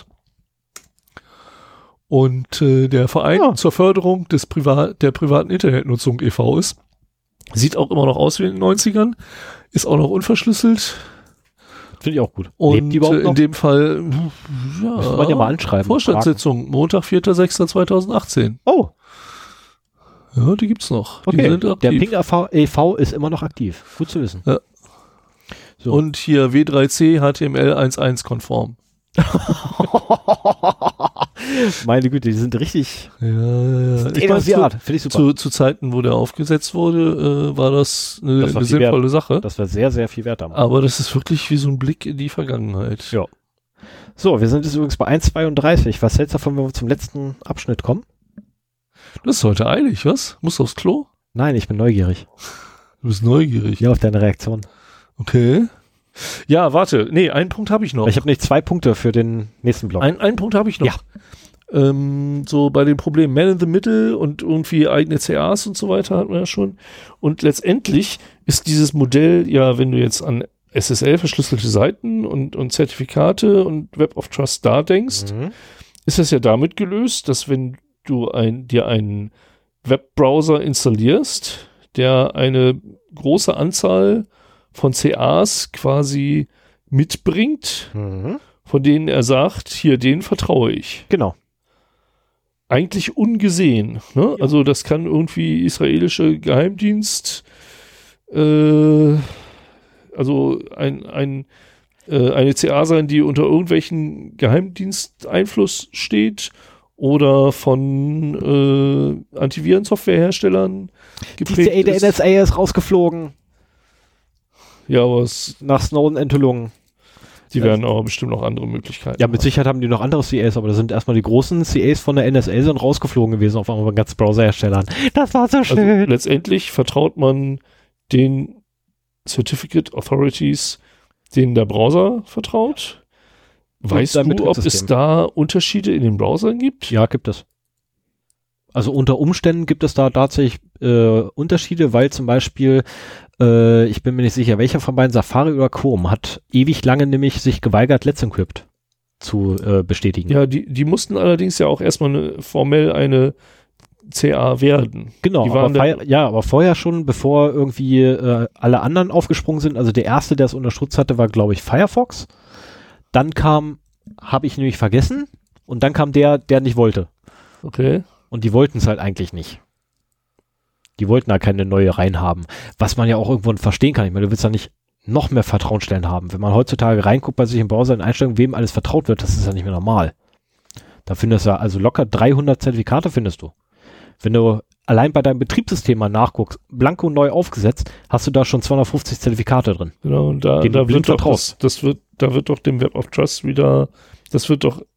Und der Verein zur Förderung der privaten Internetnutzung e.V. ist. Sieht auch immer noch aus wie in den 90ern. Ist auch noch unverschlüsselt. Finde ich auch gut. Und lebt die überhaupt noch? In dem Fall, müssen wir ja mal anschreiben. Vorstandssitzung, Montag, 4.6.2018. Oh. Ja, die gibt's noch. Okay. Die sind aktiv. Der Ping e.V. ist immer noch aktiv. Gut zu wissen. Ja. So. Und hier W3C HTML 1.1 konform. Meine Güte, die sind richtig. Ja. Ich meine, finde ich super. Zu Zeiten, wo der aufgesetzt wurde, war das eine sinnvolle Sache. Das war sehr, sehr viel wert damals. Aber das ist wirklich wie so ein Blick in die Vergangenheit. Ja. So, wir sind jetzt übrigens bei 1,32. Was hältst du davon, wenn wir zum letzten Abschnitt kommen? Das ist heute eilig, was? Musst du aufs Klo? Nein, ich bin neugierig. Du bist neugierig? Ja, auf deine Reaktion. Okay. Ja, warte. Nee, einen Punkt habe ich noch. Ich habe nicht 2 Punkte für den nächsten Block. Einen Punkt habe ich noch. Ja. So bei den Problemen Man in the Middle und irgendwie eigene CAs und so weiter hatten wir ja schon. Und letztendlich ist dieses Modell, ja, wenn du jetzt an SSL verschlüsselte Seiten und Zertifikate und Web of Trust da denkst, ist das ja damit gelöst, dass wenn du dir einen Webbrowser installierst, der eine große Anzahl von CAs quasi mitbringt, von denen er sagt, hier, denen vertraue ich. Genau. Eigentlich ungesehen. Ne? Ja. Also das kann irgendwie israelische Geheimdienst, also eine CA sein, die unter irgendwelchen Geheimdiensteinfluss steht oder von Antivirensoftwareherstellern geprägt Die der NSA ist rausgeflogen. Ja, aber nach Snowden-Enthüllungen. Die werden aber bestimmt noch andere Möglichkeiten. Ja, mit Sicherheit haben die noch andere CAs, aber da sind erstmal die großen CAs von der NSA sind rausgeflogen gewesen auf einmal bei ganzen Browserherstellern. Das war so schön. Also letztendlich vertraut man den Certificate Authorities, denen der Browser vertraut. Weißt du, ob es da Unterschiede in den Browsern gibt? Ja, gibt es. Also unter Umständen gibt es da tatsächlich Unterschiede, weil zum Beispiel, ich bin mir nicht sicher, welcher von beiden, Safari oder Chrome, hat ewig lange nämlich sich geweigert, Let's Encrypt zu bestätigen. Ja, die mussten allerdings ja auch erstmal formell eine CA werden. Genau, aber vorher schon, bevor irgendwie alle anderen aufgesprungen sind, also der erste, der es unterstützt hatte, war, glaube ich, Firefox. Dann kam, habe ich nämlich vergessen, und dann kam der nicht wollte. Okay. Und die wollten es halt eigentlich nicht. Die wollten da keine neue reinhaben. Was man ja auch irgendwo verstehen kann. Ich meine, du willst da nicht noch mehr Vertrauensstellen haben. Wenn man heutzutage reinguckt bei sich im Browser in Einstellungen, wem alles vertraut wird, das ist ja nicht mehr normal. Da findest du also locker 300 Zertifikate findest du. Wenn du allein bei deinem Betriebssystem mal nachguckst, blanko neu aufgesetzt, hast du da schon 250 Zertifikate drin. Genau, und da wird doch dem Web of Trust wieder, das wird doch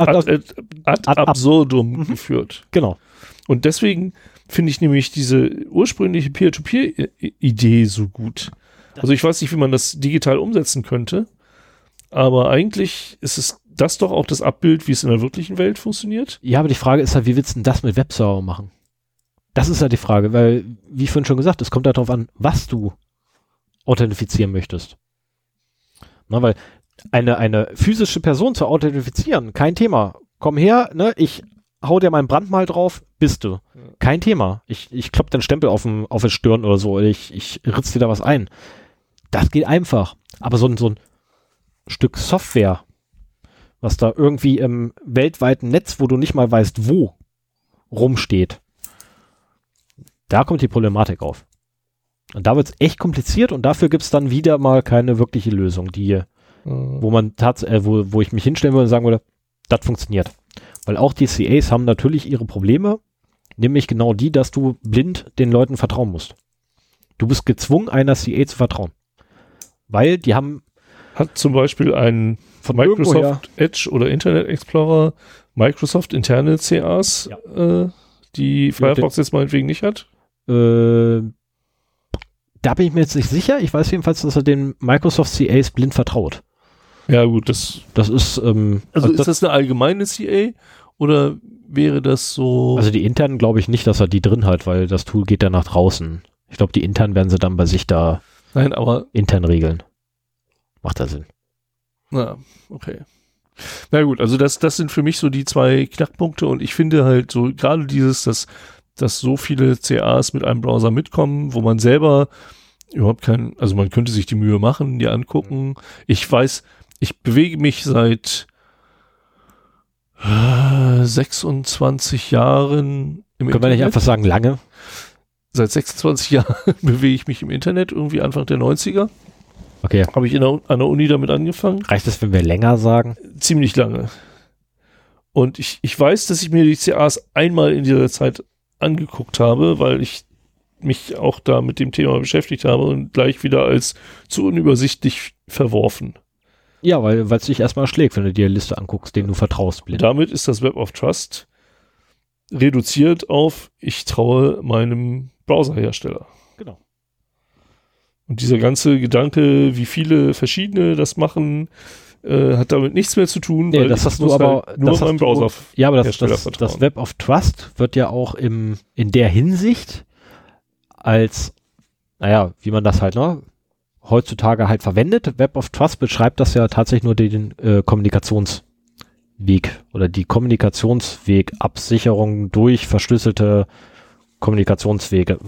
ad absurdum geführt. Genau. Und deswegen finde ich nämlich diese ursprüngliche Peer-to-Peer-Idee so gut. Also ich weiß nicht, wie man das digital umsetzen könnte, aber eigentlich ist es das doch auch das Abbild, wie es in der wirklichen Welt funktioniert. Ja, aber die Frage ist halt, wie willst du denn das mit Webserver machen? Das ist halt die Frage, weil, wie vorhin schon gesagt, es kommt halt darauf an, was du authentifizieren möchtest. Na, weil eine physische Person zu authentifizieren, kein Thema. Komm her, ne, ich hau dir mein Brandmal drauf, bist du. Kein Thema. Ich klopp den Stempel auf die Stirn oder so, oder ich ritz dir da was ein. Das geht einfach. Aber so ein Stück Software, was da irgendwie im weltweiten Netz, wo du nicht mal weißt, wo, rumsteht, da kommt die Problematik auf. Und da wird es echt kompliziert und dafür gibt es dann wieder mal keine wirkliche Lösung, wo man wo ich mich hinstellen würde und sagen würde, das funktioniert. Weil auch die CAs haben natürlich ihre Probleme, nämlich genau die, dass du blind den Leuten vertrauen musst. Du bist gezwungen, einer CA zu vertrauen. Weil die haben... Hat zum Beispiel ein von Microsoft Edge oder Internet Explorer Microsoft interne CAs, die Firefox jetzt meinetwegen nicht hat? Da bin ich mir jetzt nicht sicher. Ich weiß jedenfalls, dass er den Microsoft CAs blind vertraut. Ja gut, das ist... ist das eine allgemeine CA oder wäre das so... Also die internen glaube ich nicht, dass er die drin hat, weil das Tool geht dann nach draußen. Ich glaube, die internen werden sie dann bei sich da intern regeln. Macht da Sinn. Na, okay. Na gut, also das sind für mich so die zwei Knackpunkte und ich finde halt so gerade dieses, dass so viele CAs mit einem Browser mitkommen, wo man selber überhaupt also man könnte sich die Mühe machen, die angucken. Ich weiß, ich bewege mich seit 26 Jahren im Internet. Können wir nicht einfach sagen, lange? Seit 26 Jahren bewege ich mich im Internet, irgendwie Anfang der 90er. Okay. Habe ich an der Uni damit angefangen. Reicht es, wenn wir länger sagen? Ziemlich lange. Und ich weiß, dass ich mir die CAs einmal in dieser Zeit angeguckt habe, weil ich mich auch da mit dem Thema beschäftigt habe und gleich wieder als zu unübersichtlich verworfen. Ja, weil es dich erstmal schlägt, wenn du dir die Liste anguckst, denen du vertraust. Blind. Damit ist das Web of Trust reduziert auf, ich traue meinem Browserhersteller. Genau. Und dieser ganze Gedanke, wie viele verschiedene das machen, hat damit nichts mehr zu tun, weil das hast du aber halt nur meinem Browser. Ja, aber das Web of Trust wird ja auch in der Hinsicht als, naja, wie man das halt heutzutage halt verwendet. Web of Trust beschreibt das ja tatsächlich nur den Kommunikationsweg oder die Kommunikationswegabsicherung durch verschlüsselte Kommunikationswege.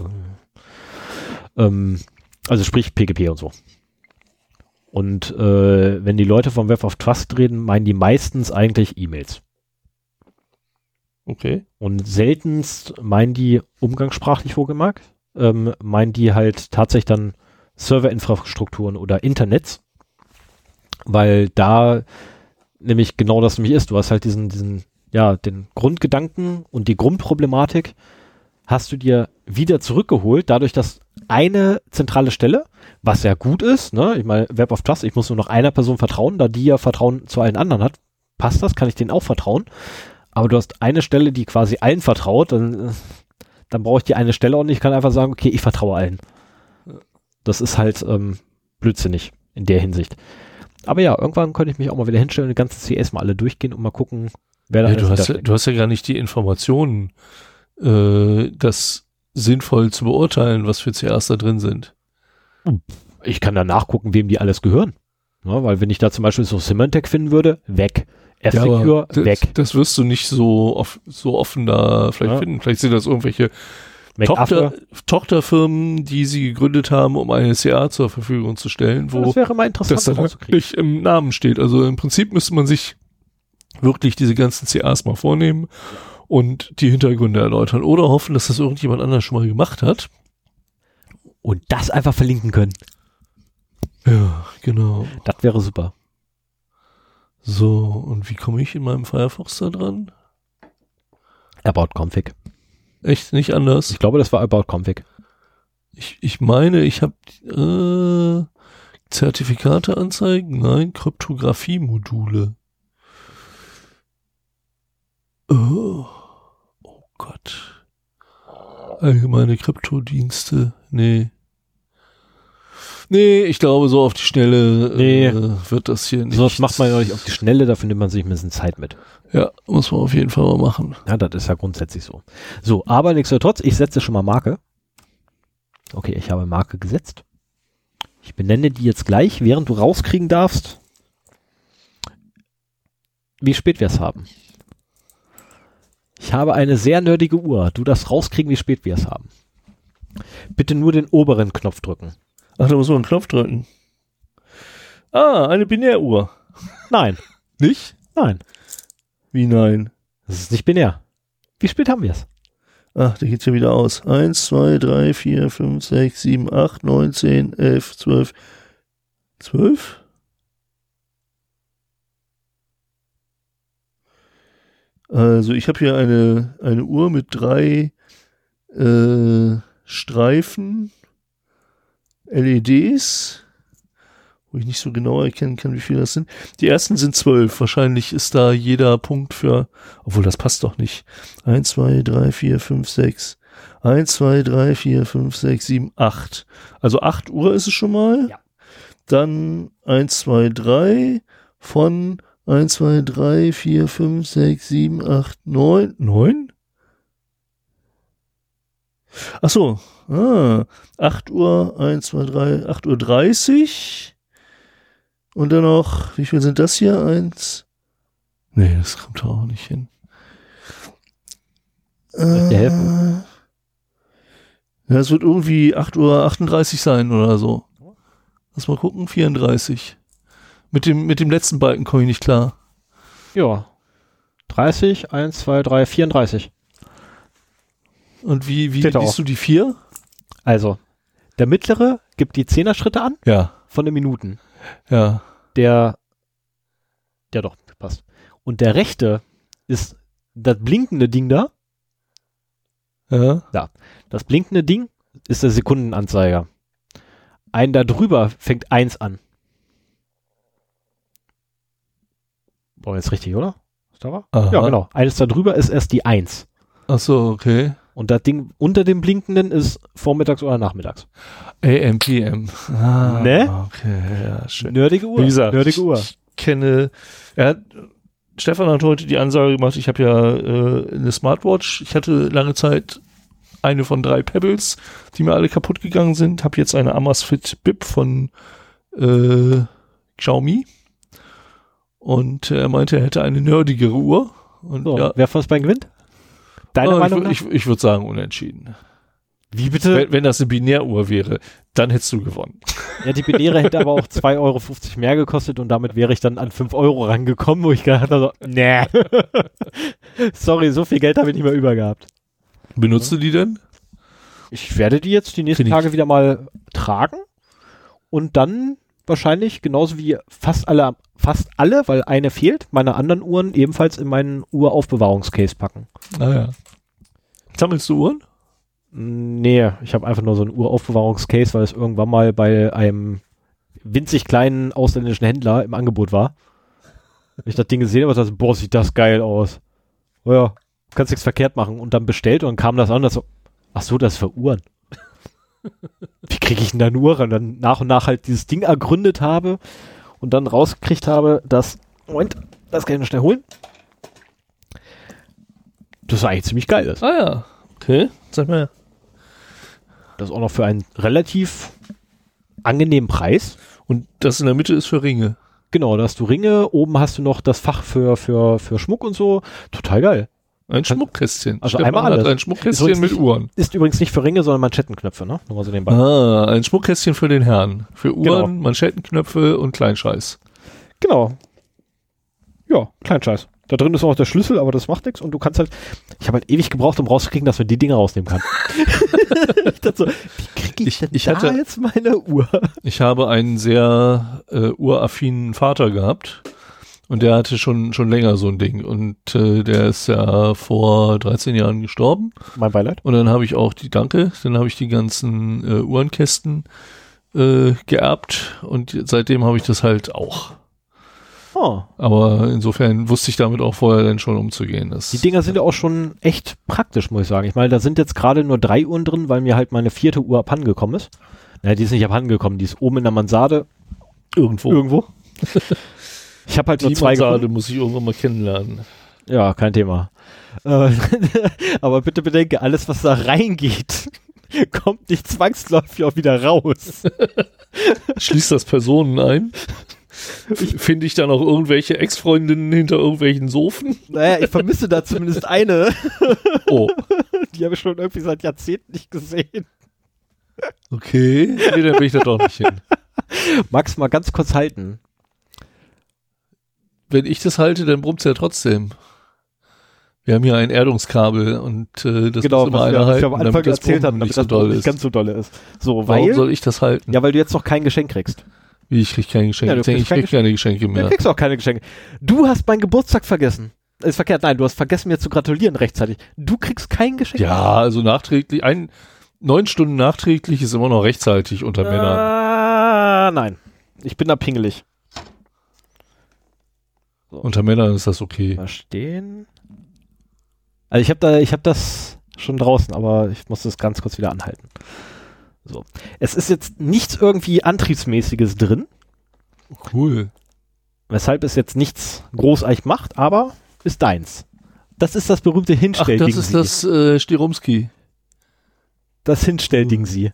Also sprich PGP und so. Und wenn die Leute vom Web of Trust reden, meinen die meistens eigentlich E-Mails. Okay. Und seltenst meinen die umgangssprachlich wohlgemerkt, meinen die halt tatsächlich dann Serverinfrastrukturen oder Internets, weil da nämlich genau das nämlich ist. Du hast halt den Grundgedanken und die Grundproblematik hast du dir wieder zurückgeholt, dadurch, dass eine zentrale Stelle, was ja gut ist, ne? Ich meine, Web of Trust, ich muss nur noch einer Person vertrauen, da die ja Vertrauen zu allen anderen hat, passt das, kann ich denen auch vertrauen, aber du hast eine Stelle, die quasi allen vertraut, dann brauche ich die eine Stelle und ich kann einfach sagen, okay, ich vertraue allen. Das ist halt blödsinnig in der Hinsicht. Aber ja, irgendwann könnte ich mich auch mal wieder hinstellen und die ganzen CS mal alle durchgehen und mal gucken, wer da alles du hast ja gar nicht die Informationen, das sinnvoll zu beurteilen, was für CAs da drin sind. Ich kann da nachgucken, wem die alles gehören. Ja, weil wenn ich da zum Beispiel so Symantec finden würde, weg. F-Secure, weg. Das wirst du nicht so offen da vielleicht finden. Vielleicht sind das irgendwelche Tochterfirmen, die sie gegründet haben, um eine CA zur Verfügung zu stellen, wo das wäre mal interessant, das dann wirklich im Namen steht. Also im Prinzip müsste man sich wirklich diese ganzen CAs mal vornehmen und die Hintergründe erläutern oder hoffen, dass das irgendjemand anders schon mal gemacht hat. Und das einfach verlinken können. Ja, genau. Das wäre super. So, und wie komme ich in meinem Firefox da dran? About Config. Echt nicht anders? Ich glaube, das war About Config. Ich meine, ich habe Zertifikate anzeigen? Nein, Kryptographie-Module. Oh Gott. Allgemeine Kryptodienste. Nee, ich glaube, so auf die Schnelle wird das hier nicht. So, das macht man ja nicht auf die Schnelle, dafür nimmt man sich ein bisschen Zeit mit. Ja, muss man auf jeden Fall mal machen. Ja, das ist ja grundsätzlich so. So, aber nichtsdestotrotz, ich setze schon mal Marke. Okay, ich habe Marke gesetzt. Ich benenne die jetzt gleich, während du rauskriegen darfst, wie spät wir es haben. Ich habe eine sehr nerdige Uhr. Du darfst rauskriegen, wie spät wir es haben. Bitte nur den oberen Knopf drücken. Ach, da muss man einen Knopf drücken. Ah, eine Binäruhr. Nein. Nicht? Nein. Wie nein? Das ist nicht binär. Wie spät haben wir es? Ach, da geht's ja wieder aus. 1, 2, 3, 4, 5, 6, 7, 8, 9, 10, 11, 12. 12? Also ich habe hier eine Uhr mit 3 Streifen LEDs, wo ich nicht so genau erkennen kann, wie viele das sind. Die ersten sind 12. Wahrscheinlich ist da jeder Punkt für, obwohl das passt doch nicht. 1, 2, 3, 4, 5, 6. 1, 2, 3, 4, 5, 6, 7, 8. Also 8 Uhr ist es schon mal. Ja. Dann 1, 2, 3 von 1, 2, 3, 4, 5, 6, 7, 8, 9. 9? Ach so. 8 Uhr, 1, 2, 3, 8 Uhr 30. Und dann noch, wie viel sind das hier? 1. Nee, das kommt auch nicht hin. Soll ich dir helfen? Ja, es wird irgendwie 8 Uhr 38 sein oder so. Lass mal gucken, 34. Mit dem letzten Balken komme ich nicht klar. Ja. 30, 1, 2, 3, 34. Und wie Steht da liest auch. du die 4? Also, der mittlere gibt die 10er-Schritte an Ja. von den Minuten. Ja. Ja doch, passt. Und der rechte ist das blinkende Ding da. Ja. Das blinkende Ding ist der Sekundenanzeiger. Ein da drüber fängt 1 an. Boah, jetzt richtig, oder? Ist da was? Aha. Ja, genau. Eines da drüber ist erst die 1. Ach so, okay. Und das Ding unter dem blinkenden ist vormittags oder nachmittags. AM, PM. Ah, Ne? Okay, ja, schön. Nerdige Uhr. Wie gesagt, Nerdige Uhr. ich kenne, Stefan hat heute die Ansage gemacht, ich habe ja eine Smartwatch. Ich hatte lange Zeit eine von 3 Pebbles, die mir alle kaputt gegangen sind. Habe jetzt eine Amazfit Bip von Xiaomi. Und er meinte, er hätte eine nerdigere Uhr. Und So, ja, wer von uns beiden gewinnt? Deine Meinung nach? ich würde sagen unentschieden. Wie bitte? Wenn das eine Binäruhr wäre, dann hättest du gewonnen. Ja, die Binäre hätte aber auch 2,50 Euro mehr gekostet und damit wäre ich dann an 5 Euro rangekommen, wo ich gedacht habe, nee. Sorry, so viel Geld habe ich nicht mehr über gehabt. Benutzt du die denn? Ich werde die jetzt die nächsten Tage wieder mal tragen und dann wahrscheinlich genauso wie fast alle, weil eine fehlt, meine anderen Uhren ebenfalls in meinen Uhraufbewahrungscase packen. Naja. Sammelst du Uhren? Nee, ich habe einfach nur so einen Uraufbewahrungscase, weil es irgendwann mal bei einem winzig kleinen ausländischen Händler im Angebot war. Wenn ich das Ding gesehen habe, dachte ich, boah, sieht das geil aus. Oh ja, kannst nichts verkehrt machen. Und dann bestellt und dann kam das an, das so, ach so, das ist für Uhren. Wie kriege ich denn da eine Uhr ran? Und dann nach und nach halt dieses Ding ergründet habe und dann rausgekriegt habe, dass, Moment, das kann ich noch schnell holen. Das eigentlich ziemlich geil ist. Ah ja, okay, sag mal. Das auch noch für einen relativ angenehmen Preis. Und das in der Mitte ist für Ringe. Genau, da hast du Ringe, oben hast du noch das Fach für Schmuck und so. Total geil. Ein Schmuckkästchen. Also Stefan einmal alles. hat ein Schmuckkästchen mit Uhren. Ist übrigens nicht für Ringe, sondern Manschettenknöpfe, ne? Nur mal so nebenbei. Ah, ein Schmuckkästchen für den Herrn. Für Uhren, Genau. Manschettenknöpfe und Kleinscheiß. Genau. Ja, Kleinscheiß. Da drin ist auch der Schlüssel, aber das macht nichts und du kannst halt, ich habe halt ewig gebraucht, um rauszukriegen, dass man die Dinge rausnehmen kann. Ich dachte so, wie kriege ich denn da hatte jetzt meine Uhr? Ich habe einen sehr uraffinen Vater gehabt und der hatte schon länger so ein Ding und der ist ja vor 13 Jahren gestorben Mein Beileid. und dann habe ich auch dann habe ich die ganzen Uhrenkästen geerbt und seitdem habe ich das halt auch. Oh. Aber insofern wusste ich damit auch vorher dann schon umzugehen. Die Dinger sind ja auch schon echt praktisch, muss ich sagen. Ich meine, da sind jetzt gerade nur 3 Uhren drin, weil mir halt meine 4. Uhr abhanden gekommen ist. Naja, die ist nicht abhanden gekommen, die ist oben in der Mansarde. Irgendwo. Ich habe halt nur Die 2 Mansarde gefunden. muss ich irgendwann mal kennenlernen. Ja, kein Thema. Aber bitte bedenke, alles, was da reingeht, kommt nicht zwangsläufig auch wieder raus. Schließt das Personen ein? Finde ich dann auch irgendwelche Ex-Freundinnen hinter irgendwelchen Sofen? Naja, ich vermisse da zumindest eine. Oh. Die habe ich schon irgendwie seit Jahrzehnten nicht gesehen. Okay. Nee, dann bin ich da doch nicht hin. Magst du mal ganz kurz halten? Wenn ich das halte, dann brummt es ja trotzdem. Wir haben hier ein Erdungskabel und das Genau, muss immer was einer wir halten, am Anfang damit das erzählt haben, Brummen damit nicht so das doll nicht ist. ganz so dolle ist. So, Warum weil, soll ich das halten? ja, weil du jetzt noch kein Geschenk kriegst. Wie, ich krieg kein Geschenk? Ja, du Ich denke, ich kriegst krieg keine Geschenke Du mehr. kriegst auch keine Geschenke. Du hast meinen Geburtstag vergessen. Ist verkehrt, nein, du hast vergessen, mir zu gratulieren rechtzeitig. Du kriegst kein Geschenk. Ja, also nachträglich, 9 Stunden nachträglich ist immer noch rechtzeitig unter Männern. Nein. Ich bin da pingelig. Unter Männern ist das okay. Verstehen. Also ich hab das schon draußen, aber ich muss das ganz kurz wieder anhalten. So. Es ist jetzt nichts irgendwie Antriebsmäßiges drin, Cool. weshalb es jetzt nichts großartig macht, aber ist deins. Das ist das berühmte Ach, Hinstellding. das ist das Stirumski. Das Hinstellding sie.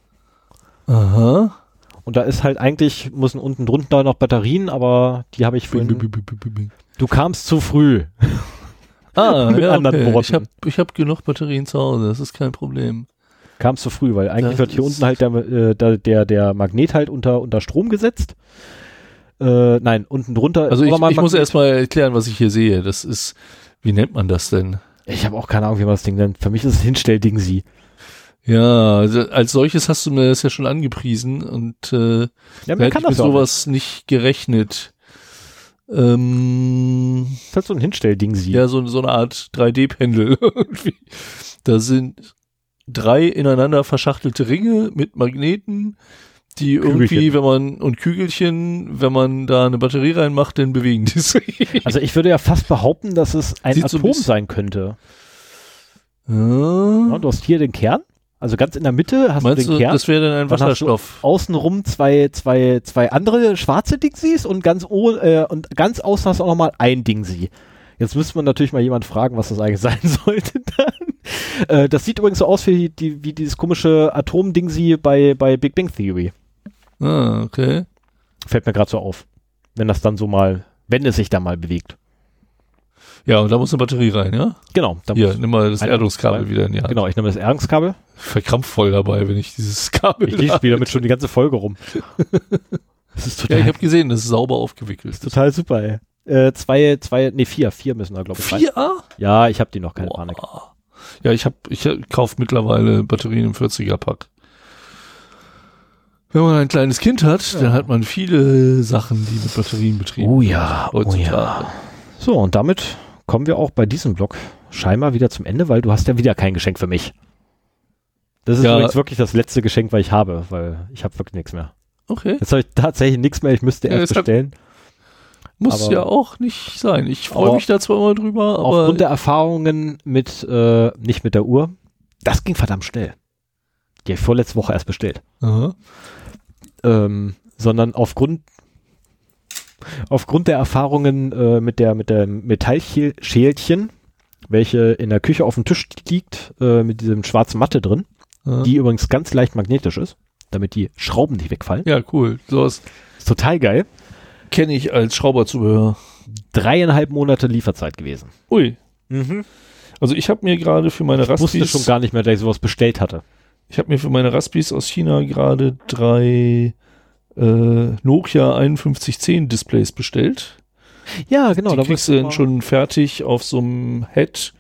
Aha. Und da ist halt eigentlich, müssen unten drunter noch Batterien, aber die habe ich vorhin. Du kamst zu früh. Mit ja, anderen okay. Worten. Ich hab genug Batterien zu Hause, das ist kein Problem. Kamst zu früh, weil eigentlich Das wird hier ist- unten halt der Magnet halt unter Strom gesetzt. Nein, unten drunter. Also ist auch mal ein ich muss Magnet. erstmal erklären, was ich hier sehe. Das ist, wie nennt man das denn? Ich habe auch keine Ahnung, wie man das Ding nennt. Für mich ist es Hinstellding sie. Ja, also als solches hast du mir das ja schon angepriesen und Ja, da man hätte kann ich mit das auch. sowas nicht gerechnet. Das ist halt so ein Hinstellding sie. Ja, so eine Art 3D-Pendel irgendwie. Da sind 3 ineinander verschachtelte Ringe mit Magneten, die irgendwie, Kügelchen. wenn man da eine Batterie reinmacht, dann bewegen die sich. Also ich würde ja fast behaupten, dass es ein Sieht so ein Atom bisschen- sein könnte. Ja, Ja. du hast hier den Kern. Also ganz in der Mitte hast Meinst du den du, Kern. das wäre dann ein Dann hast du Wasserstoff? außenrum zwei andere schwarze Dingsies und ganz außen hast du auch nochmal ein Dingsie. Jetzt müsste man natürlich mal jemand fragen, was das eigentlich sein sollte dann. Das sieht übrigens so aus wie dieses komische Atom-Dingsie bei Big Bang Theory. Ah, okay. Fällt mir gerade so auf. Wenn es sich da mal bewegt. Ja, und da muss eine Batterie rein, ja? Genau. Da Hier, muss- nimm mal das Ein- Erdungskabel zwei. wieder in die Hand. Genau, ich nehme das Erdungskabel. Verkrampft voll dabei, wenn ich dieses Kabel Ich spiele damit schon die ganze Folge rum. Das ist Ja, total, ich habe gesehen, das ist sauber aufgewickelt. total super, ey. 4 müssen da, glaube ich, rein. 4A? Ja, ich habe die noch, keine Panik. Ja, ich kaufe mittlerweile Batterien im 40er-Pack. Wenn man ein kleines Kind hat, dann hat man viele Sachen, die mit Batterien betrieben Oh werden ja, oh heutzutage. ja. So, und damit kommen wir auch bei diesem Blog scheinbar wieder zum Ende, weil du hast ja wieder kein Geschenk für mich. Das ist Ja. übrigens wirklich das letzte Geschenk, was ich habe, weil ich habe wirklich nichts mehr. Okay, Jetzt habe ich tatsächlich nichts mehr, ich müsste Ja, erst deshalb- bestellen. muss aber- ja auch nicht sein. Ich freue Aber mich da zwar immer drüber, aber Aufgrund der Erfahrungen mit, nicht mit der Uhr, das ging verdammt schnell. Die habe ich vorletzte Woche erst bestellt. Aha. Sondern aufgrund Aufgrund der Erfahrungen mit der Metallschälchen, welche in der Küche auf dem Tisch liegt, mit diesem schwarzen Matte drin, die übrigens ganz leicht magnetisch ist, damit die Schrauben nicht wegfallen. Ja, cool. Sowas Ist total geil. kenne ich als Schrauberzubehör. 3,5 Monate Lieferzeit gewesen. Ui. Also ich habe mir gerade für meine Ich wusste Raspis... schon gar nicht mehr, dass ich sowas bestellt hatte. Ich habe mir für meine Raspis aus China gerade 3 Nokia 5110 Displays bestellt. Ja, genau. Die kriegst du dann schon fertig auf so einem Head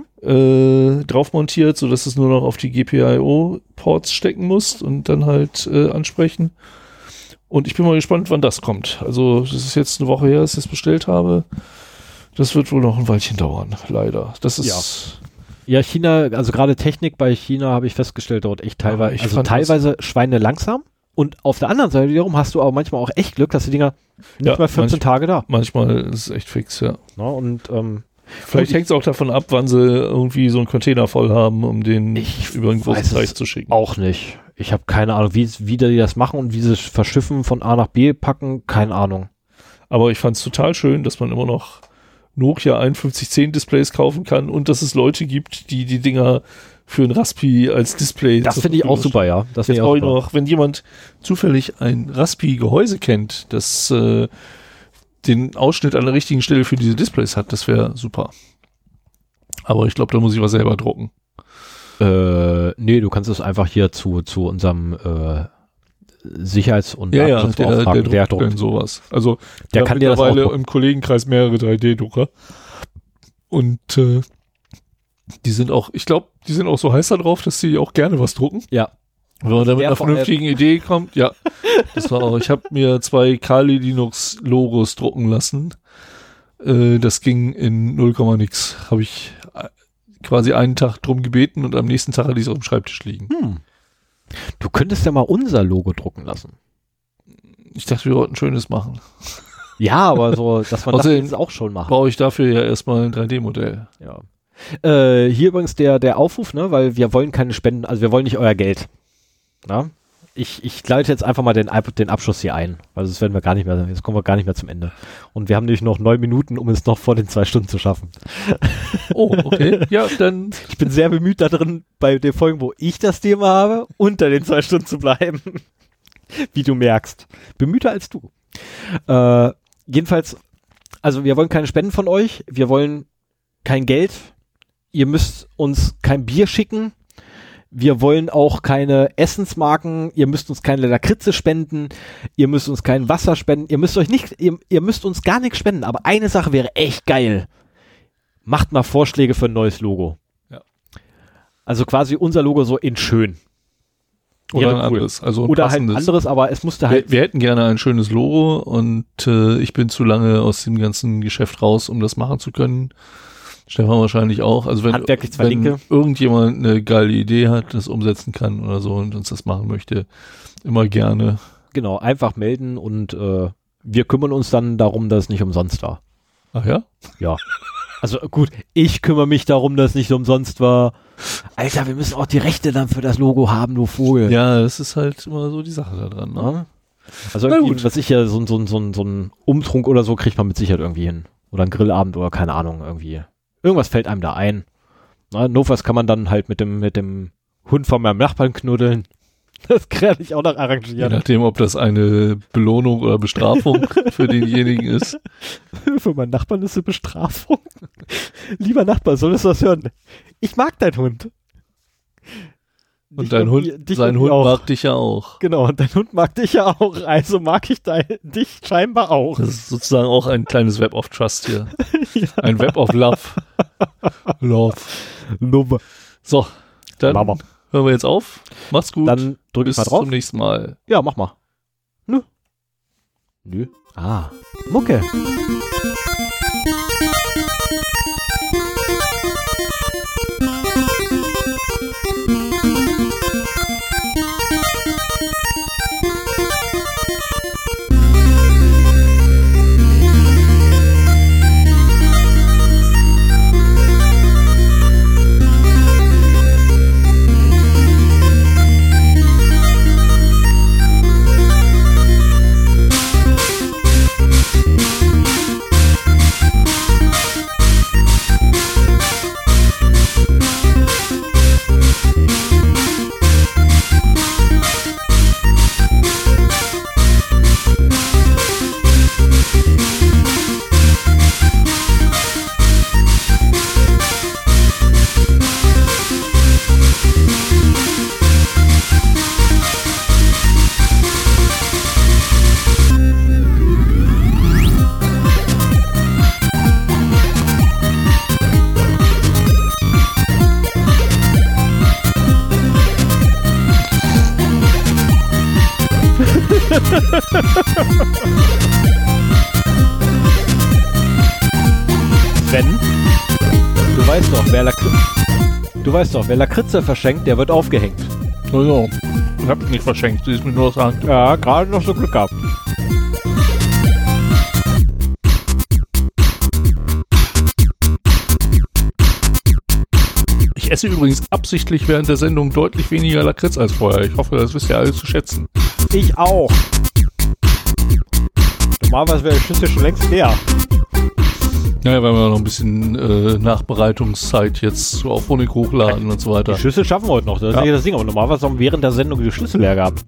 drauf montiert, sodass es nur noch auf die GPIO-Ports stecken musst und dann halt ansprechen. Und ich bin mal gespannt, wann das kommt. Also das ist jetzt eine Woche her, dass ich das bestellt habe. Das wird wohl noch ein Weilchen dauern, leider. Das ist... Ja, China, also gerade Technik bei China habe ich festgestellt, dauert echt teilweise Schweine langsam. Und auf der anderen Seite wiederum hast du aber manchmal auch echt Glück, dass die Dinger nicht mal 14 Tage da. Manchmal ist es echt fix, ja. Na, und vielleicht hängt es auch davon ab, wann sie irgendwie so einen Container voll haben, um den über einen großen Teich zu schicken. Auch nicht. Ich habe keine Ahnung, wie die das machen und wie sie es verschiffen von A nach B packen, keine Ahnung. Aber ich fand es total schön, dass man immer noch Nokia 5110 Displays kaufen kann und dass es Leute gibt, die Dinger für ein Raspi als Display. Das finde ich auch super, ja. Das Jetzt finde ich auch brauche ich super. noch, wenn jemand zufällig ein Raspi-Gehäuse kennt, das den Ausschnitt an der richtigen Stelle für diese Displays hat, das wäre super. Aber ich glaube, da muss ich was selber drucken. Nee, du kannst es einfach hier zu unserem Sicherheits- und Datenschutzbeauftragten, der druckt dann sowas. Also der kann dir das auch mittlerweile drucken. im Kollegenkreis mehrere 3D-Drucker. Und die sind auch, ich glaube, die sind auch so heiß da drauf, dass sie auch gerne was drucken. Ja. Wenn man da mit Ja, einer vor allem- vernünftigen Idee kommt, ja. Das war auch, ich habe mir 2 Kali Linux Logos drucken lassen. Das ging in 0, nix. Habe ich quasi einen Tag drum gebeten und am nächsten Tag hatte ich es auf dem Schreibtisch liegen. Du könntest ja mal unser Logo drucken lassen. Ich dachte, wir wollten Schönes machen. Ja, aber so, dass man Außerdem das jetzt auch schon machen. Brauche ich dafür ja erstmal ein 3D-Modell. Ja. Hier übrigens der Aufruf, ne, weil wir wollen keine Spenden, also wir wollen nicht euer Geld. Na? Ich leite jetzt einfach mal den Abschluss hier ein, weil sonst werden wir gar nicht mehr, jetzt kommen wir gar nicht mehr zum Ende. Und wir haben nämlich noch 9 Minuten, um es noch vor den 2 Stunden zu schaffen. Oh, okay. Ja, dann. Ich bin sehr bemüht darin, bei den Folgen, wo ich das Thema habe, unter den 2 Stunden zu bleiben. Wie du merkst. Bemühter als du. Jedenfalls, also wir wollen keine Spenden von euch, wir wollen kein Geld, ihr müsst uns kein Bier schicken, wir wollen auch keine Essensmarken, ihr müsst uns keine Lakritze spenden, ihr müsst uns kein Wasser spenden, ihr müsst uns gar nichts spenden, aber eine Sache wäre echt geil. Macht mal Vorschläge für ein neues Logo. Ja. Also quasi unser Logo so in schön. Oder Wäre ein cool. anderes. Also ein Oder halt passendes. ein anderes, aber es musste halt. Wir hätten gerne ein schönes Logo und ich bin zu lange aus dem ganzen Geschäft raus, um das machen zu können. Stefan wahrscheinlich auch. Also wenn Handwerklich zwei Linke. irgendjemand eine geile Idee hat, das umsetzen kann oder so und uns das machen möchte, immer gerne. Genau, einfach melden und wir kümmern uns dann darum, dass es nicht umsonst war. Ach ja? Ja. Also gut, ich kümmere mich darum, dass es nicht umsonst war. Alter, wir müssen auch die Rechte dann für das Logo haben, du Vogel. Ja, das ist halt immer so die Sache da dran. Ne? Ja. Also Na irgendwie, gut. was ich ja, so ein Umtrunk oder so kriegt man mit Sicherheit irgendwie hin. Oder ein Grillabend oder keine Ahnung, irgendwie. Irgendwas fällt einem da ein. Na, notfalls kann man dann halt mit dem Hund von meinem Nachbarn knuddeln. Das kann ich auch noch Je arrangieren. nachdem, ob das eine Belohnung oder Bestrafung für denjenigen ist. Für meinen Nachbarn ist eine Bestrafung. Lieber Nachbar, solltest du das hören? Ich mag deinen Hund. Und dein Hund, sein Hund mag dich ja auch. Genau, und dein Hund mag dich ja auch. Also mag ich dich scheinbar auch. Das ist sozusagen auch ein kleines Web of Trust hier. Ja. Ein Web of Love. Love. So, dann Mama. hören wir jetzt auf. Mach's gut. Dann drück ich Bis mal drauf. zum nächsten Mal. Ja, mach mal. Nö. Ah, Mucke. Sven, du weißt doch, wer Lakritze verschenkt, der wird aufgehängt. Naja, ich hab's nicht verschenkt, sie ist mir nur aus der Hand. Ja, gerade noch so Glück gehabt. Ich esse übrigens absichtlich während der Sendung deutlich weniger Lakritz als vorher. Ich hoffe, das wisst ihr alle zu schätzen. Ich auch. Normalerweise wäre die Schüssel schon längst leer. Naja, wir haben ja noch ein bisschen Nachbereitungszeit jetzt so auf Honig hochladen und so weiter. Die Schlüssel schaffen wir heute noch, das ist nicht das Ding. Aber normalerweise haben wir während der Sendung die Schlüssel leer gehabt.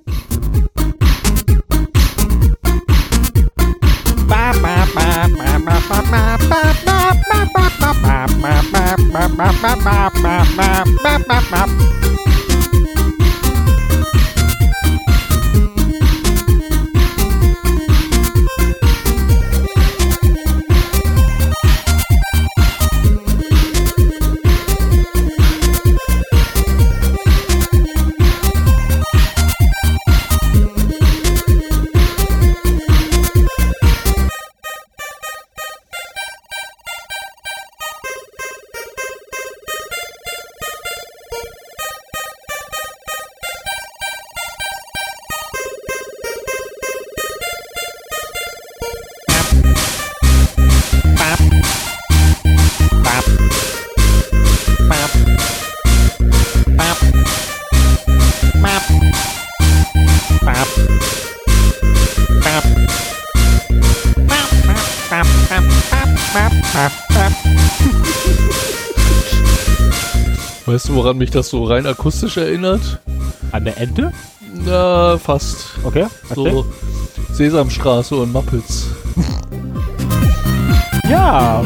Weißt du, woran mich das so rein akustisch erinnert? An der Ente? Na, fast. Okay, erzähl. So Sesamstraße und Muppets. Ja.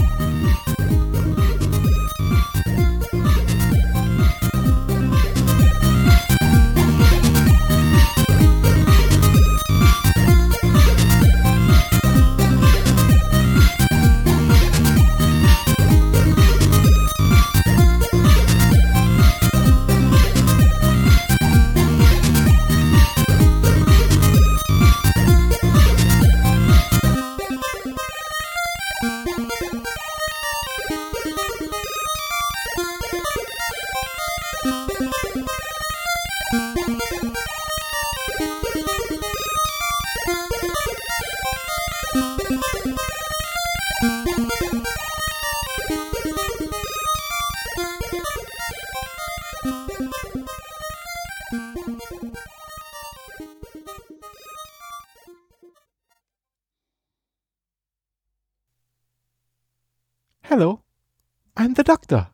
Hello, I'm the doctor.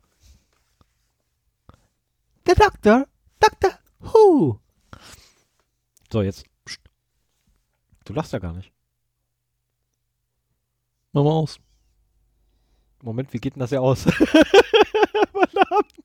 The doctor? Doctor who? So, jetzt. Psst. Du lachst ja gar nicht. Mach mal aus. Moment, wie geht denn das ja aus? Verdammt.